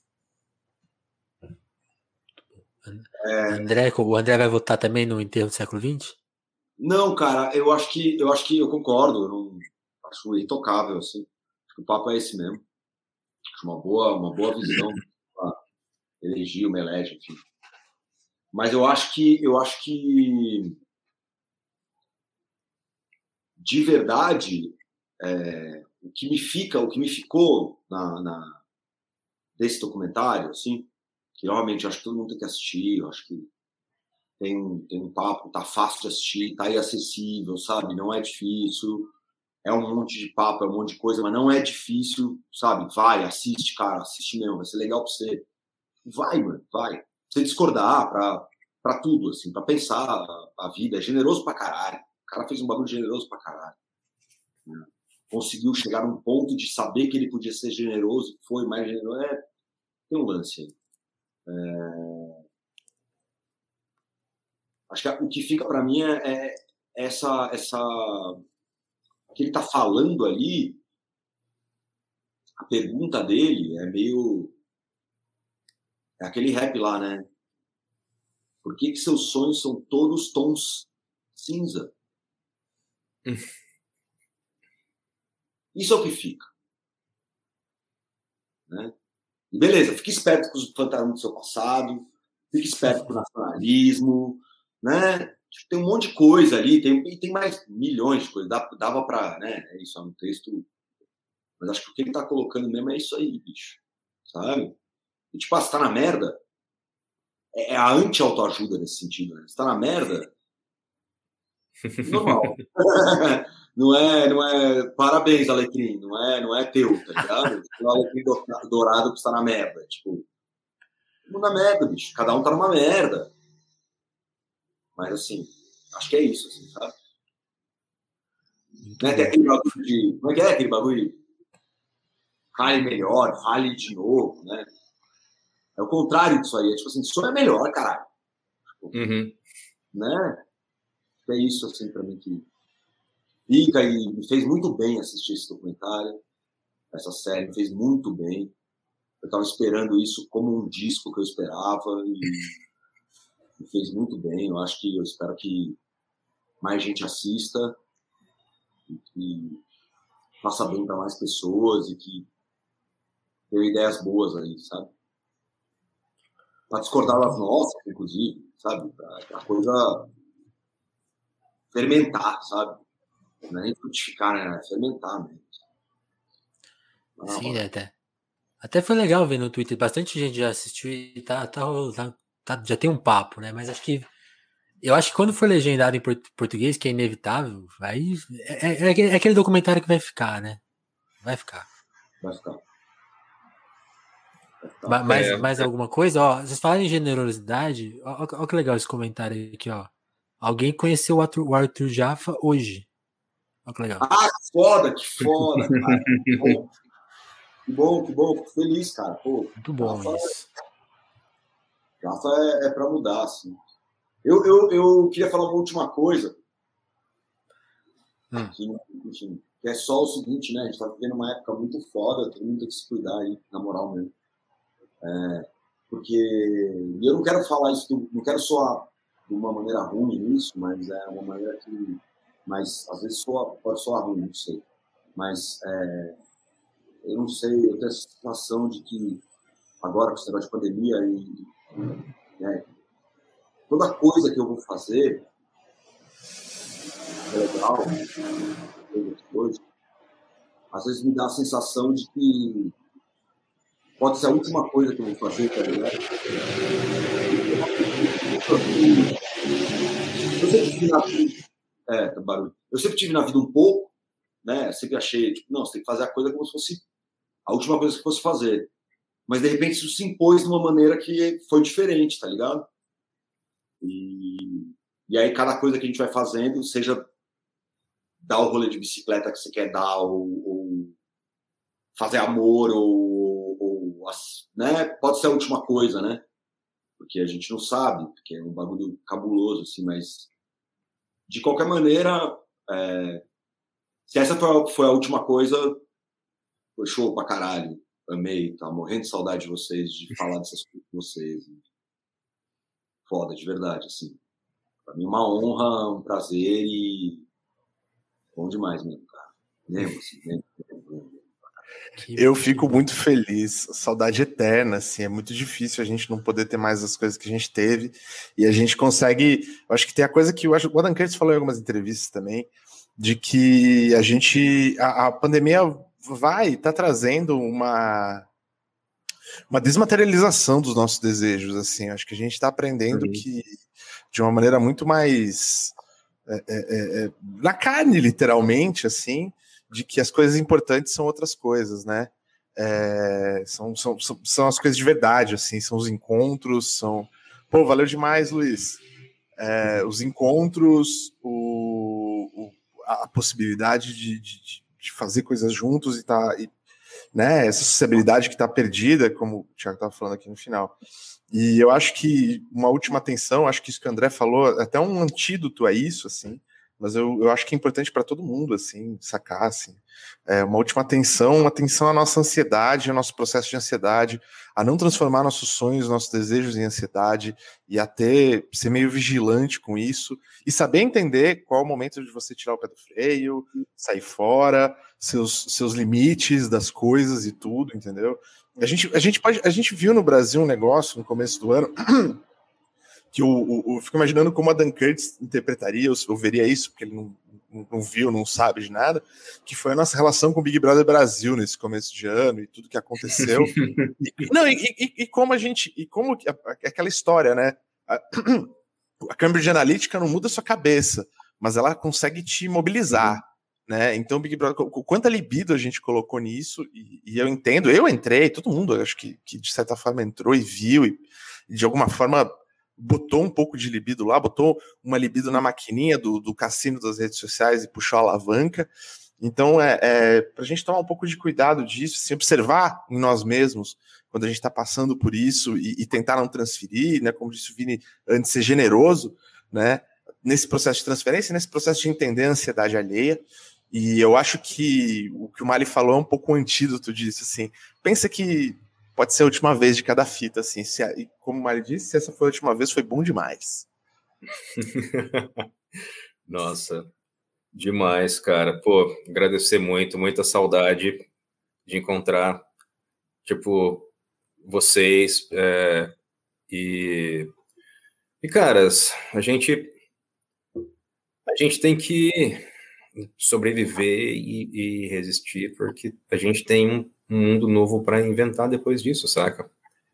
É... André, o André vai votar também no enterro do século vinte? Não, cara, eu acho que eu acho que eu concordo. Eu não, acho intocável, assim. Acho que o papo é esse mesmo. Acho uma boa, uma boa visão para eleger uma elege, enfim. Mas eu acho que eu acho que de verdade é, o que me fica, o que me ficou na, na desse documentário, assim, que realmente eu acho que todo mundo tem que assistir. Eu acho que tem um, tem um papo, tá fácil de assistir, tá aí acessível, sabe? Não é difícil. É um monte de papo, é um monte de coisa, mas não é difícil, sabe? Vai, assiste, cara, assiste mesmo, vai ser legal pra você. Vai, mano, vai. Pra você discordar, pra, pra tudo, assim, pra pensar a, a vida. É generoso pra caralho. O cara fez um bagulho generoso pra caralho. Né? Conseguiu chegar num ponto de saber que ele podia ser generoso, foi mais generoso. É, tem um lance aí. É... Acho que o que fica pra mim é, é essa, essa... O que ele tá falando ali, a pergunta dele é meio... É aquele rap lá, né? Por que que seus sonhos são todos tons cinza? Isso é o que fica. Né? E beleza, fique esperto com os fantasmas do seu passado, fique esperto com o nacionalismo, né? Tem um monte de coisa ali, tem, e tem mais milhões de coisas. Dava pra, né? É isso, é um texto... Mas acho que o que ele tá colocando mesmo é isso aí, bicho. Sabe? E tipo, ah, você tá na merda, é a anti-autoajuda nesse sentido, né? Você tá na merda, normal. Não é, não é, parabéns, Alecrim, não é, não é teu, tá ligado? O Alecrim dourado que está na merda, tipo, não na merda, bicho, cada um tá numa merda. Mas assim, acho que é isso, assim, sabe? Né? Tem aquele bagulho de, como é que é aquele bagulho? Fale melhor, fale de novo, né? É o contrário disso aí, é tipo assim, sonho é melhor, caralho. Tipo, uhum. Né? É isso, assim, pra mim que fica e me fez muito bem assistir esse documentário, essa série, me fez muito bem. Eu estava esperando isso como um disco que eu esperava e me fez muito bem. Eu acho que eu espero que mais gente assista e que faça bem para mais pessoas e que tenha ideias boas aí, sabe? Para discordar das nossas, inclusive, sabe? Para a coisa fermentar, sabe? Não é nem frutificar, né? É fermentar mesmo. Ah, sim, né, até. Até foi legal ver no Twitter, bastante gente já assistiu e tá, tá, tá, tá, já tem um papo, né? Mas acho que eu acho que quando for legendado em português, que é inevitável, aí é, é, é aquele documentário que vai ficar, né? Vai ficar. Vai ficar. Vai ficar. Ma, mais, É, mais é. alguma coisa? Ó, vocês falarem em generosidade, ó, ó, ó que legal esse comentário aqui, ó. Alguém conheceu o Arthur, o Arthur Jaffa hoje. Ó que legal. Ah, que foda, que foda, cara. Que bom, que bom, que bom. Fico feliz, cara. Pô, Muito bom Rafa, isso. Rafa é, é pra mudar, assim. Eu, eu, eu queria falar uma última coisa. Hum. Que, enfim, que é só o seguinte, né? A gente tá vivendo uma época muito foda, todo mundo tem que se cuidar aí, na moral mesmo. É, porque eu não quero falar isso, não quero soar de uma maneira ruim isso, mas é uma maneira que... Mas às vezes soa, pode soar ruim, não sei. Mas é, eu não sei, eu tenho a sensação de que agora com esse negócio de pandemia e, né, toda coisa que eu vou fazer é legal, coisa, às vezes me dá a sensação de que pode ser a última coisa que eu vou fazer, tá ligado? Eu sempre tive na vida, é, tá barulho. Eu sempre tive na vida um pouco, né? Eu sempre achei, tipo, não, você tem que fazer a coisa como se fosse a última coisa que fosse fazer. Mas de repente isso se impôs de uma maneira que foi diferente, tá ligado? E, e aí cada coisa que a gente vai fazendo, seja dar o rolê de bicicleta que você quer dar, ou, ou fazer amor, ou, ou né? Pode ser a última coisa, né? Porque a gente não sabe, porque é um bagulho cabuloso, assim, mas de qualquer maneira, é, se essa foi a, foi a última coisa, foi show pra caralho. Amei, tá morrendo de saudade de vocês, de falar dessas coisas com vocês. Foda, de verdade, assim. Pra mim, uma honra, um prazer e bom demais mesmo, cara. Lembro, assim, lembro, lembro, lembro. Eu fico muito feliz, saudade eterna, assim, é muito difícil a gente não poder ter mais as coisas que a gente teve, e a gente consegue, eu acho que tem a coisa que eu acho, o Adam Curtis falou em algumas entrevistas também, de que a gente, a, a pandemia vai, tá trazendo uma uma desmaterialização dos nossos desejos, assim, eu acho que a gente tá aprendendo uhum. que, de uma maneira muito mais é, é, é, na carne, literalmente, assim, de que as coisas importantes são outras coisas, né? É, são, são, são, são as coisas de verdade, assim, são os encontros, são... Pô, valeu demais, Luiz. É, os encontros, o, o, a possibilidade de, de, de fazer coisas juntos e tá... E, né, essa sociabilidade que tá perdida, como o Thiago estava falando aqui no final. E eu acho que uma última atenção, acho que isso que o André falou, até um antídoto a isso, assim, mas eu, eu acho que é importante para todo mundo, assim, sacar, assim, é, uma última atenção, uma atenção à nossa ansiedade, ao nosso processo de ansiedade, a não transformar nossos sonhos, nossos desejos em ansiedade, e a ter, ser meio vigilante com isso, e saber entender qual é o momento de você tirar o pé do freio, sair fora, seus, seus limites das coisas e tudo, entendeu? A gente, a, gente pode, a gente viu no Brasil um negócio no começo do ano que o, o, eu fico imaginando como a Dan Curtis interpretaria, ou, ou veria isso, porque ele não, não, não viu, não sabe de nada, que foi a nossa relação com o Big Brother Brasil nesse começo de ano e tudo que aconteceu. e, não, e, e, e como a gente, e como aquela história, né? A, a Cambridge Analytica não muda a sua cabeça, mas ela consegue te mobilizar. Uhum. Né? Então, o Big Brother, quanta libido a gente colocou nisso, e, e eu entendo, eu entrei, todo mundo, acho que, que de certa forma entrou e viu, e, e de alguma forma botou um pouco de libido lá, botou uma libido na maquininha do, do cassino das redes sociais e puxou a alavanca. Então, é, é para a gente tomar um pouco de cuidado disso, assim, observar em nós mesmos quando a gente está passando por isso e, e tentar não transferir, né? Como disse o Vini, antes ser generoso, né? Nesse processo de transferência, nesse processo de entender a ansiedade alheia. E eu acho que o que o Mali falou é um pouco o antídoto disso, assim. Pensa que pode ser a última vez de cada fita, assim. Se, e como o Mali disse, se essa foi a última vez, foi bom demais. Nossa, demais, cara. Pô, agradecer muito, muita saudade de encontrar, tipo, vocês. É, e, e, caras, a gente, a gente tem que sobreviver e, e resistir, porque a gente tem um, um mundo novo para inventar depois disso, saca?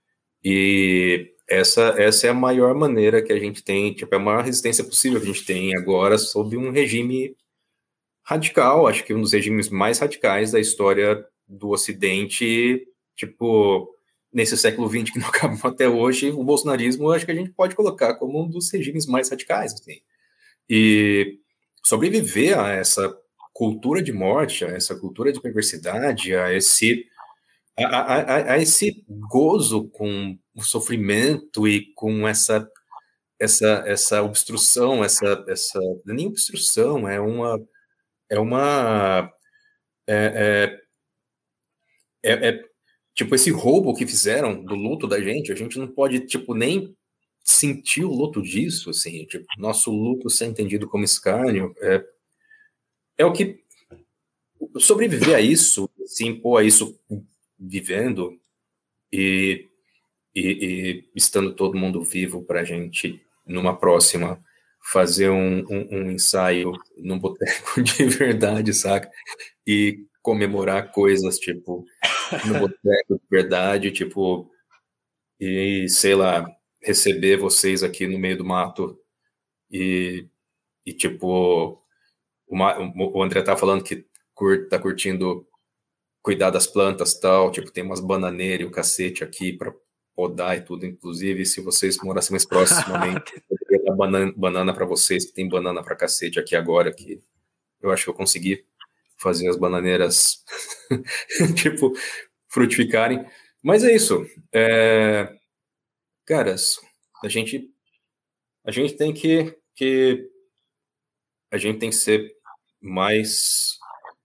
E essa, essa é a maior maneira que a gente tem, tipo, é a maior resistência possível que a gente tem agora sob um regime radical, acho que um dos regimes mais radicais da história do Ocidente, tipo, nesse século vinte que não acabou até hoje, o bolsonarismo acho que a gente pode colocar como um dos regimes mais radicais, assim. E sobreviver a essa cultura de morte, a essa cultura de perversidade, a esse, a, a, a esse gozo com o sofrimento e com essa, essa, essa obstrução, essa, essa não é nem obstrução, é uma é uma é, é, é, é tipo esse roubo que fizeram do luto da gente, a gente não pode tipo nem sentir o luto disso, assim, tipo, nosso luto ser entendido como escárnio, é, é o que sobreviver a isso, se impor a isso vivendo e, e, e estando todo mundo vivo para a gente, numa próxima, fazer um, um, um ensaio num boteco de verdade, saca? E comemorar coisas, tipo, no boteco de verdade, tipo, e, sei lá, receber vocês aqui no meio do mato e, e tipo, uma, o André tá falando que cur, tá curtindo cuidar das plantas e tal, tipo, tem umas bananeiras e o cacete aqui para podar e tudo, inclusive, se vocês morassem mais proximamente, eu poderia dar banana, banana para vocês, que tem banana para cacete aqui agora, que eu acho que eu consegui fazer as bananeiras, tipo, frutificarem. Mas é isso. É... Caras, a gente, a gente tem que, que... A gente tem que ser mais...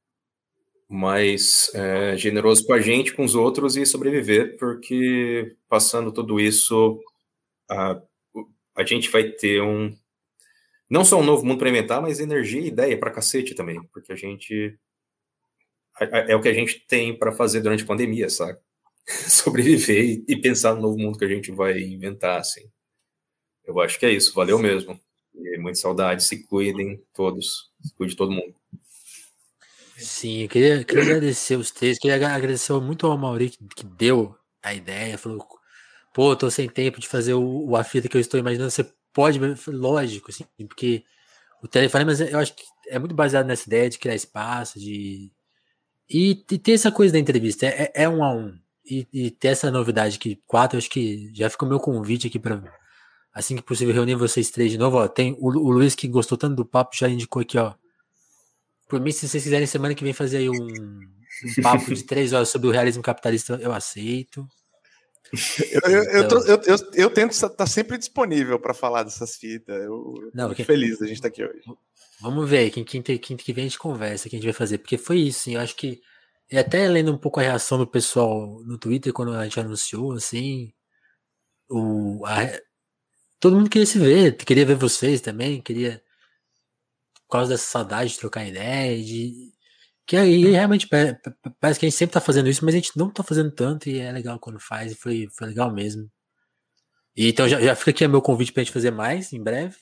mais é, generoso com a gente, com os outros e sobreviver, porque passando tudo isso, a, a gente vai ter um, não só um novo mundo para inventar, mas energia e ideia para cacete também, porque a gente, é, é o que a gente tem para fazer durante a pandemia, sabe? Sobreviver e, e pensar no novo mundo que a gente vai inventar, assim. Eu acho que é isso, valeu mesmo. E muita saudade, se cuidem todos, se cuide todo mundo. Sim, eu queria, queria agradecer os três, queria agradecer muito ao Mauri que, que deu a ideia, falou, pô, tô sem tempo de fazer o, o A Fita que eu estou imaginando, você pode, lógico, assim, porque o Telefonemas, eu acho que é muito baseado nessa ideia de criar espaço, de e, e ter essa coisa da entrevista, é, é um a um, e, e ter essa novidade que quatro, eu acho que já fica o meu convite aqui para assim que possível reunir vocês três de novo, ó, tem o, o Luiz que gostou tanto do papo, já indicou aqui, ó. Por mim, se vocês quiserem semana que vem fazer aí um, um papo de três horas sobre o realismo capitalista, eu aceito. Eu, eu, então... eu, tô, eu, eu, eu tento estar sempre disponível para falar dessas fitas. Eu, eu Não, tô que... feliz da gente estar aqui hoje. Vamos ver, quem quinta, quinta que vem a gente conversa, que a gente vai fazer, porque foi isso, assim, eu acho que, e até lendo um pouco a reação do pessoal no Twitter quando a gente anunciou, assim, o, a, todo mundo queria se ver, queria ver vocês também, queria, por causa dessa saudade de trocar ideia, de que aí realmente parece que a gente sempre tá fazendo isso, mas a gente não tá fazendo tanto e é legal quando faz, e foi, foi legal mesmo. E então já, já fica aqui o meu convite pra gente fazer mais em breve.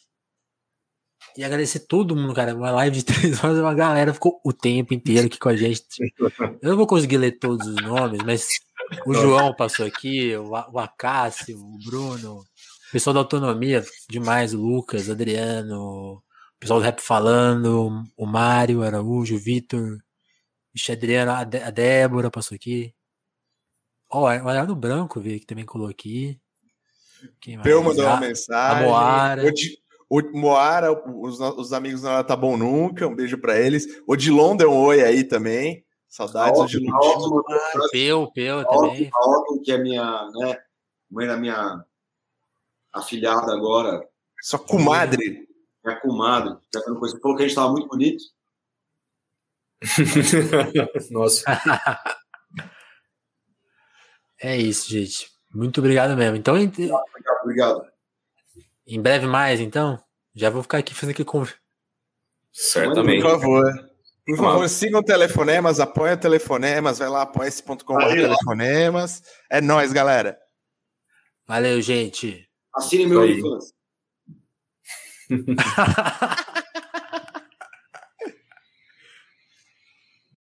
E agradecer todo mundo, cara. Uma live de três horas, uma galera ficou o tempo inteiro aqui com a gente. Eu não vou conseguir ler todos os nomes, mas o João passou aqui, o, o Acácio, o Bruno, o pessoal da Autonomia, demais, o Lucas, o Adriano, o pessoal do Rap Falando, o Mário, o Araújo, o Vitor, o Adriano, a, De- a Débora passou aqui. Ó, o Ariano Branco veio que também colocou aqui. Quem mais? Eu mandou uma A, mensagem. a Moara. O, Di, o Moara, os, os amigos não tá bom nunca. Um beijo pra eles. O Dilon deu um oi aí também. Saudades do Dilon. Peu, Peu também. A Otto, que é minha, né, mãe da minha afilhada agora. Sua comadre. Minha comadre. Você falou que a gente tava muito bonito. Nossa. É isso, gente. Muito obrigado mesmo. Então, obrigado, obrigado, obrigado. Em breve mais, então. Já vou ficar aqui fazendo aqui com. Certamente. Por favor. Por favor, sigam o Telefonemas, apoiem o Telefonemas, vai lá, apoia-se ponto com ponto br Telefonemas. É nóis, galera. Valeu, gente. Assine meu OnlyFans.